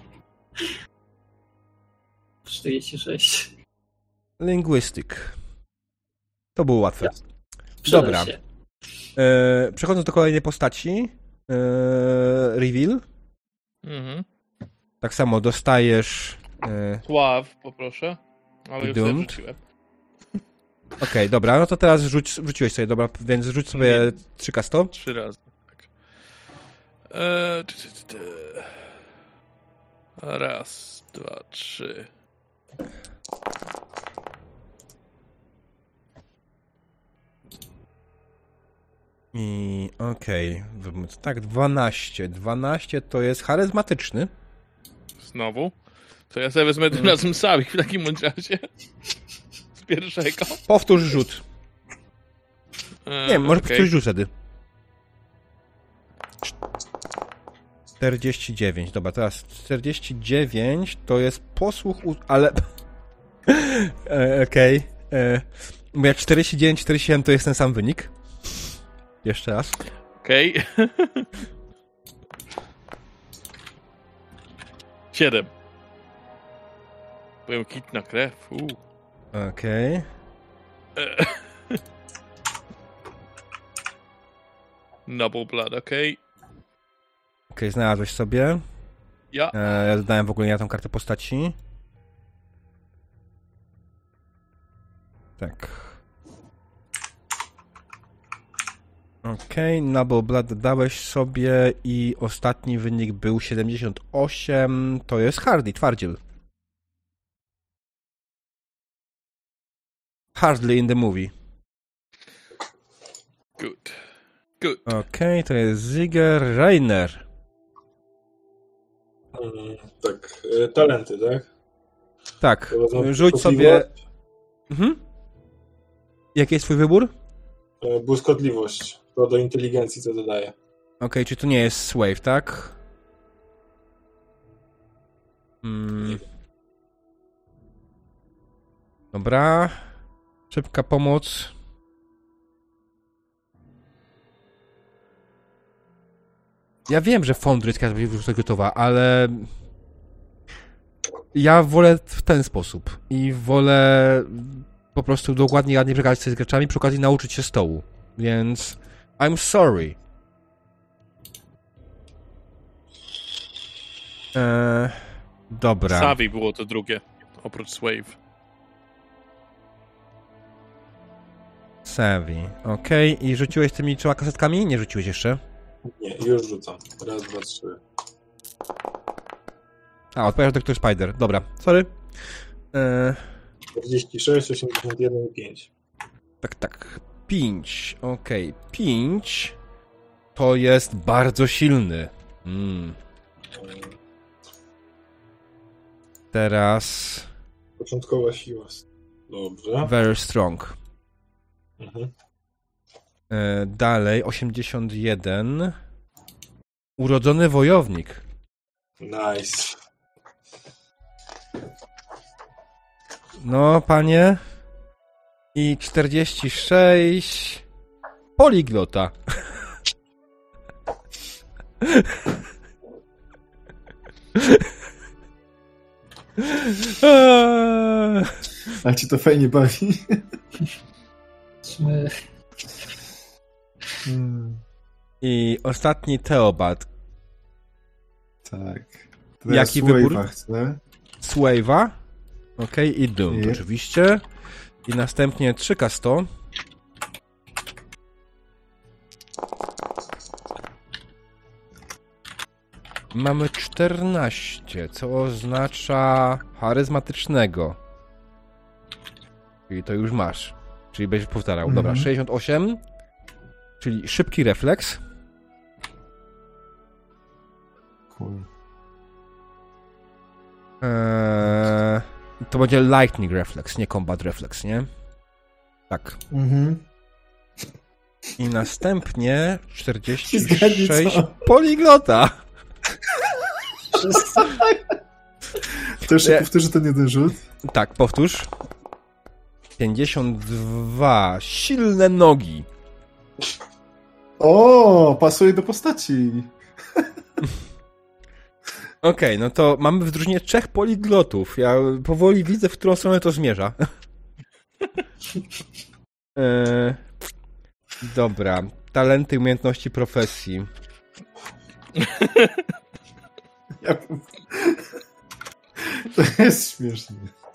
czterdzieści sześć. Linguistic. To było łatwe. Przyda Dobra. się. E, przechodząc do kolejnej postaci. E, reveal. Mhm. Tak samo dostajesz... E... Suave, poproszę. Ale już sobie wrzuciłem. Okej, okay, dobra, no to teraz rzuć, rzuciłeś sobie, dobra, więc rzuć sobie trzy K sto. Trzy razy, tak. Eee, ty, ty, ty. Raz, dwa, trzy. I okej, okay. Tak, dwanaście. dwanaście to jest charyzmatyczny. Znowu? To ja sobie wezmę tym razem Sawik w takim bądź razie. Z pierwszego. Powtórz rzut. Eee, Nie, może okay. powtórz rzut wtedy. czterdzieści dziewięć, dobra, teraz czterdzieści dziewięć to jest posłuch, u... ale... e, Okej. Okay. E, mówię, czterdzieści dziewięć, czterdzieści siedem to jest ten sam wynik. Jeszcze raz. Okej. Okay. Siedem. Byłem kit na krew. Okej. Okay. Noble Blood, okej. Okay. Okej, okay, znalazłeś sobie. Ja. E, ja dodałem w ogóle na tą kartę postaci. Tak. Okej, okay, Noble Blood dodałeś sobie i ostatni wynik był siedemdziesiąt osiem. To jest Hardy, twardziel. Hardly in the movie. Good. Good. Okej, okay, to jest Ziger Reiner. Hmm, tak, talenty, tak? Tak, Wprowadzam rzuć sobie... Mhm. Jaki jest twój wybór? E, Błyskotliwość. To do inteligencji co dodaje. Okej, okay, czy to nie jest Swave, tak? Hmm. Dobra. Szybka pomoc. Ja wiem, że Fondrytka będzie gotowa, ale ja wolę w ten sposób i wolę po prostu dokładnie ładnie przegadać z graczami, przy okazji nauczyć się stołu, więc I'm sorry. Eee, dobra. Savvy było to drugie, oprócz Swave. Savvy, okej. Okay. I rzuciłeś tymi trzema kasetkami? Nie rzuciłeś jeszcze? Nie, już rzucam. Raz, dwa, trzy. A, odpowiadasz doktor Spider. Dobra, sorry. Eee, czterdzieści sześć, osiemdziesiąt jeden i pięć. tak, tak. pięć. Okej, okay. pięć to jest bardzo silny. Mm. Teraz... Początkowa siła. Dobrze. Very strong. Mhm. E, dalej, osiemdziesiąt jeden. Urodzony wojownik. Nice. No, panie. I czterdzieści sześć. Poliglota. Ale ci to fajnie bawi. Hmm. I ostatni Theobald. Tak. Jaki wybór? Chcę. Swave'a. Okej, okay. I Doom Yep. oczywiście. I następnie trzy K sto. Mamy czternaście, co oznacza charyzmatycznego. Czyli to już masz. Czyli będziesz powtarzał. Mm-hmm. Dobra, sześćdziesiąt osiem. Czyli szybki refleks. Cool. Eee, to będzie lightning reflex, nie combat reflex, nie? Tak. Mhm. I następnie czterdzieści Zgadnij, sześć co? poliglota. To jeszcze Ja... powtórzę ten jeden rzut. Tak, powtórz. pięćdziesiąt dwa. Silne nogi. O, pasuje do postaci. Okej, okay, no to mamy w drużynie trzech poliglotów. Ja powoli widzę, w którą stronę to zmierza. e... Dobra. Talenty i umiejętności profesji. Ja... To jest śmieszne.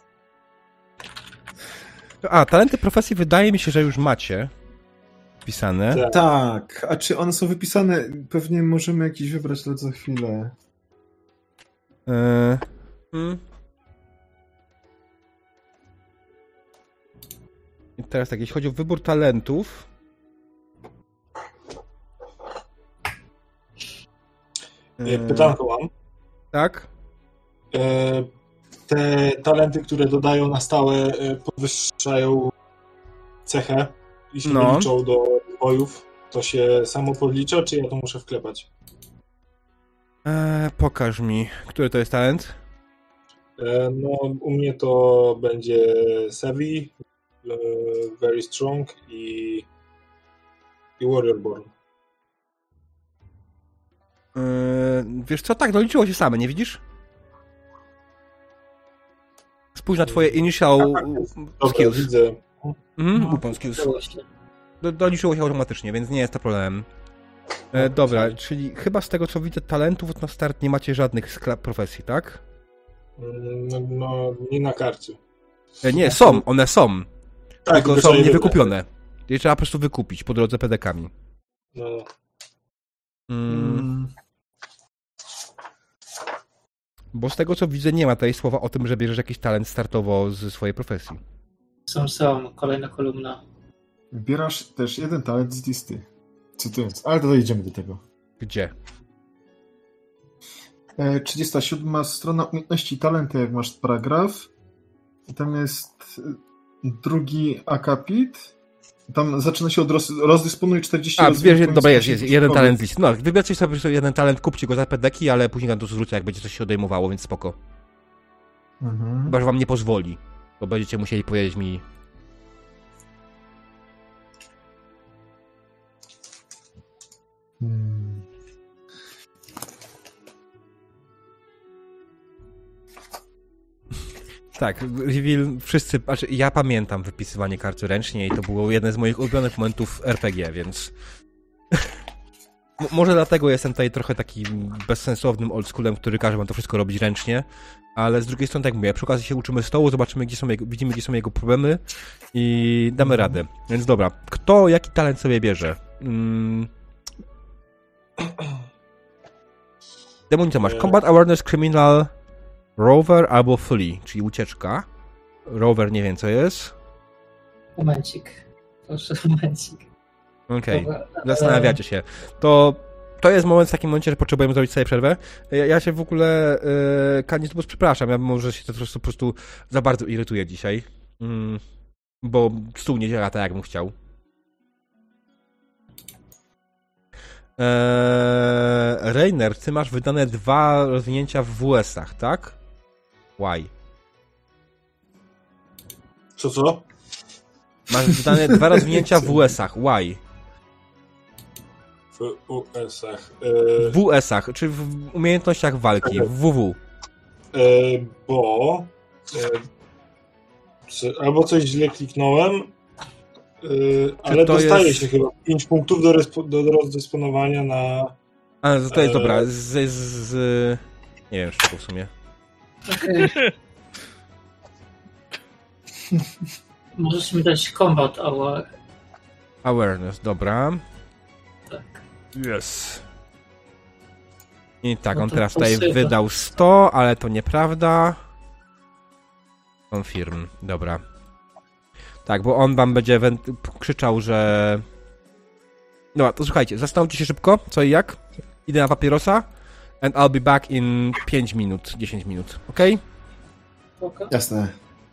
A, talenty profesji wydaje mi się, że już macie wpisane. Tak, a czy one są wypisane? Pewnie możemy jakiś wybrać, ale za chwilę. Eee, hmm. I teraz tak, jeśli chodzi o wybór talentów. Eee, Pytanko mam. Tak? Eee, te talenty, które dodają na stałe, podwyższają cechę i się no. nie liczą do bojów. To się samo podlicza, czy ja to muszę wklepać? Eee, pokaż mi, który to jest talent? Eee, no, u mnie to będzie Savvy, e, Very Strong i, i Warriorborn. Eee, wiesz co, tak, doliczyło się same, nie widzisz? Spójrz na twoje initial Dobra, skills. widzę. Mhm, No, weapon skills. właśnie. Do, doliczyło się automatycznie, więc nie jest to problem. E, dobra, czyli chyba z tego co widzę talentów na start nie macie żadnych skla- profesji, tak? No, no, nie na karcie. E, nie, są, one są. Tak, tylko tylko są je niewykupione. Je trzeba po prostu wykupić po drodze pedekami. No. Mm. Mm. Bo z tego co widzę nie ma tutaj słowa o tym, że bierzesz jakiś talent startowo ze swojej profesji. Są, są. Kolejna kolumna. Wybierasz też jeden talent z listy. Cytując, ale to dojdziemy do tego. Gdzie? E, trzydziesta siódma strona umiejętności i talenty, jak masz paragraf. tam jest drugi akapit. Tam zaczyna się od roz, rozdysponuj czterdzieści. A, wiesz, dobra, jest, jest, jeden początkowych. talent z listy. No, wybierzcie sobie jeden talent, kupcie go za pedeki, ale później na to zwrócę, jak będzie coś się odejmowało, więc spoko. Mhm. Chyba, że wam nie pozwoli, bo będziecie musieli powiedzieć mi... Hmm. Tak, reveal, wszyscy, znaczy ja pamiętam wypisywanie karty ręcznie i to było jeden z moich ulubionych momentów w R P G, więc... M- może dlatego jestem tutaj trochę takim bezsensownym oldschoolem, który każe wam to wszystko robić ręcznie, ale z drugiej strony, tak jak mówię, przy okazji się uczymy stołu, zobaczymy, gdzie są jego, widzimy, gdzie są jego problemy i damy radę. Więc dobra, kto jaki talent sobie bierze? Hmm... Demon, co masz? Combat Awareness, Criminal... Rover albo Flee, czyli ucieczka. Rover nie wiem co jest. Momencik. Proszę, momencik. Okej, Dobra, zastanawiacie się. To, to jest moment w takim momencie, że potrzebujemy zrobić sobie przerwę. Ja, ja się w ogóle, yy, Kanistubus, przepraszam, ja może się to po prostu, po prostu za bardzo irytuję dzisiaj. Mm, bo stół nie działa tak, jakbym chciał. Eee, Reiner, ty masz wydane dwa rozwinięcia w W S-ach, tak? Why? Co, co? Masz wydane dwa rozwinięcia w W S-ach. Why? W U S-ach. E... W W S-ach, czy w umiejętnościach walki. W W W. E, bo... E, czy, albo coś źle kliknąłem, e, ale dostaje jest... się chyba pięć punktów do, respo, do, do rozdysponowania na... A, to jest e... dobra. Z, z, z... Nie wiem, czego w sumie. Okej. Okay. Możesz mi dać combat aware. Awareness, dobra. Tak. Yes. I tak, No on to teraz tutaj posypa. wydał sto, ale to nieprawda. Confirm, dobra. Tak, bo on wam będzie went- krzyczał, że... Dobra, to słuchajcie, zastanówcie się szybko, co i jak. Idę na papierosa. And I'll be back in pięć minut, dziesięć minut, okej? Spoko. Jasne.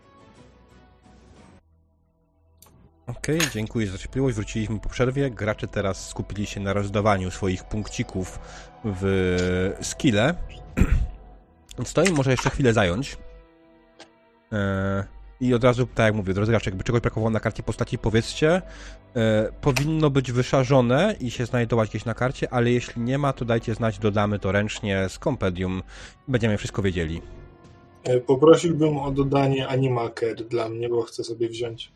Okej, okay, dziękuję za cierpliwość. Wróciliśmy po przerwie. Gracze teraz skupili się na rozdawaniu swoich punkcików w skille. Więc to im może jeszcze chwilę zająć. Eee, I od razu, tak jak mówię, drodzy gracze, jakby czegoś brakowało na karcie postaci, powiedzcie. Eee, powinno być wyszarzone i się znajdować gdzieś na karcie, ale jeśli nie ma, to dajcie znać, dodamy to ręcznie z Compendium. Będziemy wszystko wiedzieli. E, poprosiłbym o dodanie Animaker dla mnie, bo chcę sobie wziąć.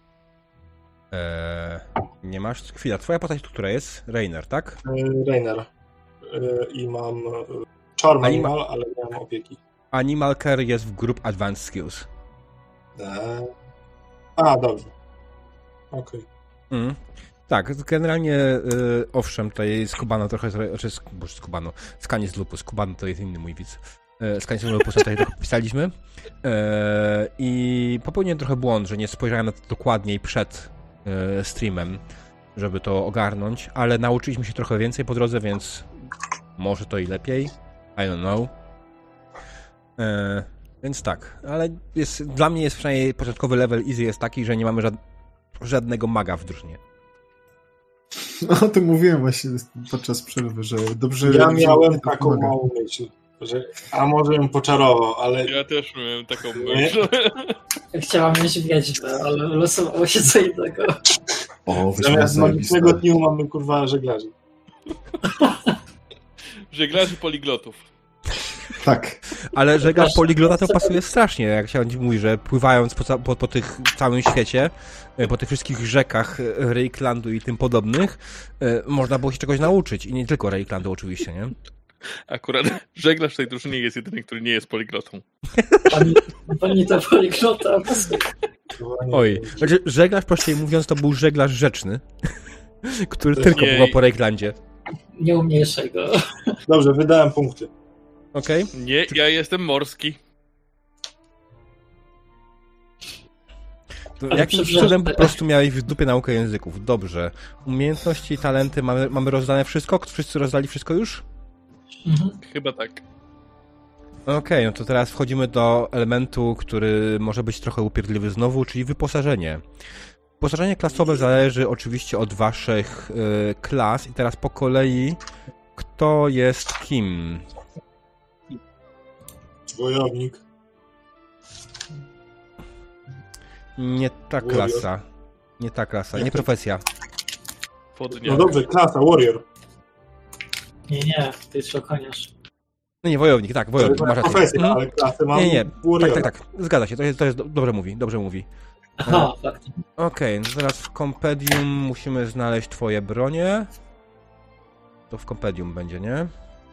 Eee, nie masz? Chwila, twoja postać, która jest? Reiner, tak? E, Reiner. E, I mam e, Charm Anima- Animal, ale nie mam opieki. Animal Care jest w Group Advanced Skills. E, a, dobrze. Okej. Okay. Mm. Tak, generalnie yy, owszem, tutaj Skubano trochę, znaczy boże, Skubano, Skanis Lupus, Skubano to jest inny mój widz. Yy, Skanis Lupus tutaj trochę pisaliśmy yy, i popełniłem trochę błąd, że nie spojrzałem na to dokładniej przed yy, streamem, żeby to ogarnąć, ale nauczyliśmy się trochę więcej po drodze, więc może to i lepiej, I don't know. Yy, więc tak, ale jest, dla mnie jest przynajmniej początkowy level easy jest taki, że nie mamy żad- żadnego maga w drużynie. No, to mówiłem właśnie podczas przerwy, że dobrze... Ja że miałem nie taką pomaga. małą myśl, że a może ją poczarował, ale Ja też miałem taką Nie. myśl. Ja chciałam mieć wiedźmę, ale losowało się co innego. O, wyszła zamiast zajebista. magicznego dniu mamy kurwa żeglarzy. Żeglarzy poliglotów. Tak. Ale żeglarz poliglota to pasuje strasznie, jak się mówi, że pływając po, ca- po, po tych całym świecie, po tych wszystkich rzekach Reiklandu i tym podobnych, można było się czegoś nauczyć. I nie tylko Reiklandu oczywiście, nie? Akurat żeglarz w tej drużynie jest jedyny, który nie jest poliglotą. Pani, pani to poliglota. Oj, znaczy żeglarz, prościej mówiąc, to był żeglarz rzeczny, który To tylko nie- pływał po Reiklandzie. Nie umniejszaj go. Dobrze, wydałem punkty. Okej? Okay? Nie, ja jestem morski. To Ale jakimś przepraszam. cudem po prostu miałeś w dupie naukę języków. Dobrze. Umiejętności, talenty, mamy, mamy rozdane wszystko? Wszyscy rozdali wszystko już? Mhm. Chyba tak. Okej, no to teraz wchodzimy do elementu, który może być trochę upierdliwy znowu, czyli wyposażenie. Wyposażenie klasowe zależy oczywiście od waszych y, klas i teraz po kolei kto jest kim? Wojownik. Nie ta klasa. Nie ta klasa, nie profesja. No dobrze, klasa, warrior. Nie, nie, ty jest ochroniarz. No nie, wojownik, tak, wojownik, masz rację. Profesja, Mhm. ale klasę mam Nie, nie, warrior. tak, tak, tak, zgadza się, to jest, to jest dobrze mówi, dobrze mówi. Aha, faktycznie. Okej, no teraz w Kompedium musimy znaleźć twoje bronie. To w Kompedium będzie, nie?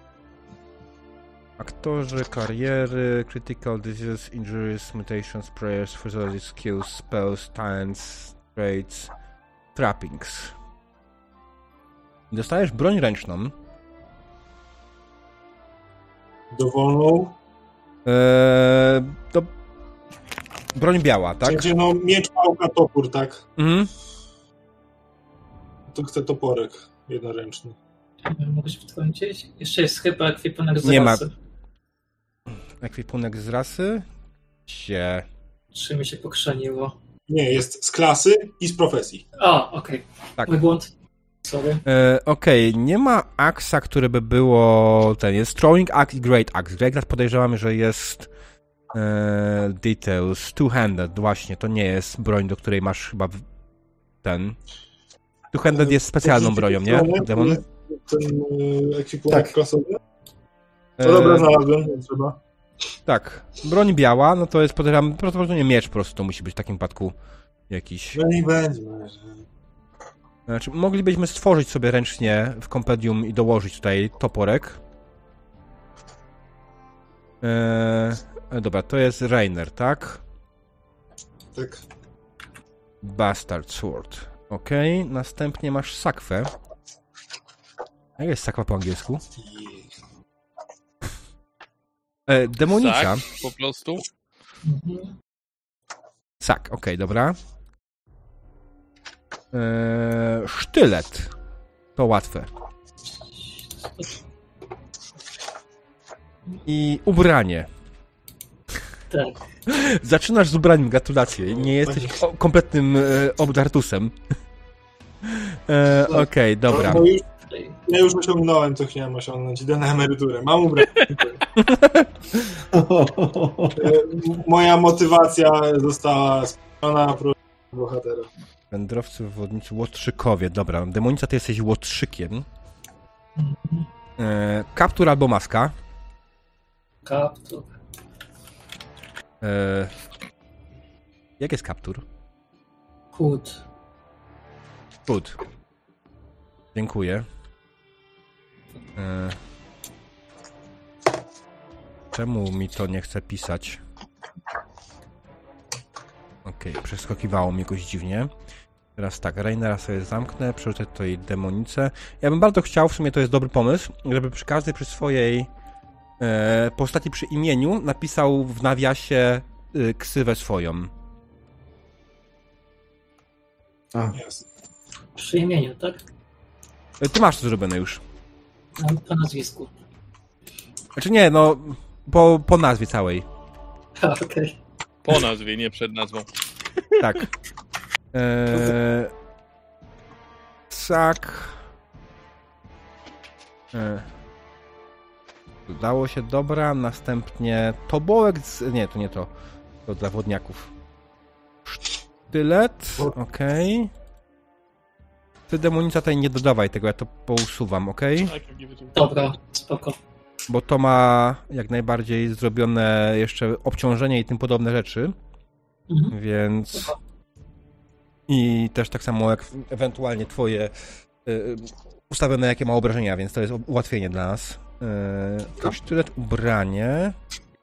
Aktorzy, kariery, critical disease, injuries, mutations, prayers, physiology skills, spells, talents, traits, trappings. Dostajesz broń ręczną. Dowolną. Eee, to broń biała, tak? Czyli no miecz, pałka, topór, tak? Mhm. To chcę toporek jednoręczny. Mogłeś wtrącić? Jeszcze jest chyba ekwipunek z Nie ma. rasy. Ekwipunek z rasy? Się. Czy mi się pokrzeniło? Nie, jest z klasy i z profesji. O, okej. Tak. Mój błąd. Sorry. E, Okej, okay. Nie ma aksa, które by było ten, jest Throwing Axe i Great Axe. Great Axe podejrzewam, że jest e, Details, Two-Handed, właśnie, to nie jest broń, do której masz chyba w, ten... Two-Handed jest specjalną bronią, nie? Demon? Ten e, ekwipunek Tak. klasowy? E, To dobra, znalazłem, nie trzeba. Tak, broń biała, no to jest podejrzewam, prawdopodobnie miecz po prostu to musi być w takim przypadku jakiś... No nie będzie. Znaczy, moglibyśmy stworzyć sobie ręcznie w Kompedium i dołożyć tutaj toporek. Eee, dobra, to jest Rainer, tak? Tak. Bastard Sword. Okej, okay. Następnie masz sakwę. Jak jest sakwa po angielsku? E, demonica. Tak, po prostu. Mhm. Sak, okej, okay, dobra. Eee, sztylet. To łatwe. I ubranie. Tak. Zaczynasz z ubraniem, gratulacje. Nie jesteś o, kompletnym e, obdartusem. E, Okej, okay, dobra. No, no już, ja już osiągnąłem, co chciałem osiągnąć. Idę na emeryturę. Mam ubranie. Moja motywacja została spełniona pro bohatera. Wędrowcy, wodnicy, łotrzykowie. Dobra, demonica, ty jesteś łotrzykiem. E, kaptur albo maska. Kaptur. E, jak jest kaptur? Hood. Hood. Dziękuję. E, czemu mi to nie chce pisać? Okej, okay, przeskakiwało mi jakoś dziwnie. Teraz tak, Rainera sobie zamknę, przerzucę tutaj demonicę. Ja bym bardzo chciał, w sumie to jest dobry pomysł, żeby przy każdej przy swojej e, postaci przy imieniu napisał w nawiasie e, ksywę swoją. A. Przy imieniu, tak? E, ty masz to zrobione już. Mam po nazwisku. Znaczy nie, no po, po nazwie całej. A, okej. Okay. Po nazwie, nie przed nazwą. Tak. Eee, tak. Eee. Udało się, dobra. Następnie tobołek z... Nie, to nie to. To dla wodniaków. Sztylet. Okej. Okay. Ty demonica tutaj nie dodawaj tego, ja to pousuwam, okej? Okay? Dobra, spoko. Bo to ma jak najbardziej zrobione jeszcze obciążenie i tym podobne rzeczy. Mhm. Więc... I też tak samo jak ewentualnie twoje y, ustawione jakie ma obrażenia, więc to jest ułatwienie dla nas. Y, to sztylet, ubranie.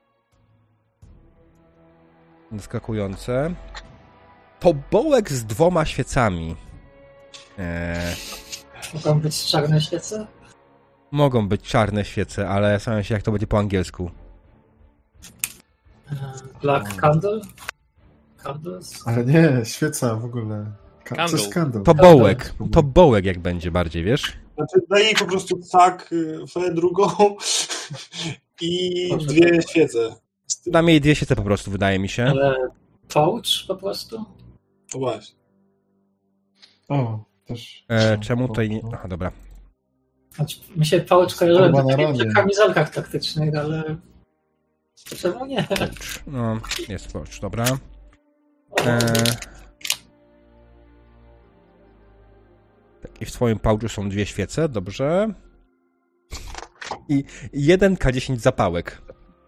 Zaskakujące. Tobołek z dwoma świecami. E... Mogą być czarne świece? Mogą być czarne świece, ale zastanawiam się, jak to będzie po angielsku. Black candle? Candles? Ale nie, świeca w ogóle. Ka- co jest candle? Tobołek. Tobołek jak będzie bardziej, wiesz? Znaczy daj jej po prostu tak, fę drugą I dwie świece. Dam jej dwie świece po prostu, wydaje mi się. Ale pouch po prostu? No właśnie. O, też. E, czemu tutaj nie... Aha, dobra. Znaczy, mi się pouch kojarzyłem Chyba na przy ramię. kamizelkach taktycznych, ale czemu nie? Pouch. No, jest pouch, dobra. O, E... Tak, i w twoim pouchu są dwie świece, dobrze. I jeden K dziesięć zapałek.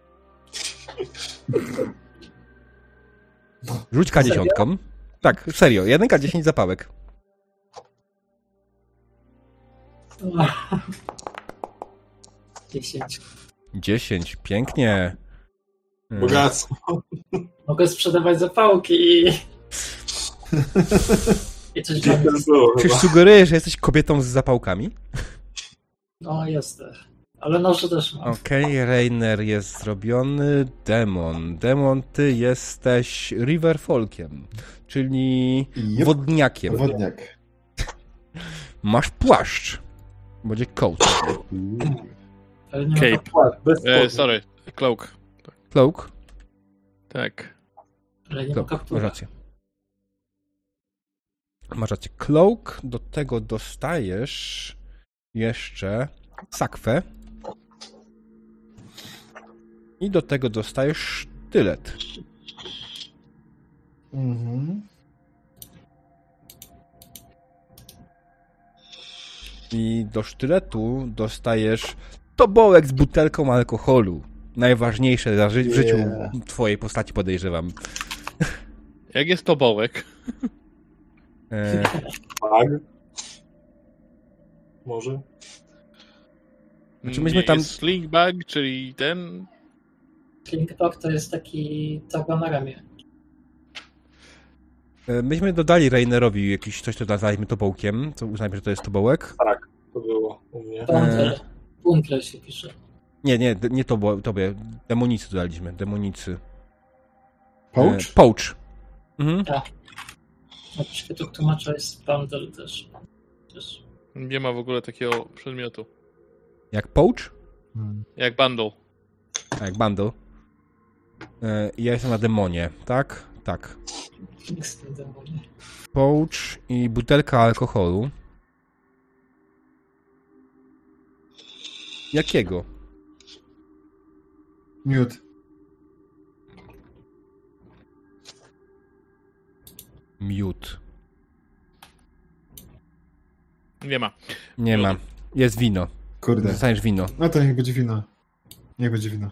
Rzuć K dziesięć. Tak, serio, jeden K dziesięć zapałek. dziesięć. dziesięć, pięknie. Mm. Bogactwo. Mogę sprzedawać zapałki i... I coś tam. Czyż sugerujesz, że jesteś kobietą z zapałkami? No, jestem. Ale noże też mam. Okej, okay, Rainer jest zrobiony. Demon. Demon, ty jesteś Riverfolkiem, czyli Yep. wodniakiem. Wodniak. Masz płaszcz. Będzie coat. Ale nie Cape. ma Bez E, sorry, cloak. Cloak? Tak. ale nie ma Cloak, masz kaptura. rację. Masz rację. Cloak, do tego dostajesz jeszcze sakwę. I do tego dostajesz sztylet. Mhm. I do sztyletu dostajesz tobołek z butelką alkoholu. Najważniejsze za ży- w życiu Yeah. twojej postaci, podejrzewam. Jak jest tobołek? E, Tak. Może? Znaczy myśmy tam- Jest sling bag, czyli ten... Slingback to jest taki torba na ramię. e, myśmy dodali Rainerowi jakiś coś, co nazwaliśmy tobołkiem, co uznajmy, że to jest tobołek. To było u mnie. Bundle. Bundle się pisze. Nie, nie, d- nie tobo, tobie. Demonicy dodaliśmy, demonicy. Pouch? E, pouch. Mhm. Na świetlu tłumacza jest bundle też. też. Nie ma w ogóle takiego przedmiotu. Jak pouch? Hmm. Jak bundle. A, jak bundle. E, i ja jestem na demonie, tak? Tak. Jest ten demonie. Pouch i butelka alkoholu. Jakiego? Miód. Miód. Nie ma. Nie ma. Jest wino. Kurde. Dostaniesz wino. No to niech będzie wino. Niech będzie wino.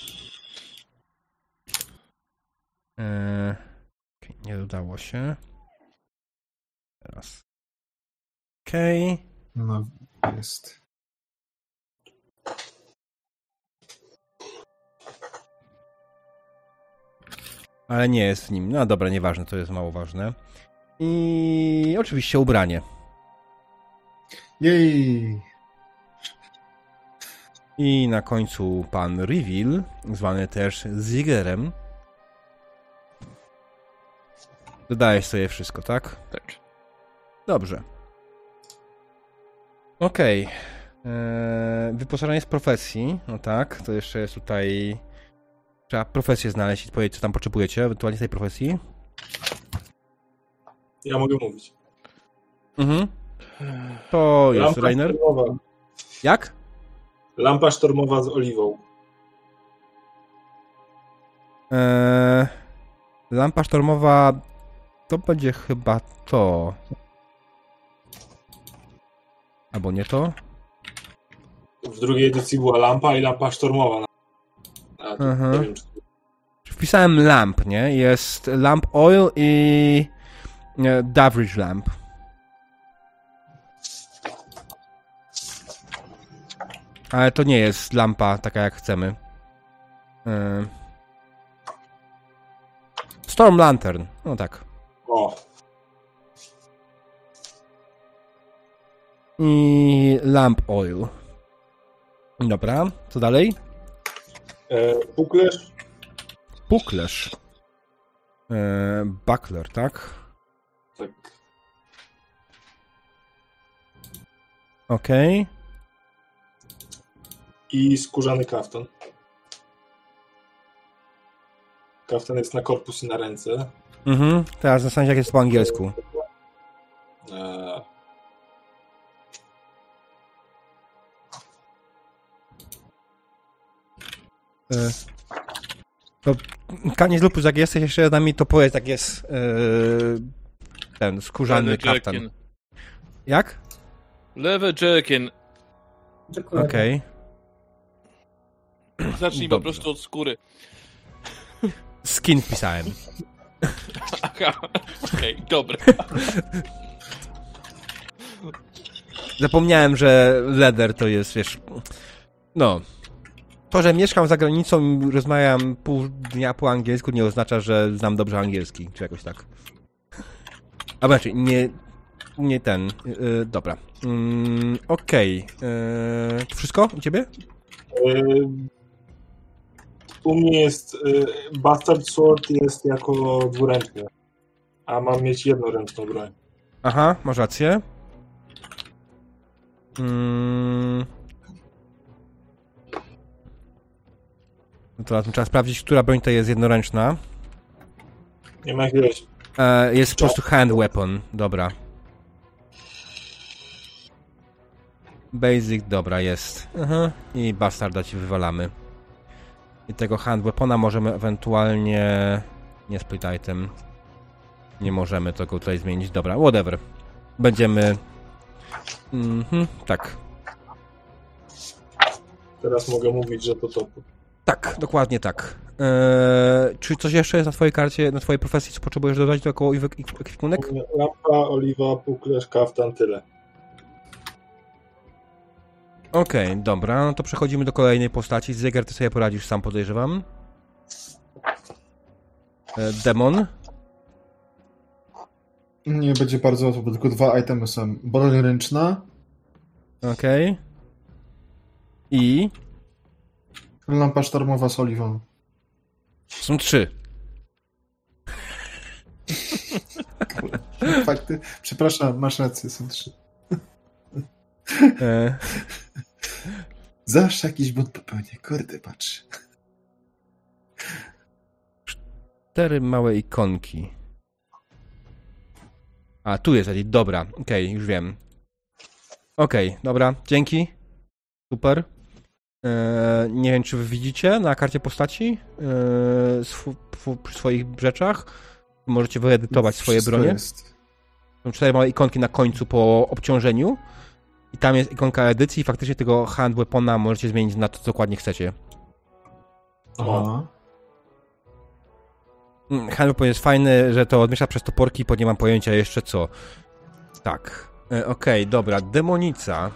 Eee, okay, nie dodało się. Teraz. Okej. Okay. No, jest. Ale nie jest w nim. No dobra, nieważne, to jest mało ważne. I oczywiście ubranie. Jej! I na końcu pan Reveal, zwany też Zigerem. Dodajesz sobie wszystko, tak? Tak. Dobrze. Okej. Okay. Eee, wyposażenie z profesji. No tak, to jeszcze jest tutaj... Trzeba profesję znaleźć i powiedzieć, co tam potrzebujecie, ewentualnie z tej profesji. Ja mogę mówić. Mhm. To jest Lampa Rainer. sztormowa. Jak? Lampa sztormowa z oliwą. Eee, lampa sztormowa to będzie chyba to. Albo nie to? W drugiej edycji była lampa i lampa sztormowa. A, to Aha. nie wiem, czy... Wpisałem lamp, nie? Jest lamp oil i e, Davridge lamp. Ale to nie jest lampa taka jak chcemy. E, Storm Lantern. No tak. O, I lamp oil. Dobra, co dalej? e, puklerz. Puklerz. E, buckler, tak? Tak. Okej. I skórzany kaftan. Kaftan jest na korpus i na ręce. Mhm, teraz zastanawiam się, jak jest po angielsku. Eee, E, To Kanie Lupus, jak jesteś jeszcze z nami, to powiedz, jak jest e, ten skórzany Lewy kaftan. Jackin. Jak? Lewy Jackin. Dokładnie. Okej. Zacznij po Dobrze. prostu od skóry. Skin wpisałem. Aha, okej, okay, dobra. Zapomniałem, że leather to jest, wiesz... No... To, że mieszkam za granicą i rozmawiam pół dnia po angielsku, nie oznacza, że znam dobrze angielski, czy jakoś tak. A raczej, nie... Nie ten... Yy, dobra. Yy, Okej. Yy, to wszystko u ciebie? eee, u mnie jest eee, Bastard Sword jest jako dwuręczny, a mam mieć jednoręczną broń. Aha, masz rację. Mm. No to trzeba sprawdzić, która broń to jest jednoręczna. Nie ma jakiegoś. E, jest po prostu hand weapon, dobra. Basic, dobra, jest. Aha. I bastarda ci wywalamy. I tego hand weapona możemy ewentualnie... Nie split item. Nie możemy tego tutaj zmienić. Dobra, whatever. Będziemy... Mhm, tak. Teraz mogę mówić, że to to. Tak, dokładnie tak. Eee, czy coś jeszcze jest na twojej karcie, na twojej profesji, co potrzebujesz dodać do jako ekwipunek? Lampa, oliwa, puklerz, kaftan, tyle. Okej, okay, dobra, no to przechodzimy do kolejnej postaci. Zyger, ty sobie poradzisz sam, podejrzewam. Eee, demon. Nie będzie bardzo łatwo, bo tylko dwa itemy są. Broń ręczna, Okej. Okay. I... lampa sztormowa z oliwą. Są trzy. Fakty. Przepraszam, masz rację, są trzy. Eee, Zawsze jakiś błąd popełnię. Kurde, patrz. cztery małe ikonki. A, tu jest, dobra, okej, okay, już wiem. Okej, okay, dobra, dzięki. Super. Eee, nie wiem, czy wy widzicie na karcie postaci eee, sw przy swoich rzeczach. Możecie wyedytować swoje Wszystko bronie. Jest. Są cztery małe ikonki na końcu po obciążeniu. I tam jest ikonka edycji i faktycznie tego hand weapona możecie zmienić na to, co dokładnie chcecie. Aha. Hand weapon jest fajny, że to odmiesza przez toporki, bo nie mam pojęcia jeszcze co. Tak. Eee, Okej, okay, dobra. Demonica.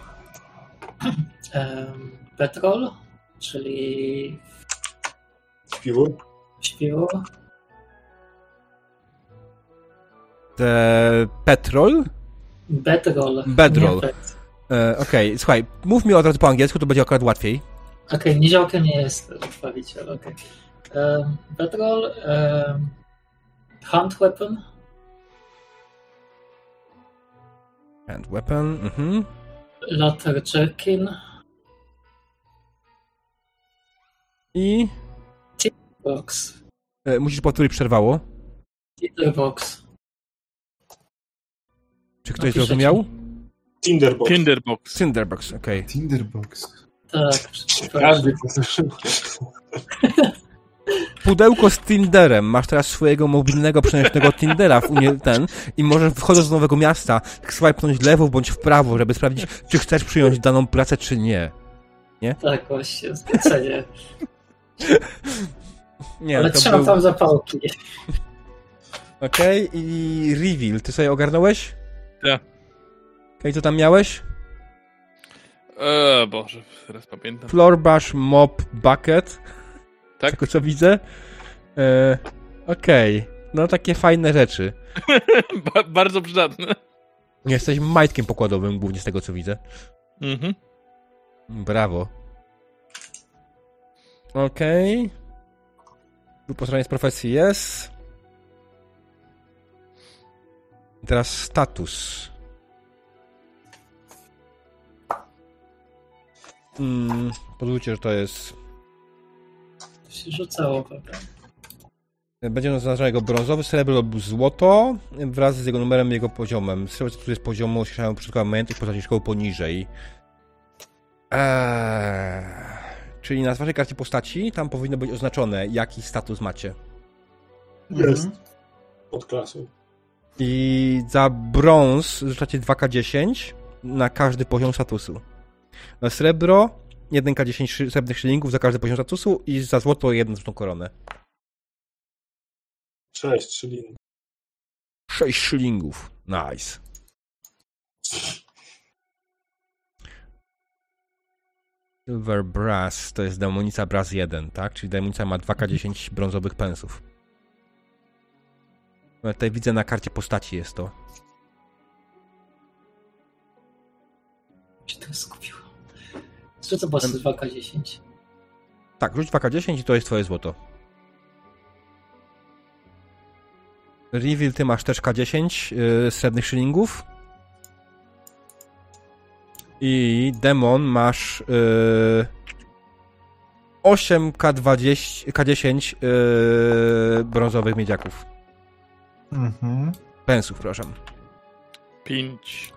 Um, Petrol, czyli Śpiwór? śpiwór. Te... Petrol? Bedroll. Bedroll. nie pet. E, Okej, okay. Słuchaj, mów mi od razu po angielsku, to będzie akurat łatwiej. Okej, okay, niziołka nie jest bawiciel, okej. Okay. Um, Bedroll, um, hand weapon, Hand weapon, mhm. Lothar Jerkin, I... box, E, musisz powtórzyć, przerwało. Tinderbox. Czy ktoś Napiszę zrozumiał? Tinderbox. Tinderbox. Cinderbox, okej. Okay. Tinderbox. Tak, Każdy to słyszy. Pudełko z Tinderem. Masz teraz swojego mobilnego, przenośnego Tindera w unie ten i możesz wchodząc do nowego miasta swipnąć w lewo bądź w prawo, żeby sprawdzić, czy chcesz przyjąć daną pracę, czy nie. Nie? Tak, właśnie, zlecenie. Nie, Ale to trzymam był... tam zapałki. Okej, okay. I reveal. Ty sobie ogarnąłeś? Tak. Okej, okay, co tam miałeś? Eee, Boże, teraz pamiętam. Floor brush, mop, bucket. Tak? Tego co widzę. E, Okej. Okay. No takie fajne rzeczy. ba bardzo przydatne. Jesteś majtkiem pokładowym głównie z tego co widzę. Mhm. Brawo. Okej. Okay. Wyposażenie z profesji jest. I teraz status. Hmm, pozwólcie, że to jest... To się rzucało potem. Będzie oznaczone jego brązowy, srebro lub złoto wraz z jego numerem i jego poziomem. Srebro, który jest poziomu, osiągają przyszłego majątność postaci szkoły poniżej. Eee, czyli na waszej karcie postaci tam powinno być oznaczone, jaki status macie. Jest. Pod klasą. I za brąz rzucacie dwa K dziesięć na każdy poziom statusu. Na srebro jeden K dziesięć srebrnych szylingów za każdy poziom statusu i za złoto jedną złotą koronę. Sześć szylingów. Sześć szylingów. Nice. Silver Brass to jest demonica Brass jeden, tak? Czyli demonica ma dwa K dziesięć brązowych pensów. No, tutaj widzę na karcie postaci jest to. Czy to skupiło? Co to było z dwa K dziesięć? Tak, rzuć dwa K dziesięć i to jest twoje złoto. Reveal, ty masz też K dziesięć yy, srebrnych szylingów. I Demon masz yy, osiem K dwadzieścia, K dziesięć yy, brązowych miedziaków. Mhm. Pensów, proszę. Pięć.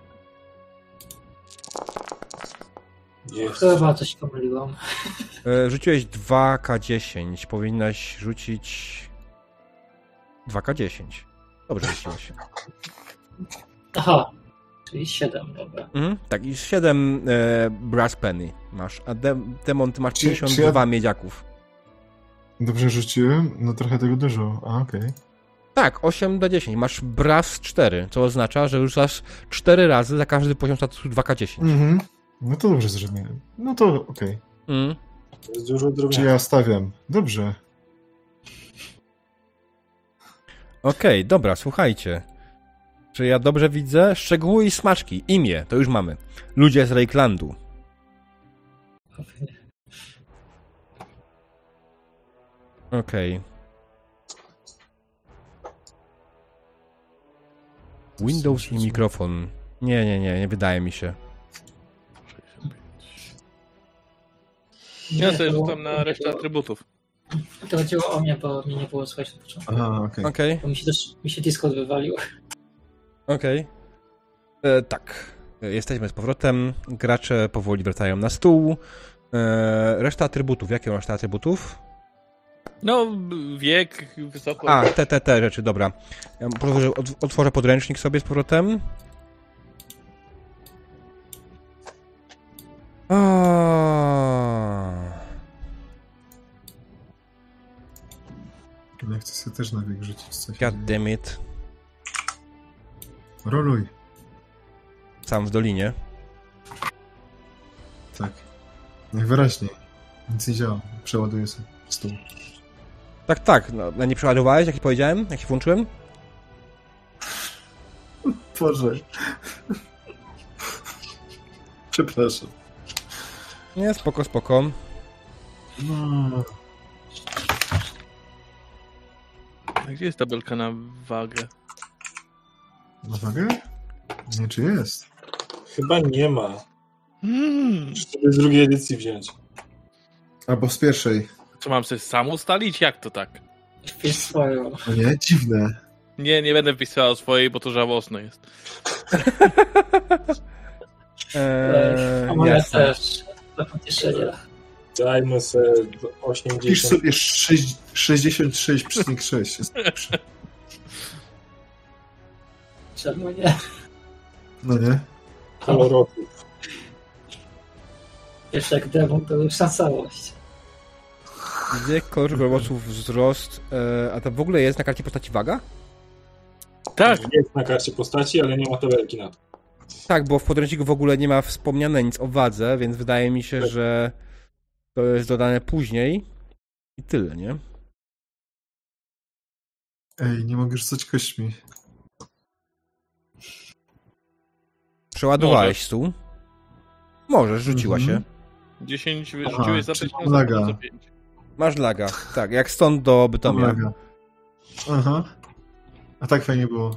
Jest. Chyba coś pomyliłam. Yy, rzuciłeś dwa K dziesięć. Powinnaś rzucić dwa K dziesięć. Dobrze rzuciłeś. Aha, czyli siedem, dobra. Mhm, tak, i siedem e, brass penny masz, a de, Demon, ty masz Czy- pięćdziesiąt dwa czy ja- miedziaków. Dobrze rzuciłem? No trochę tego dużo. A, okej. Tak, osiem do dziesięć. Masz brass cztery, co oznacza, że rzucasz cztery razy za każdy poziom statusu dwa K dziesięć. Mhm. No to dobrze zrobiłem. No to okej. Mm. To jest dużo Czy drobnego. ja stawiam? Dobrze. Okej, dobra, słuchajcie. Czy ja dobrze widzę? Szczegóły i smaczki. Imię, to już mamy. Ludzie z Lakelandu. Okej. Windows i mikrofon. Nie, nie, nie, nie wydaje mi się. Ja sobie to było- rzucam na resztę atrybutów. To chodziło o mnie, bo mnie nie było słychać na początku. Aha, okej. Okej, Bo mi się też mi się Discord wywalił. okej. E, Tak. E, Jesteśmy z powrotem. Gracze powoli wracają na stół. E, reszta atrybutów. Jakie reszta atrybutów? No, wiek, wysokość. A, te, te, te rzeczy, dobra. Ja po prostu, że od- otworzę podręcznik sobie z powrotem. A. Ja chcę sobie też na wiek rzucić coś. God damn it. Roluj. Sam w dolinie. Tak. Najwyraźniej. Nic nie działa. Przeładuję sobie stół. Tak, tak. No, no nie przeładowałeś, jak ci powiedziałem? Jak się włączyłem? Boże. Przepraszam. Nie, spoko, spoko. No. A gdzie jest tabelka na wagę? Na wagę? Nie, czy jest? Chyba nie ma. Hmm. Muszę sobie z drugiej edycji wziąć. Albo z pierwszej. Co mam sobie sam ustalić? Jak to tak? Wpisz swoją. No nie? Dziwne. Nie, nie będę wpisywał swojej, bo to żałosne jest. Eee, A moja jasne. też. Dla pocieszenia. Dajmy sobie Pisz osiemdziesiąt. sobie sześć- sześćdziesiąt sześć przecinek sześć. Jest lepsze. Czemu nie? No nie? kolorotów. Wiesz, jak demon to już na całość. Wiek, kolor robotów, wzrost. E, a to w ogóle jest na karcie postaci waga? Tak, Jest na karcie postaci, ale nie ma tabelki na to. Tak, bo w podręczniku w ogóle nie ma wspomniane nic o wadze, więc wydaje mi się, że to jest dodane później. I tyle, nie? Ej, nie mogę rzucać kośćmi. Przeładowałeś stół? Możesz, rzuciła Mhm. się. dziesięć Aha, wyrzuciłeś za czyli pięć, mam laga. za pięć. Masz laga. Tak, jak stąd do Bytomia. Pomaga. Aha. A tak fajnie było.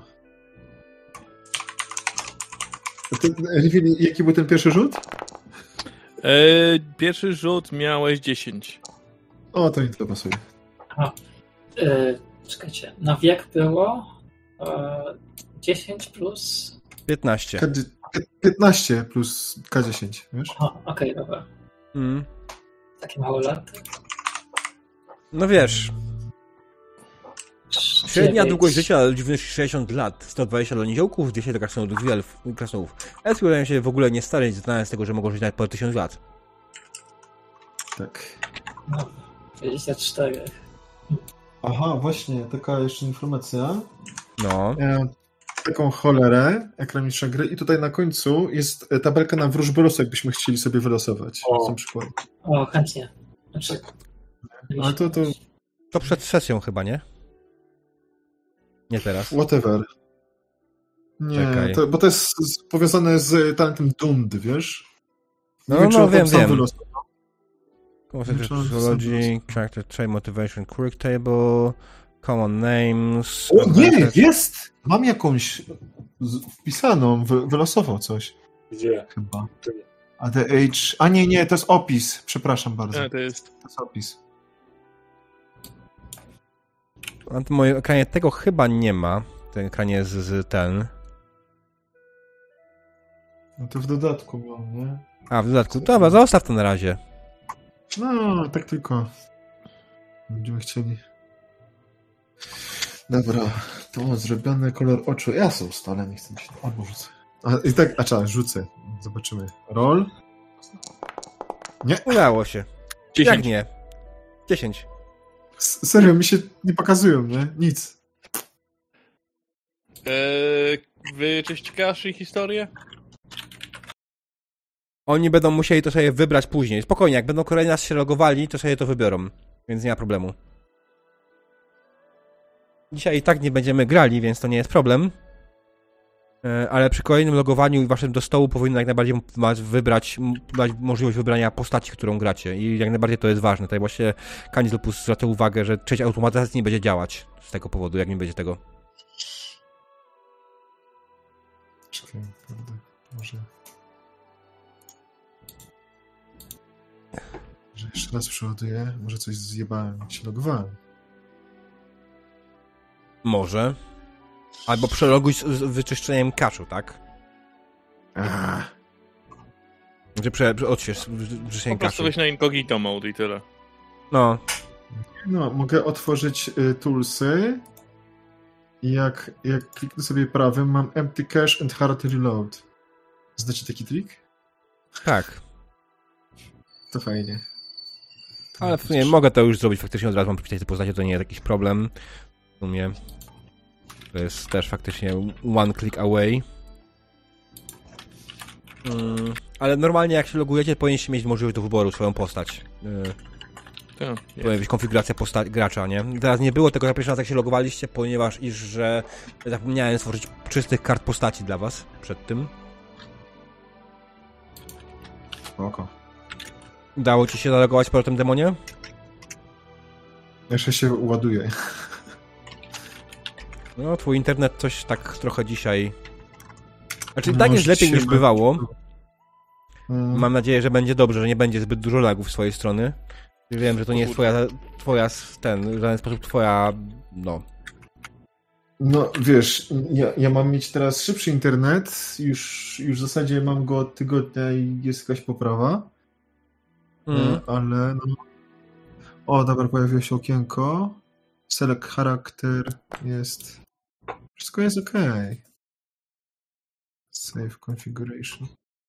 A ty, Riffy, jaki był ten pierwszy rzut? E, pierwszy rzut miałeś dziesięć. O, to mi to pasuje. E, Czekajcie, na wiek było e, dziesięć plus... piętnaście. K piętnaście plus K dziesięć, wiesz? Aha, okej, okay, dobra. Mm. Takie małe laty. No wiesz, średnia długość życia ludzi wynosi sześćdziesiąt lat, sto dwadzieścia dla niziołków, dwieście dla krasnoludów, dwie elf, krasnoludów. Elfy wydają się w ogóle nie stare, znając z tego, że mogą żyć nawet po tysiąc lat. Tak. No, pięćdziesiąt cztery. Aha, właśnie, taka jeszcze informacja. No. Ja taką cholerę, ekran mistrza gry i tutaj na końcu jest tabelka na wróżby losu, jakbyśmy chcieli sobie wylosować. O. Na przykład. O, chętnie. Znaczy, Ale to, to To przed sesją chyba, nie? Nie teraz. whatever. Nie, Czekaj. to, bo to jest z, powiązane z talentem Dundy, wiesz? No, Nie wiem, czy no, on tam wiem, sam wiem. wylosował. Concept Psychology, Character Trait, Motivation, Quirk Table, Common Names... O, nie, jest! Mam jakąś z- wpisaną, wy, wylosował coś. Gdzie? Chyba. To nie. A the age... A nie, nie, to jest opis. Przepraszam bardzo. Nie, to jest... To jest opis. Na tym moim ekranie tego chyba nie ma. Ten ekran jest z ten. No to w dodatku miał, nie? A, w dodatku. Dobra, zostaw to na razie. No, tak tylko. Będziemy chcieli. Dobra, to zrobiony kolor oczu. Ja sobie ustalę, nie chcę mi się... Albo rzucę. A, i tak, a trzeba, rzucę. Zobaczymy. Roll. Nie. Udało się. dziesięć. Jak nie? dziesięć. S- serio, mi się nie pokazują, nie? Nic. Eee, wyczyścikasz ich historię? Oni będą musieli to sobie wybrać później. Spokojnie, jak będą kolejny raz się logowali, to sobie to wybiorą. Więc nie ma problemu. Dzisiaj i tak nie będziemy grali, więc to nie jest problem. E, Ale przy kolejnym logowaniu waszym do stołu powinno jak najbardziej mać wybrać, m- dać możliwość wybrania postaci, którą gracie. I jak najbardziej to jest ważne. Tutaj właśnie Canizopus zwraca uwagę, że część automatyzacji nie będzie działać z tego powodu, jak nie będzie tego. Czekaj, prawda? Może... Może jeszcze raz przeładuję. Może coś zjebałem, jak się logowałem. Może. Albo przeloguj z, z wyczyszczeniem kaszu, tak? Ach, Znaczy prze, prze, odśwież Po wyczyszczeniem prostu kaszu. weź na incognito mode i tyle. No. no, mogę otworzyć y, toolsy i jak, jak kliknę sobie prawym, mam empty cache and hard reload. Znacie taki trik? Tak. To fajnie. To Ale w sumie mogę to już zrobić faktycznie od razu, mam przepisać te postacie, to nie jest jakiś problem. W sumie to jest też faktycznie one click away. Mm, ale normalnie jak się logujecie, powinniście mieć możliwość do wyboru swoją postać. Yy, Tak, powinna być konfiguracja posta- gracza, nie? Teraz nie było tego za pierwszy raz jak się logowaliście, ponieważ iż, że zapomniałem stworzyć czystych kart postaci dla was przed tym. Spoko. Udało ci się zalogować z powrotem demonie? Jeszcze się ładuje. No, twój internet coś tak trochę dzisiaj... Znaczy, No, tak jest lepiej się niż bywało. Mm. Mam nadzieję, że będzie dobrze, że nie będzie zbyt dużo lagów z swojej strony. Wiem, że to nie jest twoja, twoja ten, w żaden sposób twoja, no. No wiesz, ja, ja mam mieć teraz szybszy internet, już, już w zasadzie mam go od tygodnia i jest jakaś poprawa, Mm. ale no... O, dobra, pojawiło się okienko, select charakter jest, wszystko jest ok. Save configuration.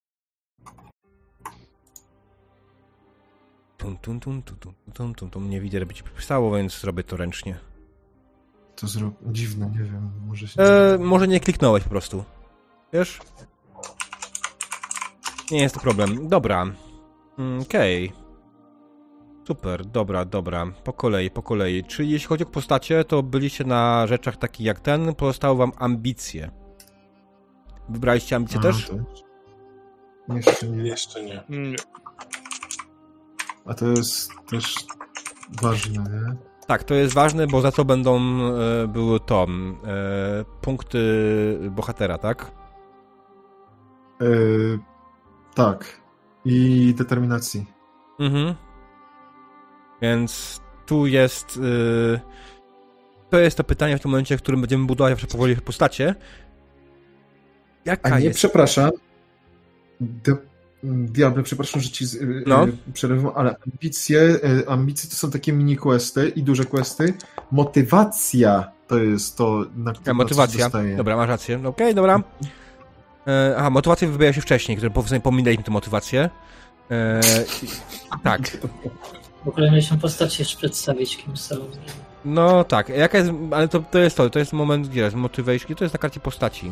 Tum, tum, tum, tum, tum, tum, tum, tum. Nie widzę, żeby ci pisało, więc zrobię to ręcznie. To zro... dziwne, nie wiem, może się... E, może nie kliknąłeś po prostu. Wiesz? Nie jest to problem. Dobra. Mm, Okej. Okay. Super, dobra, dobra. Po kolei, po kolei. Czyli jeśli chodzi o postacie, to byliście na rzeczach takich jak ten, pozostały wam ambicje. Wybraliście ambicje A, też? to... Jeszcze nie. Jeszcze nie. Mm, A to jest też ważne, nie? Tak, to jest ważne, bo za co będą e, były to e, punkty bohatera, tak? Yy, tak. I determinacji. Mhm. Więc tu jest... Yy, to jest to pytanie w tym momencie, w którym będziemy budować zawsze powoli postacie. Jaka A nie, jest... przepraszam. Di- Diable, przepraszam, że ci z- No. y, przerywam, ale ambicje, y, ambicje to są takie mini questy i duże questy. Motywacja to jest to, na które Ja, motywacja. dostaje. Dobra, masz rację. Okej, okay, dobra. E, aha, motywacja wybiera się wcześniej, które po- pominęliśmy tę motywację. E, tak. W ogóle mieliśmy postać jeszcze przedstawić, kim są. No tak, jaka jest, ale to, to jest to, to jest moment, gdzie jest motivation, to jest na karcie postaci.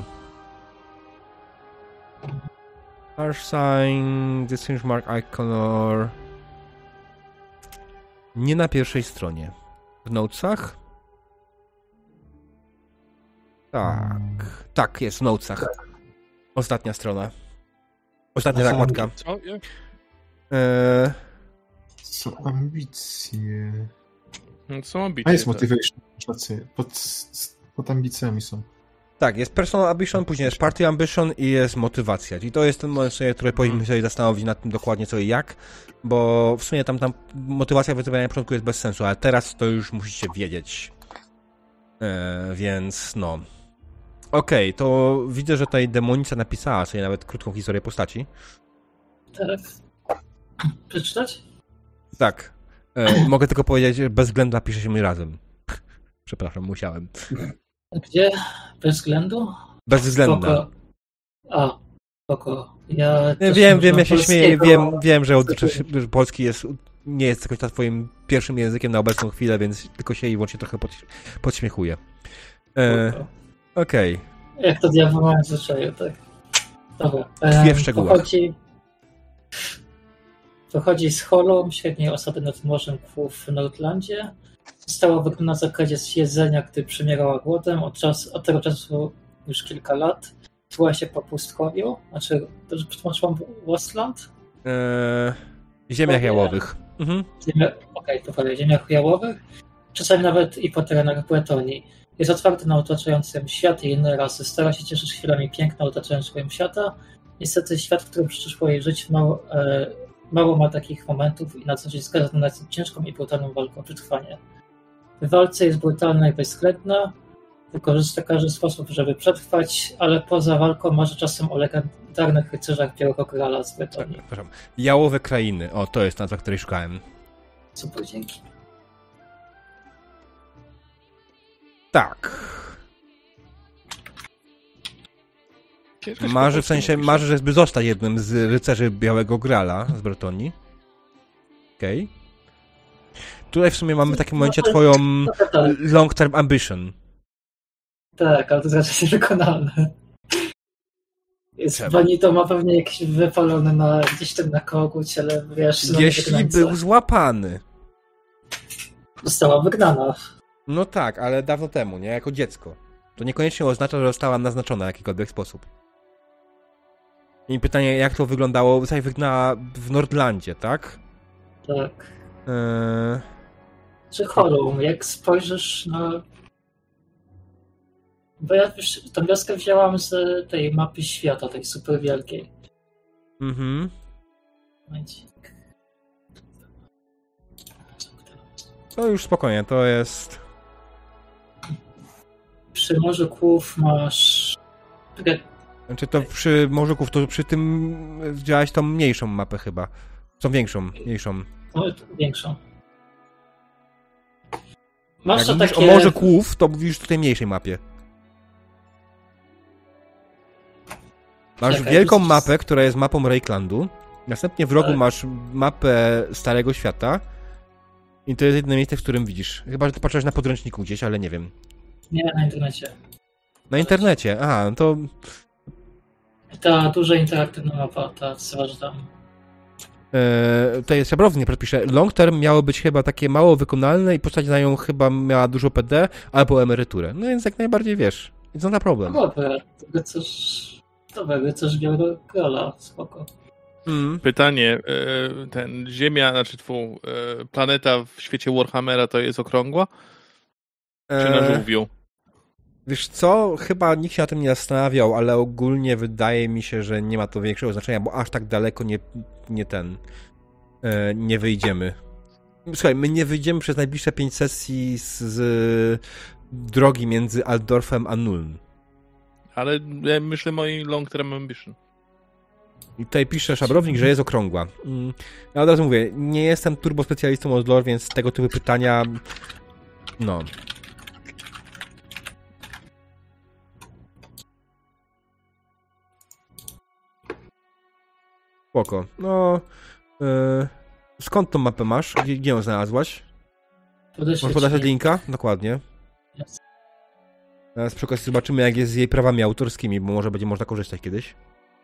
Star sign, distinguish mark, iconor. Nie na pierwszej stronie. W notesach? Tak. Tak, jest w notesach. Ostatnia strona. Ostatnia Aha. zakładka. Co? Jak? Eee, Są ambicje. No, Są ambicje. A jest tak. motivation, masz rację. Pod, pod ambicjami są. tak, jest personal ambition, później jest party ambition i jest motywacja. Czyli to jest ten moment, w który powinniśmy sobie zastanowić nad tym dokładnie co i jak, bo w sumie tam, tam motywacja wyzywania na początku jest bez sensu, ale teraz to już musicie wiedzieć. Eee, więc no. Okej, okay, to widzę, że tutaj demonica napisała sobie nawet krótką historię postaci. Tak. Przeczytać? Tak. E, mogę tylko powiedzieć, że bez względu napisze się mi razem. Przepraszam, musiałem. Gdzie? Bez względu? Bez względu. Spoko. A, spoko. Ja też Wiem, wiem, używam ja się śmieję, polskiego. wiem, wiem, że, od, że polski jest, nie jest jakoś twoim pierwszym językiem na obecną chwilę, więc tylko się i wyłącznie trochę pod, podśmiechuję. E, Spoko. Okej. Jak to diabeł ma w zwyczaju, tak. Dobra. Tkwie w Em, szczegółach. Pochodzi, pochodzi z Holum, średniej osady nad Morzem Kłów w Nordlandzie. Została wygnana na zakładzie z jedzenia, gdy przemierała głodem. Od, czas, od tego czasu już kilka lat. Czuła się po pustkowiu. Znaczy, to już przetłumaczyłam Westland? E, ziemiach jałowych. Mhm. Ziemia, okej, to powiem, ziemiach jałowych. Czasami nawet i po terenach Bretonii. Jest otwarty na otaczającym świat i inne rasy. Stara się cieszyć chwilami piękna otaczającego świata. Niestety świat, w którym przyszło jej żyć, mało, e, mało ma takich momentów i na co dzień zgadza na ciężką i brutalną walką o przetrwanie. W walce jest brutalna i bezwzględna. Wykorzysta każdy sposób, żeby przetrwać, ale poza walką marzy czasem o legendarnych rycerzach Białego Grala z Bretonii. Przepraszam. Jałowe krainy. O, to jest nazwa, której szukałem. Super, dzięki. Tak. Ciężko się Marzy po w sensie, polsku marzy, żeby zostać jednym z rycerzy Białego Grala z Bretonii. Okej. Okay. Tutaj w sumie mamy w takim momencie twoją Tak, long term ambition. tak, ale to jest raczej niewykonalne. Jest Czemu? Bonito ma pewnie jakiś wypalony na, gdzieś tam na koguć, ale wiesz... no, Jeśli wygnańca. był złapany. Została wygnana. No tak, ale dawno temu, nie? Jako dziecko. To niekoniecznie oznacza, że została naznaczona w jakikolwiek sposób. I pytanie, jak to wyglądało? Została wygnała w Nordlandzie, tak? Tak. Eee... Czy Holum, jak spojrzysz na... Bo ja już tę wioskę wzięłam z tej mapy świata, tej super wielkiej. Mhm. Momencik. To już spokojnie, to jest... Przy Morzu Kłów masz... Znaczy to przy Morzuków, to przy tym wziąłeś tą mniejszą mapę chyba. Tą większą, mniejszą. No, większą. Masz Jak to mówisz takie... o Morzu Kłów, to mówisz tutaj mniejszej mapie. Masz Czekaj, wielką widzisz- mapę, która jest mapą Reiklandu. Następnie w rogu Tak. masz mapę Starego Świata. I to jest jedyne miejsce, w którym widzisz. Chyba, że ty patrzysz na podręczniku gdzieś, ale nie wiem. Nie, na internecie. Na internecie, aha, no to... Ta duża interaktywna mapa, ta co masz tam. E, tutaj Szabrownie podpisze. Long term miało być chyba takie mało wykonalne i postać na ją chyba miała dużo P D albo emeryturę. No więc jak najbardziej wiesz. It's not a problem. No dobra, tego coś... Dobra, coś Białego Grala, spoko. Mm. Pytanie, e, ten Ziemia, znaczy twu, e, planeta w świecie Warhammera to jest okrągła? Czy na E, żółwiu? Wiesz co? Chyba nikt się na tym nie zastanawiał, ale ogólnie wydaje mi się, że nie ma to większego znaczenia, bo aż tak daleko nie, nie ten... E, nie wyjdziemy. Słuchaj, my nie wyjdziemy przez najbliższe pięć sesji z, z drogi między Altdorfem a Nuln. Ale ja myślę mojej long term ambition. I tutaj pisze Szabrownik, że jest okrągła. Mm, ja od razu mówię, nie jestem turbo specjalistą od lore, więc tego typu pytania... No... Spoko. No... Yy, skąd tą mapę masz? Gdzie, gdzie ją znalazłaś? Możesz podać linka? Dokładnie. Yes. Teraz przy okazji zobaczymy, jak jest z jej prawami autorskimi, bo może będzie można korzystać kiedyś.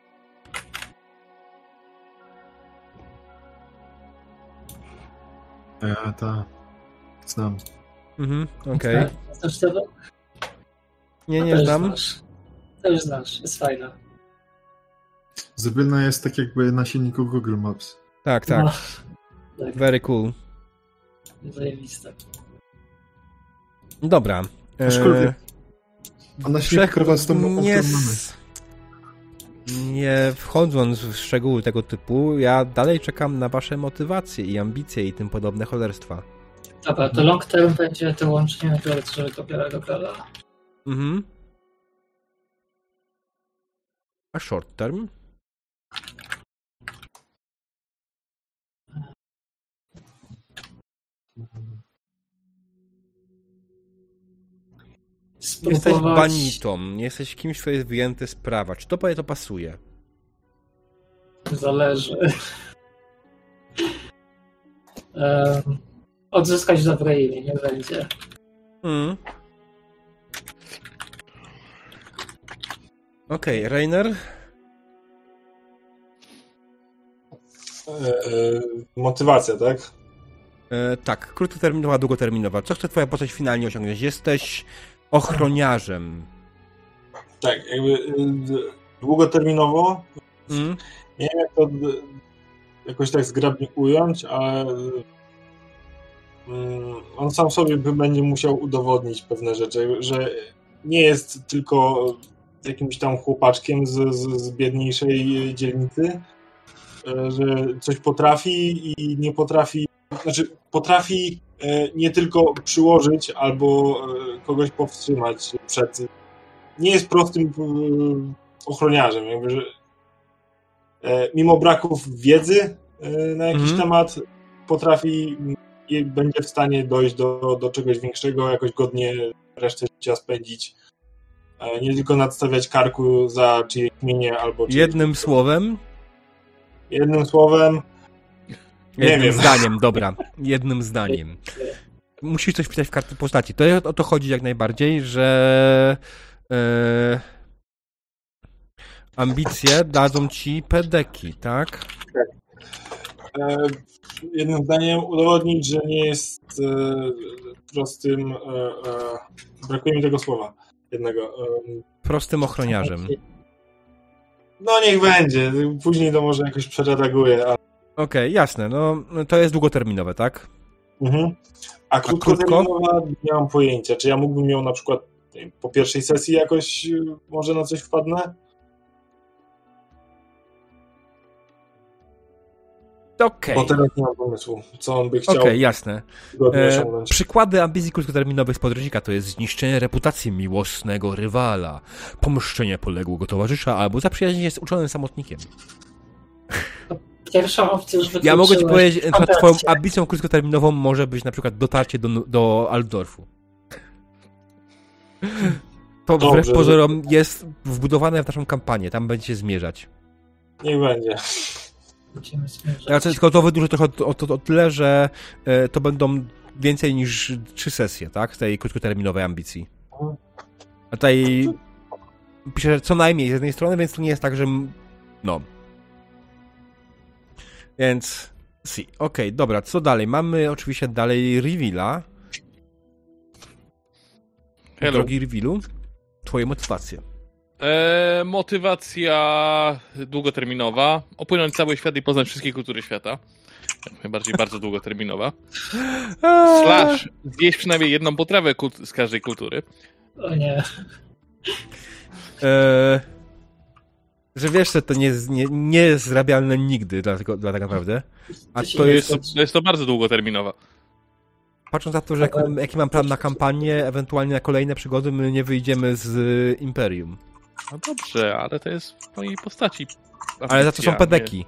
Ja, ta. Znam. Mhm, okej. Okay. Znasz tego? Nie, nie znam. Znasz. To już znasz, jest fajna. Zrobiona jest tak jakby na silniku Google Maps. Tak, tak. No, tak. Very cool. Zajebiste. Dobra. Aczkolwiek. A na silniku krawa z tą mapą nie, mamy. nie wchodząc w szczegóły tego typu, ja dalej czekam na wasze motywacje i ambicje i tym podobne cholerstwa. Dobra, to long term będzie to łącznie do, do Białego Grala. Mhm. A short term? Spróbować... Jesteś banitą, jesteś kimś, kto jest wyjęty z prawa. Czy to to pasuje? Zależy. um, odzyskać dobre imię, nie będzie. Mm. Okej, okay, Rainer? E, e, motywacja, tak? E, tak, krótkoterminowa, długoterminowa. Co chce twoja postać finalnie osiągnąć? Jesteś ochroniarzem. Tak, jakby e, długoterminowo. Mm. Nie wiem, jak to jakoś tak zgrabnie ująć, ale mm, on sam sobie będzie musiał udowodnić pewne rzeczy, że nie jest tylko jakimś tam chłopaczkiem z, z, z biedniejszej dzielnicy, że coś potrafi i nie potrafi, znaczy potrafi nie tylko przyłożyć albo kogoś powstrzymać przed... Nie jest prostym ochroniarzem, jakby, że mimo braków wiedzy na jakiś mm. temat potrafi i będzie w stanie dojść do, do czegoś większego, jakoś godnie resztę życia spędzić. Nie tylko nadstawiać karku za czyjeś mienie albo... Jednym słowem? Jednym słowem... Nie Jednym wiem. zdaniem, dobra. Jednym zdaniem. Musisz coś wpisać w karty postaci. To o to chodzi jak najbardziej, że e, ambicje dadzą ci pedeki, tak? Tak. E, jednym zdaniem udowodnić, że nie jest e, prostym... E, e, brakuje mi tego słowa. Jednego. E, Prostym ochroniarzem. No niech będzie. Później to może jakoś przereaguje. Ale... Okej, okay, jasne. No to jest długoterminowe, tak? Mhm. A krótkoterminowa nie mam pojęcia. Czy ja mógłbym ją na przykład nie wiem, po pierwszej sesji jakoś może na coś wpadnę? Okej. Bo teraz nie mam pomysłu, co on by chciał. Okej, okay, jasne. E, przykłady ambicji krótkoterminowych z podróżnika to jest zniszczenie reputacji miłosnego rywala, pomszczenie poległego towarzysza albo zaprzyjaźnienie z uczonym samotnikiem. Pierwszą opcję już Ja mogę ci powiedzieć, że twoją ambicją krótkoterminową może być na przykład dotarcie do, do Altdorfu. To Dobrze. Wbrew pozorom jest wbudowane w naszą kampanię, tam będziecie zmierzać. Niech będzie. Będziemy zmierzać. Ja tylko to wydłużę trochę o, o, o tyle, że y, to będą więcej niż trzy sesje, tak? Tej krótkoterminowej ambicji. A tutaj piszę, że co najmniej z jednej strony, więc to nie jest tak, że no. Więc si, okej, okay, dobra, co dalej? Mamy oczywiście dalej Reveala. Hello. Drogi Revealu, twoje motywacje. E, motywacja długoterminowa. Opłynąć cały świat i poznać wszystkie kultury świata. Jak najbardziej bardzo długoterminowa. Slash zjeść przynajmniej jedną potrawę kult- z każdej kultury. O nie. E, że wiesz, że to nie jest, nie, nie jest zrabialne nigdy dla, tego, dla tak naprawdę. A to To jest... jest to, to jest to bardzo długoterminowa. patrząc na to, że jak, jaki mam plan na kampanię, ewentualnie na kolejne przygody, my nie wyjdziemy z Imperium. No dobrze, ale to jest w mojej postaci. Ale za to są pedeki.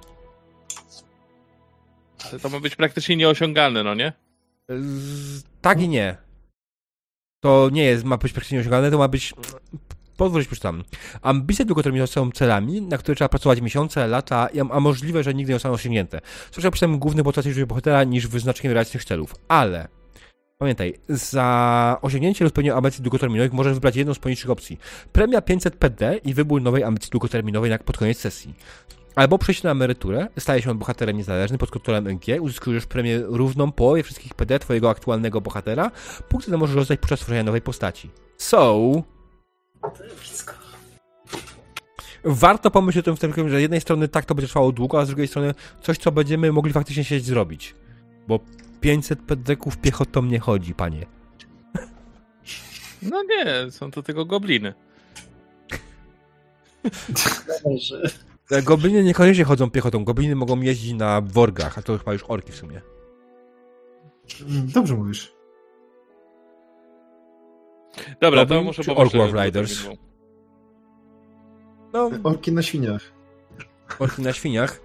Nie... To ma być praktycznie nieosiągalne, no nie? Z... Tak i nie. To nie jest, ma być praktycznie nieosiągalne, to ma być... Pozwolić już tam. Ambicje długoterminowe są celami, na które trzeba pracować miesiące, lata, a możliwe, że nigdy nie zostaną osiągnięte. Co trzeba przy tym główny postaci życia bohatera niż wyznaczenie realizacji tych celów. Ale pamiętaj, za osiągnięcie lub spełnienie ambicji długoterminowych możesz wybrać jedną z poniższych opcji. Premia pięćset P D i wybór nowej ambicji długoterminowej pod koniec sesji. Albo przejść na emeryturę, staje się bohaterem niezależnym pod kontrolą N G, uzyskujesz premię równą połowie wszystkich P D twojego aktualnego bohatera, punkty te możesz rozdać podczas tworzenia nowej postaci. So... Warto pomyśleć o tym, że z jednej strony tak to będzie trwało długo, a z drugiej strony coś, co będziemy mogli faktycznie siedzieć zrobić. Bo pięćset pedeków piechotą nie chodzi, panie. No nie, są to tylko gobliny. Gobliny niekoniecznie chodzą piechotą, gobliny mogą jeździć na worgach, a to chyba już orki w sumie. Dobrze mówisz. Dobra, Goblin to muszę czy popatrzeć. Orc Riders? No, orki na świniach. Orki na świniach.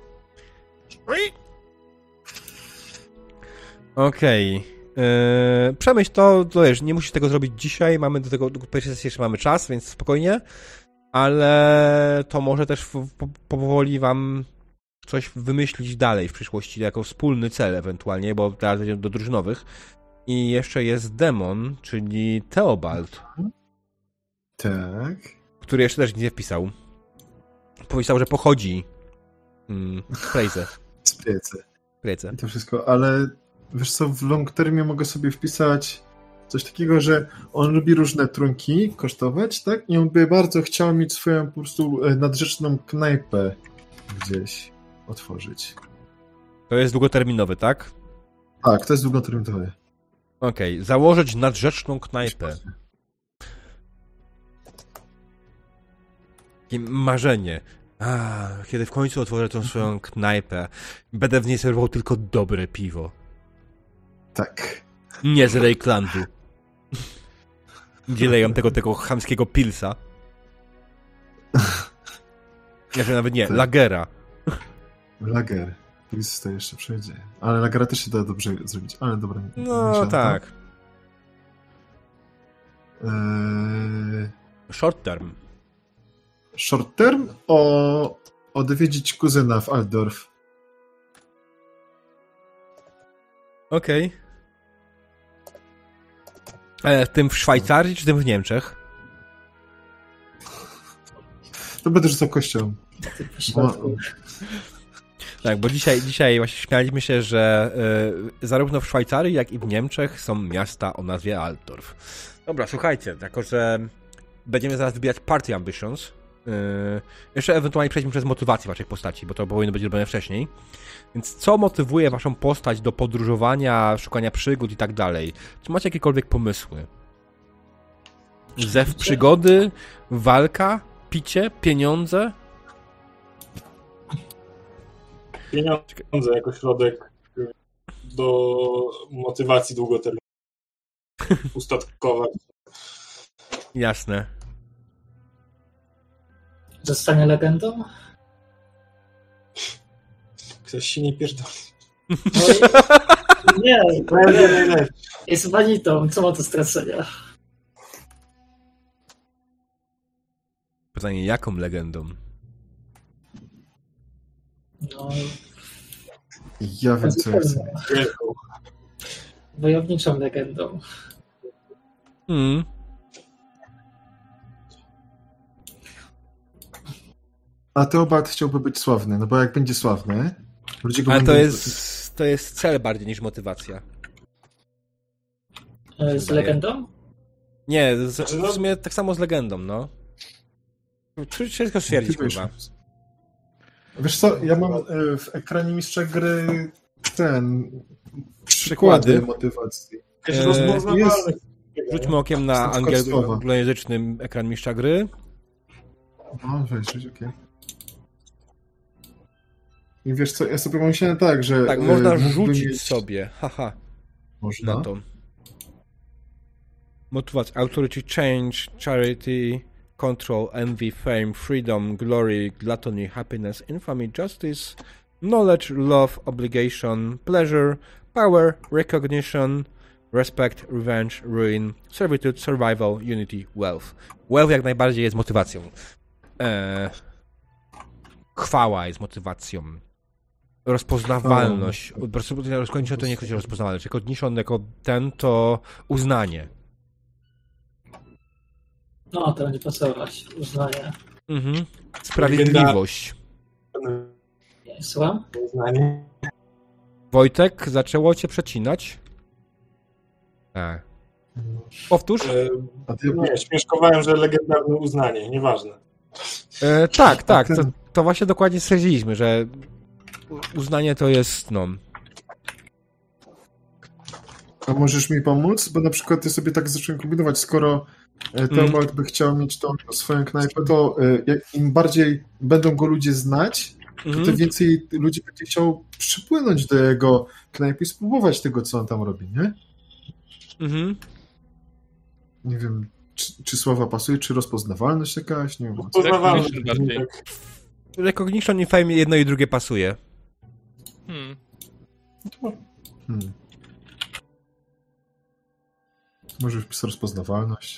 Okej. Okay. Yy, przemyśl to, to wiesz, nie musisz tego zrobić dzisiaj, mamy do tego, do pierwszej sesji jeszcze mamy czas, więc spokojnie, ale to może też w, po, powoli wam coś wymyślić dalej w przyszłości, jako wspólny cel ewentualnie, bo teraz będziemy do drużynowych. I jeszcze jest demon, czyli Theobald. Tak. Który jeszcze też nie wpisał. Powiedział, że pochodzi mm, w Prejce. Z Prejce. Prejce. I to wszystko, ale wiesz co, w long termie mogę sobie wpisać coś takiego, że on lubi różne trunki kosztować, tak? I on by bardzo chciał mieć swoją po prostu nadrzeczną knajpę gdzieś otworzyć. To jest długoterminowy, tak? Tak, to jest długoterminowy. Okej, okay. Założyć nadrzeczną knajpę. Takie marzenie. A, kiedy w końcu otworzę tą swoją knajpę, będę w niej serwował tylko dobre piwo. Tak. Nie z Reiklandu. Gdzie leją tego, tego chamskiego pilsa. Ja nawet nie, tak. Lagera. Lager. Pils to jeszcze przejdzie. Ale Lagera też się da dobrze zrobić. Ale dobra. No tak. Eee... Short term. Short term? O... Odwiedzić kuzyna w Altdorf. Okej. Okay. Ale tym w Szwajcarii, czy tym w Niemczech? To będę rzucał kością. Bo... Tak, bo dzisiaj, dzisiaj właśnie śmialiśmy się, że y, zarówno w Szwajcarii, jak i w Niemczech są miasta o nazwie Altdorf. Dobra, słuchajcie, jako że będziemy zaraz wybierać Party Ambitions, y, jeszcze ewentualnie przejdźmy przez motywację waszych postaci, bo to powinno być robione wcześniej. Więc co motywuje waszą postać do podróżowania, szukania przygód i tak dalej? Czy macie jakiekolwiek pomysły? Zew przygody, walka, picie, pieniądze? Pieniądze jako środek do motywacji długoterminowej. Ustatkować. Jasne. Zostanie legendą? Ktoś się nie pierdoli. No, nie, Będzie najlepszy. jest wanitą. Co ma do stracenia? Pytanie, jaką legendą? No, ja wiem, co jest. Wojowniczą legendą. Hmm. A Theobald chciałby być sławny, no bo jak będzie sławny, ludzie go Ale będą... to jest, to jest cel bardziej niż motywacja. Z legendą? Nie, z, w sumie tak samo z legendą, no. Ciężko stwierdzić, kurwa. Wiesz co, ja mam w ekranie mistrza gry ten... Przykłady, przykłady motywacji. Eee, jest... Rzućmy okiem na angielskojęzyczny ekran mistrza gry. No, weź, okej. Okay. I wiesz co, ja sobie pomyślałem tak, że... Tak, można mógłbym rzucić mieć... sobie, haha, można? na to. motywacja, authority, change, charity, control, envy, fame, freedom, glory, gluttony, happiness, infamy, justice, knowledge, love, obligation, pleasure, power, recognition, respect, revenge, ruin, servitude, survival, unity, wealth. Wealth jak najbardziej jest motywacją. Eee, chwała jest motywacją. Rozpoznawalność. Rozkończę to nie chodzi o rozpoznawalność. Jako niszon, jako ten, to uznanie. No, to będzie pasować. Uznanie. Mhm. Sprawiedliwość. Słucham? Uznanie. Wojtek, zaczęło cię przecinać? Tak. Powtórz? E, A ty, nie, śmieszkowałem, że legendarne uznanie, nieważne. E, tak, tak. To, to właśnie dokładnie stwierdziliśmy, że uznanie to jest, no... a możesz mi pomóc? Bo na przykład ja sobie tak zacząłem kombinować, skoro Teobald by chciał mieć tą swoją knajpę, to jak im bardziej będą go ludzie znać, to Mhm. tym więcej ludzi będzie chciał przypłynąć do jego knajpy i spróbować tego, co on tam robi, nie? Mhm. Nie wiem, czy, czy słowa pasuje, czy rozpoznawalność jakaś, nie wiem. co. Poznawałem, myślę bardziej. tak. Recognition i fame jedno i drugie pasuje. Hmm. Hmm. Może wpis rozpoznawalność.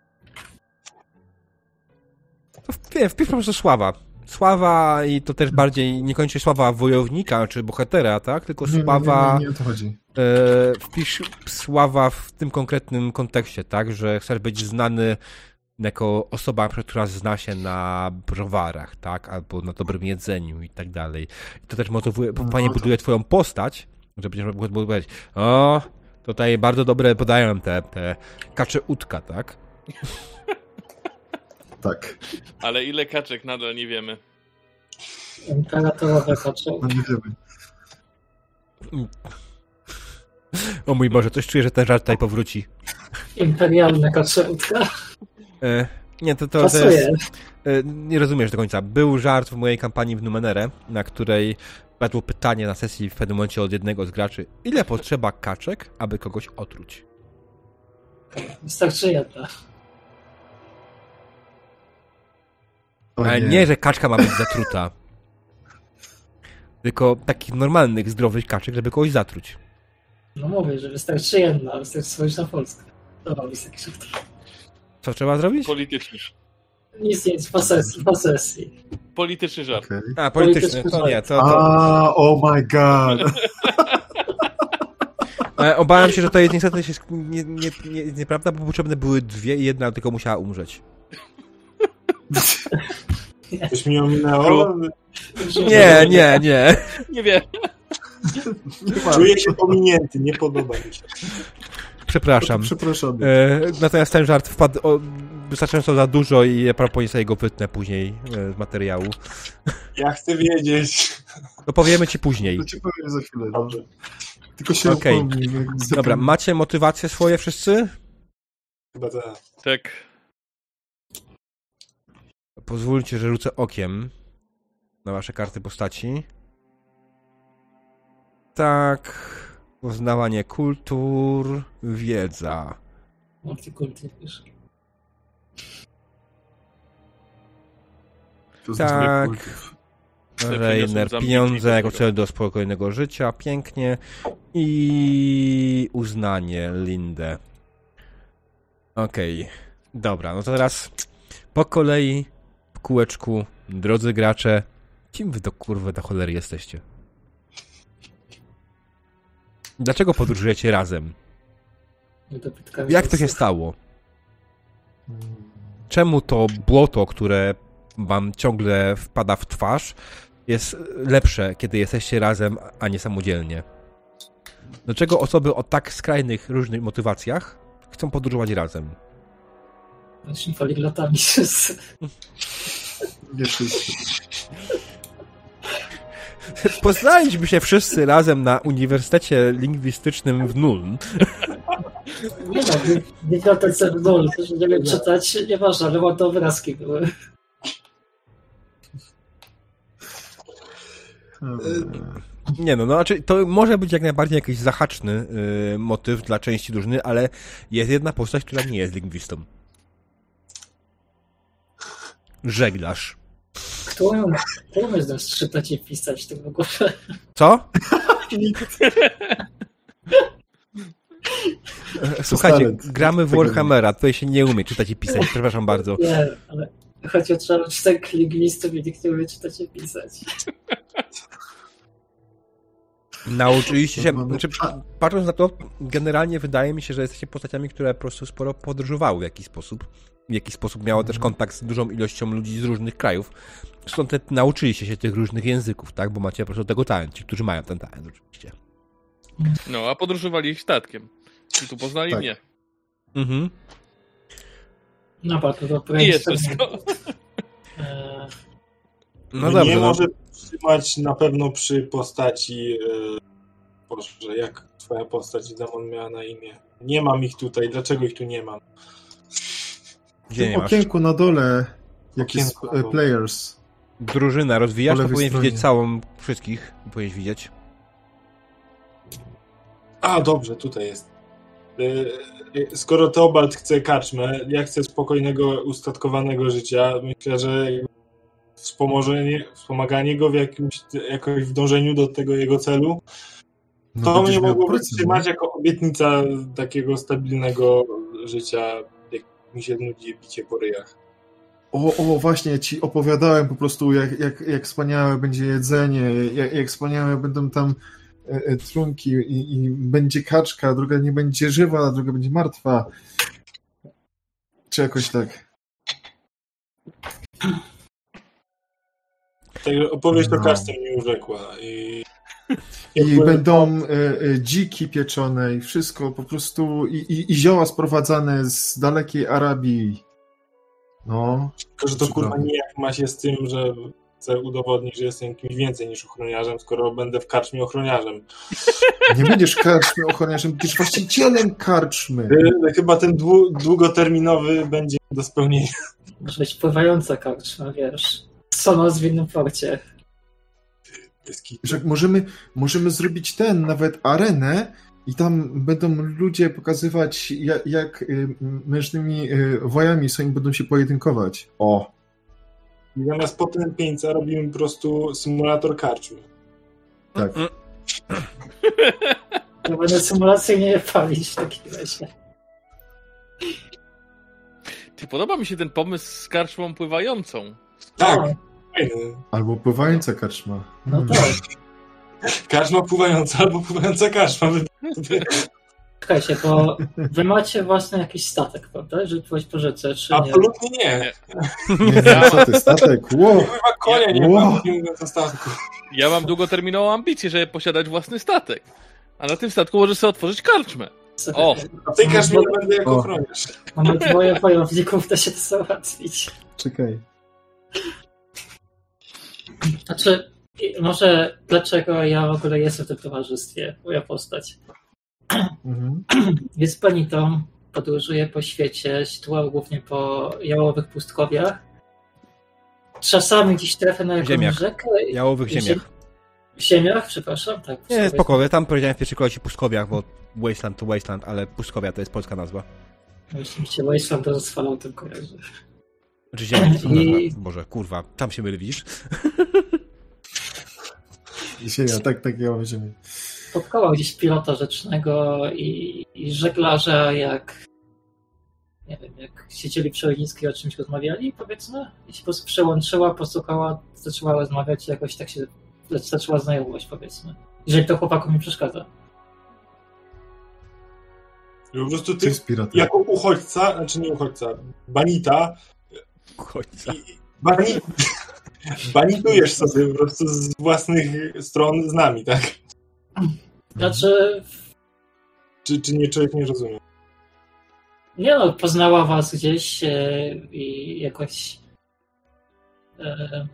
To w, nie, wpisz po prostu sława. Sława i to też bardziej nie kończy sława wojownika czy bohatera, tak? Tylko Nie, nie, sława... nie, nie, nie o to chodzi. E, wpisz sława w tym konkretnym kontekście, tak? Że chcesz być znany jako osoba, która zna się na browarach, tak? Albo na dobrym jedzeniu i tak dalej. I to też motywuje, No, fajnie to- buduje twoją postać, że będziesz mógł powiedzieć, o, tutaj bardzo dobre podają te, te kacze udka, tak? Tak. Ale ile kaczek nadal nie wiemy. Imperatorowe kacze. No nie wiemy. O mój Boże, coś czuję, że ten żart tutaj powróci. Imperialne kaczeutka. E, nie, to, to, to Pasuje. jest... E, nie rozumiesz do końca. Był żart w mojej kampanii w Numenere, na której padło pytanie na sesji w pewnym momencie od jednego z graczy. Ile potrzeba kaczek, aby kogoś otruć? Wystarczy jedna. O Ale nie, że kaczka ma być zatruta. Tylko takich normalnych, zdrowych kaczek, żeby kogoś zatruć. No mówię, że wystarczy jedna, wystarczy spojrzeć na Polskę. To robi taki żart. Co trzeba zrobić? Polityczny. Nic, nic, po sesji, po sesji. Polityczny żart. Okej. A, polityczny, to nie, to... to... A, oh my god. E, obawiam się, że to jest niestety się, nie, nie, nie, nieprawda, bo potrzebne były dwie i jedna tylko musiała umrzeć. Coś mi ominęło. Nie, nie, nie. Nie wiem. Czuję się pominięty, nie podoba mi się. Przepraszam. Przepraszam. E, natomiast ten żart wpadł o, wystarczająco za dużo i ja proponuję sobie go wytnę później e, z materiału. Ja chcę wiedzieć. To powiemy ci później. To ci powiem za chwilę. Dobrze. Tylko się Okej. upomnij, jak Dobra, zapomnę. macie motywacje swoje wszyscy? Chyba tak. Tak. Pozwólcie, że rzucę okiem na wasze karty postaci. Tak. Poznawanie kultur, wiedza. Multikulti, wiesz. To Tak. znaczy kultów. Reiner, Zambiki, pieniądze jako tego. cel do spokojnego życia, pięknie. I uznanie, Lindę. Okej, dobra, no to teraz po kolei, w kółeczku, drodzy gracze, kim wy do kurwy do cholery jesteście? Dlaczego podróżujecie razem? Dobytkami Jak to się stało? Czemu to błoto, które wam ciągle wpada w twarz, jest lepsze, kiedy jesteście razem, a nie samodzielnie? Dlaczego osoby o tak skrajnych, różnych motywacjach chcą podróżować razem? Właśnie poliglotami wszyscy. Nie wszyscy. Poznaliśmy się wszyscy razem na Uniwersytecie Lingwistycznym w Nuln. Nie no, w bibliotece w dole, też nie wiem czytać, nieważne, ale ładne obrazki były. Nie no, no znaczy to może być jak najbardziej jakiś zahaczny yy, motyw dla części drużyny, ale jest jedna postać, która nie jest lingwistą. Żeglarz. Którą, którą zamiast czytać i pisać w tym ogóle? Co? Nikt. Słuchajcie, talent. gramy w Tego Warhammera, tutaj się nie umie czytać i pisać, przepraszam bardzo. Nie, ale chodzi o trzeba czterech lingwistów i nikt nie umie czytać i pisać. Nauczyliście się, Mamy- znaczy, patrząc na to, generalnie wydaje mi się, że jesteście postaciami, które po prostu sporo podróżowały w jakiś sposób. W jakiś sposób miało też kontakt z dużą ilością ludzi z różnych krajów. Stąd te, nauczyliście się tych różnych języków, tak? Bo macie po prostu tego talent, ci, którzy mają ten talent oczywiście. No, a podróżowali statkiem. I tu poznali Tak. mnie. Mhm. No bo to to I jest wszystko. E, No nie dobrze, no. może trzymać na pewno przy postaci. Yy, Boże, jak twoja postać demon miała na imię? Nie mam ich tutaj, dlaczego ich tu nie mam? W Gdzie nie tym masz? okienku na dole, jak jest Okienku na e, dole. players. Drużyna rozwijasz, Po to lewej powinieneś stronie. widzieć całą, wszystkich powinieneś widzieć. A, dobrze, tutaj jest. Yy, Skoro Teobald chce karczmę, ja chcę spokojnego, ustatkowanego życia. Myślę, że wspomożenie, wspomaganie go w jakimś jakoś w dążeniu do tego jego celu, No, to będziesz mnie miał mogłoby procent, trzymać nie? jako obietnica takiego stabilnego życia, jak mi się nudzi bicie po ryjach. O, o, właśnie, ci opowiadałem po prostu, jak, jak, jak wspaniałe będzie jedzenie, jak, jak wspaniałe będą tam e, e, trunki i, i będzie kaczka, druga nie będzie żywa, druga będzie martwa. Czy jakoś tak. Także opowieść No. o kaszce mnie urzekła. I, I jakby- będą e, e, dziki pieczone i wszystko po prostu, i, i, i zioła sprowadzane z dalekiej Arabii. No, Tylko, że to kurwa Cudownie. nijak ma się z tym, że chcę udowodnić, że jestem kimś więcej niż ochroniarzem, skoro będę w karczmie ochroniarzem. nie będziesz karczmy ochroniarzem, będziesz właścicielem karczmy. Y, Chyba ten dłu- długoterminowy będzie do spełnienia. może być pływająca karczma, wiesz. Sonos w innym porcie. Bez kitu. Że możemy, możemy zrobić ten, nawet arenę i tam będą ludzie pokazywać, jak, jak y, mężnymi y, wojami swoimi będą się pojedynkować. O, I zamiast potępieńca robimy po prostu symulator karczmy. tak. Ja będę symulacyjnie bawić w takim razie. Ty, podoba mi się ten pomysł z karczmą pływającą. Tak, O, fajny. Albo pływająca karczma. no Hmm. tak. Karczma pływająca albo pływająca karczma. Czekajcie, bo wy macie własny jakiś statek, prawda? Żeby pływać po rzece, czy nie? Absolutnie nie. Nie, nie, co ty, statek? Wow. Chyba konia nie Wow. ma w statku. Ja mam długoterminową ambicję, żeby posiadać własny statek. A na tym statku możesz sobie otworzyć karczmę. Sobie- O. A w tej karczmie nie będę jako O. ochroniarz. Mamy dwoje wojowników, da się to załatwić. Czekaj. Znaczy, i może dlaczego ja w ogóle jestem w tym towarzystwie, moja postać. Mhm. Jest planetą, podróżuje po świecie, situował głównie po jałowych pustkowiach. Czasami gdzieś trafia na jakąś Ziemiach. rzekę. Jałowych Ziem- ziemiach. W ziemiach, przepraszam, tak. Nie, pustkowie. spokojnie, tam powiedziałem w pierwszej kolejności pustkowiach, bo Wasteland to Wasteland, ale pustkowia to jest polska nazwa. Oczywiście Wasteland to z Falloutem kojarzy. Znaczy ziemia, to I- nazwa. Boże, kurwa, tam się myli, widzisz? Ziemia, tak, tak, ja mam ziemię. Spotkała gdzieś pilota rzecznego i, i żeglarza, jak nie wiem, jak siedzieli przy ognisku o czymś rozmawiali, powiedzmy, i się po prostu przełączyła, posłuchała, zaczęła rozmawiać i jakoś tak się zaczęła znajomość, powiedzmy. Jeżeli to chłopakom nie przeszkadza. I po prostu To ty jest piratem. jako uchodźca, znaczy nie uchodźca, banita, Końca. bani, banitujesz sobie po prostu z własnych stron z nami, tak? Znaczy, Czy, czy nie, człowiek nie rozumie? nie no, poznała was gdzieś e, i jakoś e,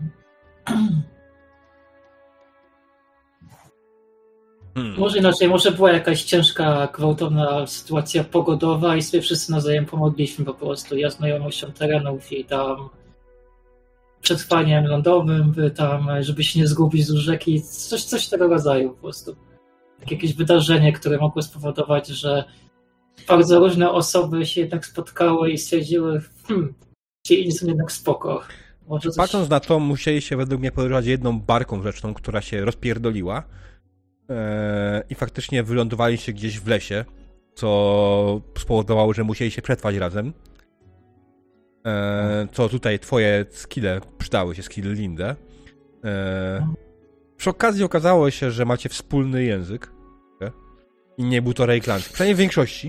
Hmm. może inaczej, może była jakaś ciężka, gwałtowna sytuacja pogodowa i sobie wszyscy nawzajem pomogliśmy po prostu. Ja znajomością terenów i tam przetrwaniem lądowym, by tam, żeby się nie zgubić z rzeki, coś, coś tego rodzaju po prostu. Tak jakieś wydarzenie, które mogło spowodować, że bardzo różne osoby się jednak spotkały i stwierdziły, hmm, ci inni są jednak spoko. Może coś... Patrząc na to, musieli się według mnie podróżować jedną barką rzeczną, która się rozpierdoliła eee, i faktycznie wylądowali się gdzieś w lesie, co spowodowało, że musieli się przetrwać razem. Eee, co tutaj twoje skille przydały się, skill Lindę. Eee, przy okazji okazało się, że macie wspólny język i nie był to rejklandzki, przynajmniej w większości.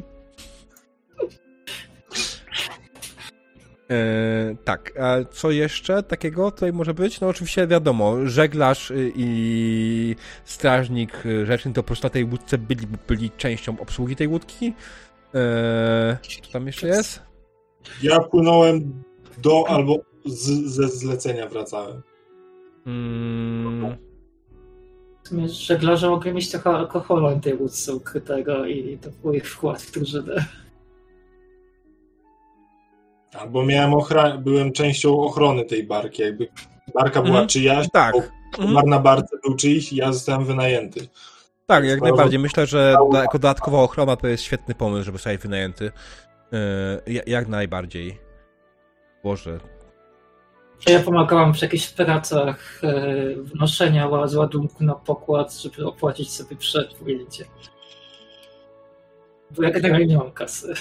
Eee, tak, a co jeszcze takiego tutaj może być? No oczywiście wiadomo, żeglarz i strażnik rzeczny to po prostu na tej łódce byli, byli częścią obsługi tej łódki. Eee, co tam jeszcze jest? Ja płynąłem do albo z, ze zlecenia wracałem. Hmm. W sumie żeglarze mogli mieć trochę alkoholu na tej łódce ukrytego i to był ich wkład w drużynę. Albo miałem ochra- byłem częścią ochrony tej barki. Jakby barka była Mhm. czyjaś, Tak. Mar na barce był czyjś i ja zostałem wynajęty. Tak, jak najbardziej. Myślę, że do, jako dodatkowa ochrona to jest świetny pomysł, żeby zostać wynajęty. Yy, jak najbardziej. Boże. Ja pomagałam przy jakichś pracach e, wnoszenia z ładunku na pokład, żeby opłacić sobie przepłynięcie. Bo ja generalnie nie mam kasy.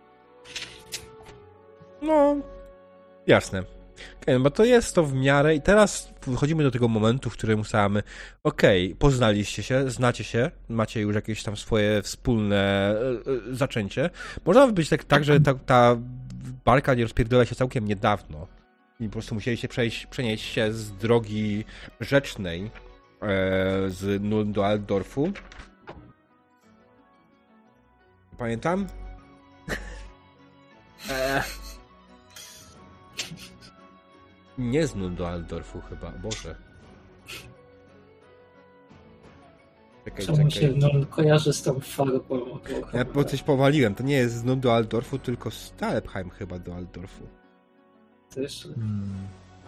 No, jasne. Okay, no bo to jest to w miarę i teraz wchodzimy do tego momentu, w którym ustalamy, okej, okay, poznaliście się, znacie się, macie już jakieś tam swoje wspólne e, zaczęcie. Można by być tak, tak że ta, ta barka nie rozpierdoliła się całkiem niedawno i po prostu musieli się przejść, przenieść się z drogi rzecznej e, z Nuln do Altdorfu. Pamiętam? eee. Nie z Nuln do Altdorfu chyba, Boże. Czekaj, Czemu czekaj. się no, kojarzy z tą farbą? Ja bo coś powaliłem. To nie jest z Nuln do Altdorfu, tylko z Talebheim chyba do Altdorfu. Też. Hmm.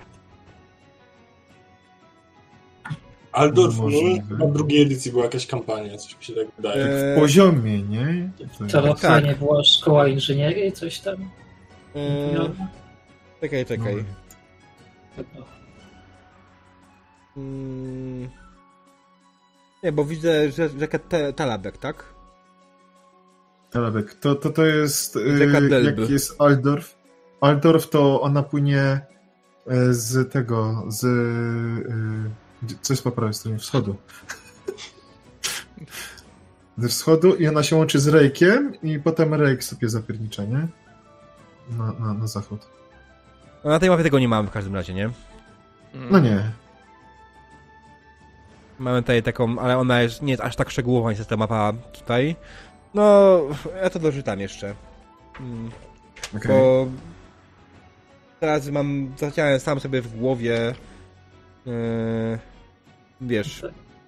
Aldorf, Możliwe. no, na drugiej edycji była jakaś kampania, coś mi się tak wydaje. Eee, W poziomie, nie? To To na tak. nie była szkoła inżynierii, coś tam? eee, czekaj, czekaj. Chyba. Mm, nie, bo widzę, że rzekę Te- Talabek, tak? Talabek. To, to, to jest, Rzeka yy, Delby. jak jest Altdorf. Altdorf to ona płynie yy, z tego, z... Yy, co jest po prawej stronie? Wschodu. Ze wschodu i ona się łączy z Rejkiem i potem Rejk sobie zapiernicza, nie? Na, na, na zachód. No, na tej mapie tego nie mamy w każdym razie, nie? No nie. Mamy tutaj taką, ale ona jest, nie jest aż tak szczegółowa, jest ta mapa tutaj. No, ja to doczytam jeszcze. Mm, Okay. Bo teraz mam, zaciąłem sam sobie w głowie yy, wiesz,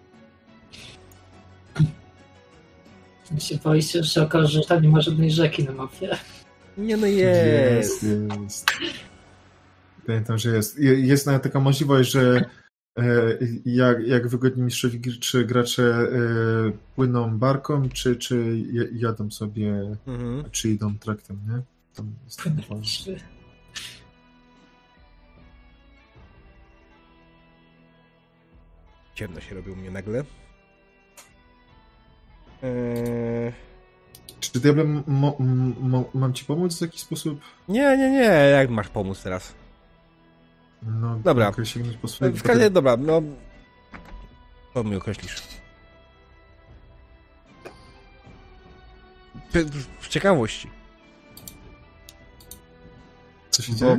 Się boi się, że okaże, że tam nie ma żadnej rzeki na mapie. nie no jest. Jest, jest. Pamiętam, że jest. Je- Jest nawet taka możliwość, że e, jak, jak wygodniej mistrzowi gry, czy gracze e, płyną barką, czy, czy je- jadą sobie, Mhm. czy idą traktem, nie? Tam jest taka możliwość. Ciemno się robi u mnie nagle. Yy, Czy to ja bym, mo, mo, mam ci pomóc w jakiś sposób? nie, nie, nie, jak masz pomóc teraz? No, Dobra. mogę sięgnąć po swoje... W każdym razie, dobra, no... Co mi określisz? Ty- W ciekawości. Co się Bo- dzieje?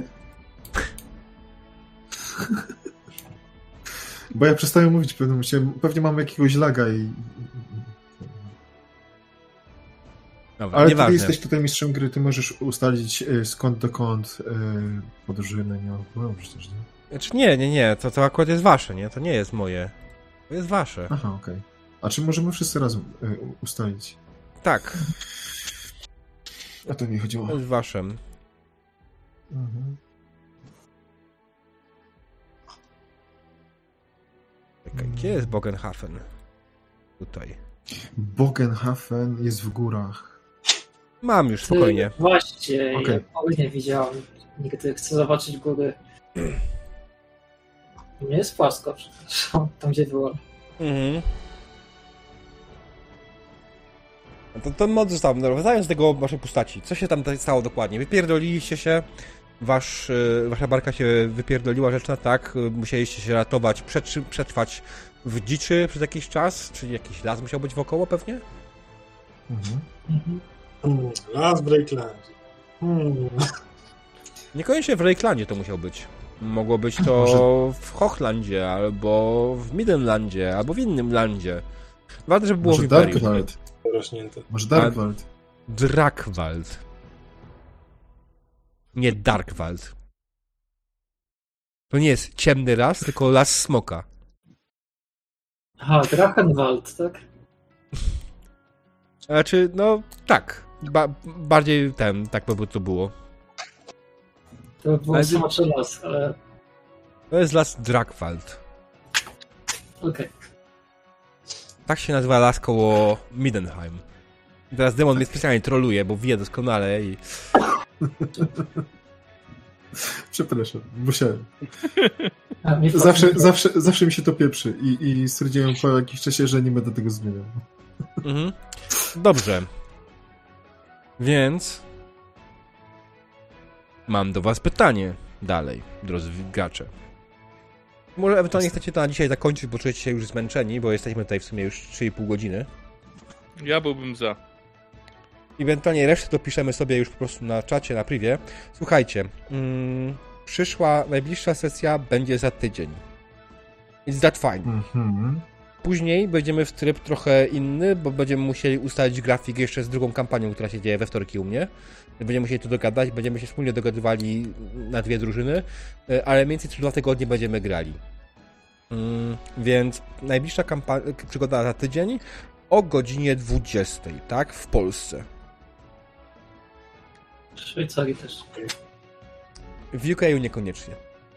Bo ja przestałem mówić w pewnym momencie. Pewnie mam jakiegoś laga i... Dobra, Ale ty nieważne. jesteś tutaj mistrzem gry, ty możesz ustalić e, skąd dokąd e, podróżujemy, nie mam problemu przecież, nie? Znaczy nie, nie, nie, to, to akurat jest wasze, nie? To nie jest moje. To jest wasze. Aha, okej. A czy możemy wszyscy razem e, ustalić? Tak, O to mi chodziło. to jest wasze. Mhm. Czekaj, gdzie jest Bogenhafen? Tutaj. Bogenhafen jest w górach. Mam już, spokojnie. Ty, właśnie, Okej. ja góry nie widziałem. Nigdy chcę zobaczyć góry. Nie jest płasko, przepraszam, tam gdzie było. Mhm. No to ten mod został. No, wracając do tego waszej postaci. Co się tam stało dokładnie? Wypierdoliliście się, wasz, wasza barka się wypierdoliła rzeczna, tak? Musieliście się ratować, przetrzy, przetrwać w dziczy przez jakiś czas? Czy jakiś las musiał być wokoło pewnie? Mhm. Mhm. Hmm, Las Breakland. Hmm. Niekoniecznie w Lakelandzie to musiał być. Mogło być to Może- w Hochlandzie, albo w Midenlandzie, albo w innym landzie. Ważne, żeby było w Może Imperium. Darkwald. Porośnięte. Może Darkwald. Drakwald. Nie Darkwald. To nie jest ciemny las, tylko las smoka. Aha, Drachenwald, tak? Znaczy, no tak. Ba- bardziej ten, tak by to było. To by był Ale- smoczy las, ale To jest las Drakwald. okej. Tak się nazywa las koło Midenheim. I teraz demon mnie specjalnie troluje, bo wie doskonale i... Przepraszam, musiałem. A mi Zawsze, fascynuje- zawsze, zawsze mi się to pieprzy i, i stwierdziłem po jakimś czasie, że nie będę tego zmieniał. Mhm. Dobrze. Więc... Mam do was pytanie dalej, drodzy gracze. Może ewentualnie chcecie to na dzisiaj zakończyć, bo czujecie się już zmęczeni, bo jesteśmy tutaj w sumie już trzy i pół godziny. Ja byłbym za. Ewentualnie resztę dopiszemy sobie już po prostu na czacie, na privie. Słuchajcie, mm, przyszła, najbliższa sesja będzie za tydzień. It's that fine. Mhm. Później będziemy w tryb trochę inny, bo będziemy musieli ustalić grafik jeszcze z drugą kampanią, która się dzieje we wtorki u mnie. Będziemy musieli to dogadać, będziemy się wspólnie dogadywali na dwie drużyny, ale mniej więcej co dwa tygodnie będziemy grali. Mm, więc najbliższa kampa- przygoda za tydzień o godzinie dwudziestej, tak? W Polsce. W Szwajcarii też. W U K niekoniecznie.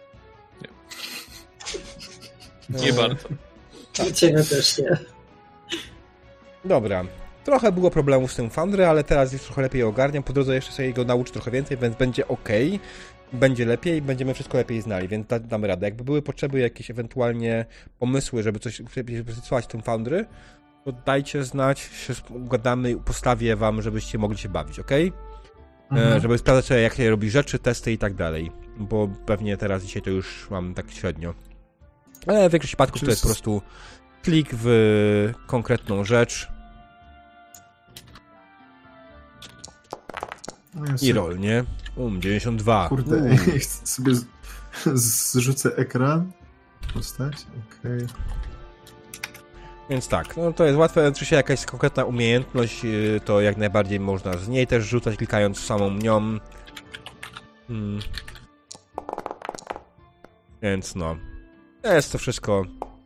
Nie E, bardzo. U ciebie też nie. Dobra. Trochę było problemów z tym Foundry, ale teraz już trochę lepiej ogarniam. Po drodze jeszcze sobie go nauczę trochę więcej, więc będzie ok. Będzie lepiej i będziemy wszystko lepiej znali, więc da, damy radę. Jakby były potrzeby, jakieś ewentualnie pomysły, żeby coś wysłać tym Foundry, to dajcie znać, się ugadamy, postawię wam, żebyście mogli się bawić, ok? Mhm. E, żeby sprawdzać sobie, jak się robi rzeczy, testy i tak dalej. Bo pewnie teraz dzisiaj to już mam tak średnio. Ale w większości przypadków to jest po prostu klik w konkretną rzecz No ja i sobie- roll, nie? Um, dziewięćdziesiąt dwa. Kurde, Um. sobie z, zrzucę ekran. Postać, okej. Więc tak, no to jest łatwe, czy się jakaś konkretna umiejętność, yy, to jak najbardziej można z niej też rzucać, klikając w samą nią. Hmm. Więc no, jest to wszystko.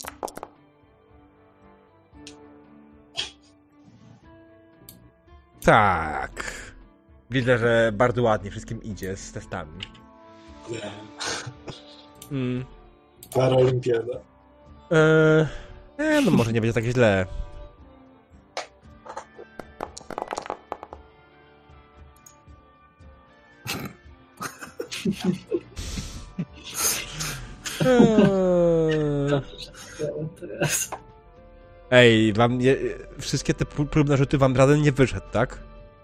Tak. Widzę, że bardzo ładnie wszystkim idzie z testami. Nie. Mm. Paralimpiada. Eee, e, no może nie będzie tak źle. Eee, Dobrze, teraz. ej, wam nie, wszystkie te pró- próbne rzuty wam żaden nie wyszedł, tak?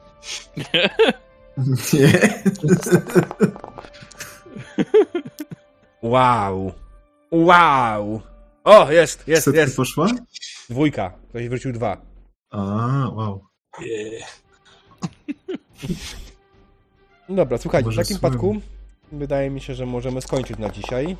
Nie. Wow. Wow. O, jest, jest, Setka jest. poszła? Dwójka. Ktoś wrócił dwa. A, wow. Nie. Dobra, słuchajcie, w Może takim słym. przypadku wydaje mi się, że możemy skończyć na dzisiaj.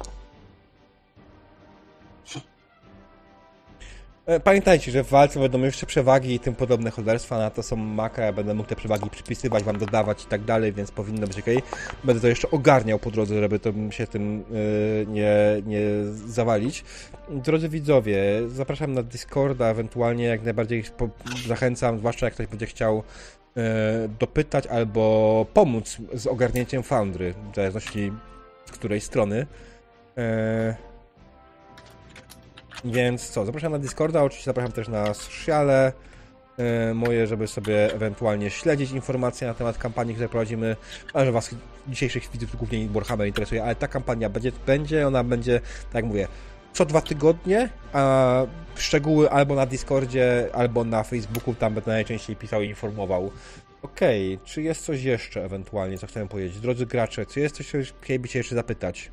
E, Pamiętajcie, że w walce będą jeszcze przewagi i tym podobne cholerstwa, na to są maka, ja będę mógł te przewagi przypisywać, wam dodawać i tak dalej, więc powinno być okej. Będę to jeszcze ogarniał po drodze, żeby to się tym yy, nie, nie zawalić. Drodzy widzowie, zapraszam na Discorda, ewentualnie jak najbardziej po, zachęcam, zwłaszcza jak ktoś będzie chciał yy, dopytać albo pomóc z ogarnięciem Foundry, w zależności z której strony. Yy, Więc co, zapraszam na Discorda, oczywiście zapraszam też na sociale yy, moje, żeby sobie ewentualnie śledzić informacje na temat kampanii, które prowadzimy, a że was dzisiejszych widzów głównie Warhammer interesuje, ale ta kampania będzie, będzie, ona będzie, tak jak mówię, co dwa tygodnie, a szczegóły albo na Discordzie, albo na Facebooku, tam będę najczęściej pisał i informował. Okej, okay, czy jest coś jeszcze ewentualnie, co chciałem powiedzieć? Drodzy gracze, czy jest coś, co chcielibyście jeszcze zapytać?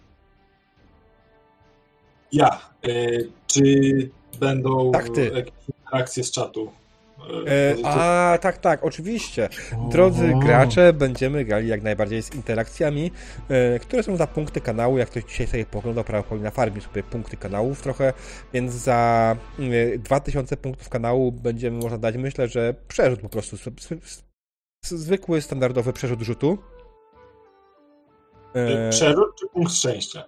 Ja. Y, czy będą tak, ty. jakieś interakcje z czatu? E, a, tak, tak, oczywiście. Drodzy O. gracze, będziemy grali jak najbardziej z interakcjami, e, które są za punkty kanału. Jak ktoś dzisiaj sobie poglądał, prawdopodobnie na farmie sobie punkty kanałów trochę, więc za e, dwa tysiące punktów kanału będziemy, można dać, myślę, że przerzut po prostu. S- s- s- zwykły, standardowy przerzut rzutu. E, Przerzut czy punkt szczęścia?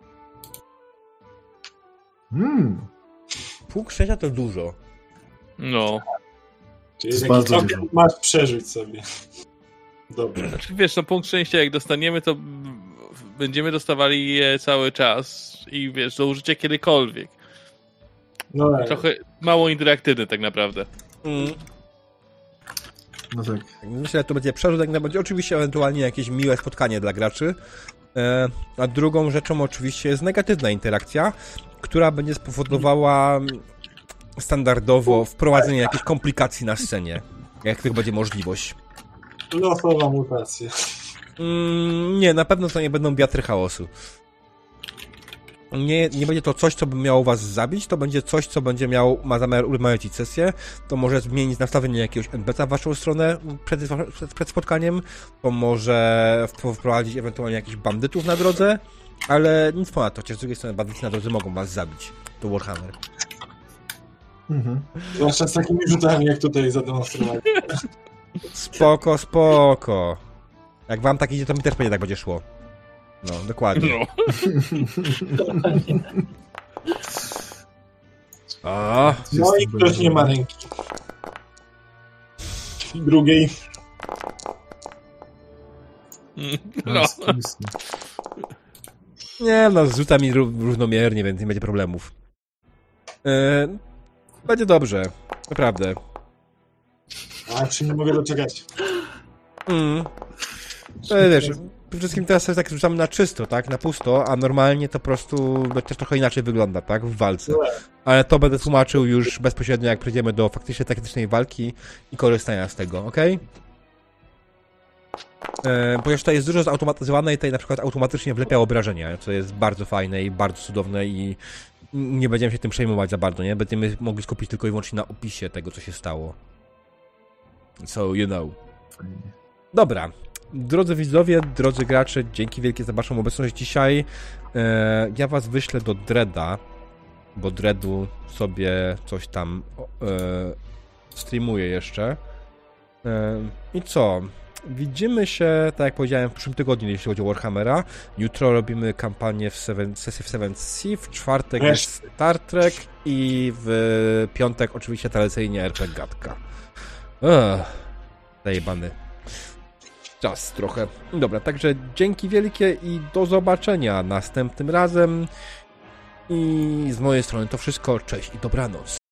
Hmm. punkt szczęścia to dużo. No. Czyli jest taki bardzo token dużo. masz przeżyć sobie. Dobra. Znaczy, wiesz, no punkt szczęścia jak dostaniemy, to będziemy dostawali je cały czas i wiesz, do użycia kiedykolwiek. No, tak. Trochę mało interaktywny tak naprawdę. Mm. No tak. Myślę, że to będzie przerzut, jak będzie oczywiście ewentualnie jakieś miłe spotkanie dla graczy. E, a drugą rzeczą oczywiście jest negatywna interakcja, która będzie spowodowała standardowo wprowadzenie jakichś komplikacji na scenie, jak tylko będzie możliwość. Losowa mutacja. Mm, nie, na pewno to nie będą wiatry chaosu. Nie, nie będzie to coś, co by miało was zabić, to będzie coś, co będzie miał, ma zamiar urozmaicić sesję, to może zmienić nastawienie jakiegoś en pe ce a w waszą stronę przed, przed, przed spotkaniem, to może wprowadzić ewentualnie jakichś bandytów na drodze, ale nic ponad to, chociaż z drugiej strony bandyci na drodze mogą was zabić. To Warhammer. Mhm. Zwłaszcza z takimi rzutami, jak tutaj zademonstrowali. Spoko, spoko. Jak wam tak idzie, to mi też pewnie tak będzie szło. No, dokładnie. No. O, No i ktoś nie ma ręki. Drugiej. No. nie no, zrzuca mi ró- równomiernie, więc nie będzie problemów. Yy, będzie dobrze, naprawdę. A, czy nie mogę doczekać. Mm. To wiesz, przede wszystkim teraz sobie tak rzucamy na czysto, tak, na pusto, a normalnie to po prostu też trochę inaczej wygląda, tak, w walce. Ale to będę tłumaczył już bezpośrednio, jak przejdziemy do faktycznie taktycznej walki i korzystania z tego, okej? E, ponieważ tutaj jest dużo zautomatyzowane i tutaj na przykład automatycznie wlepia obrażenia, co jest bardzo fajne i bardzo cudowne i nie będziemy się tym przejmować za bardzo, nie? Będziemy mogli skupić tylko i wyłącznie na opisie tego, co się stało. So, you know. Dobra. Drodzy widzowie, drodzy gracze, dzięki wielkie za waszą obecność dzisiaj. E, ja was wyślę do Dreada, bo Dreadu sobie coś tam e, streamuje jeszcze. E, I co? Widzimy się, tak jak powiedziałem, w przyszłym tygodniu, jeśli chodzi o Warhammera. Jutro robimy kampanię w Seven, sesję w Seventh Sea, w czwartek jest Star Trek i w piątek oczywiście tradycyjnie er pe gie Gadka. Ugh, zajebany czas trochę. Dobra, także dzięki wielkie i do zobaczenia następnym razem. I z mojej strony to wszystko. Cześć i dobranoc.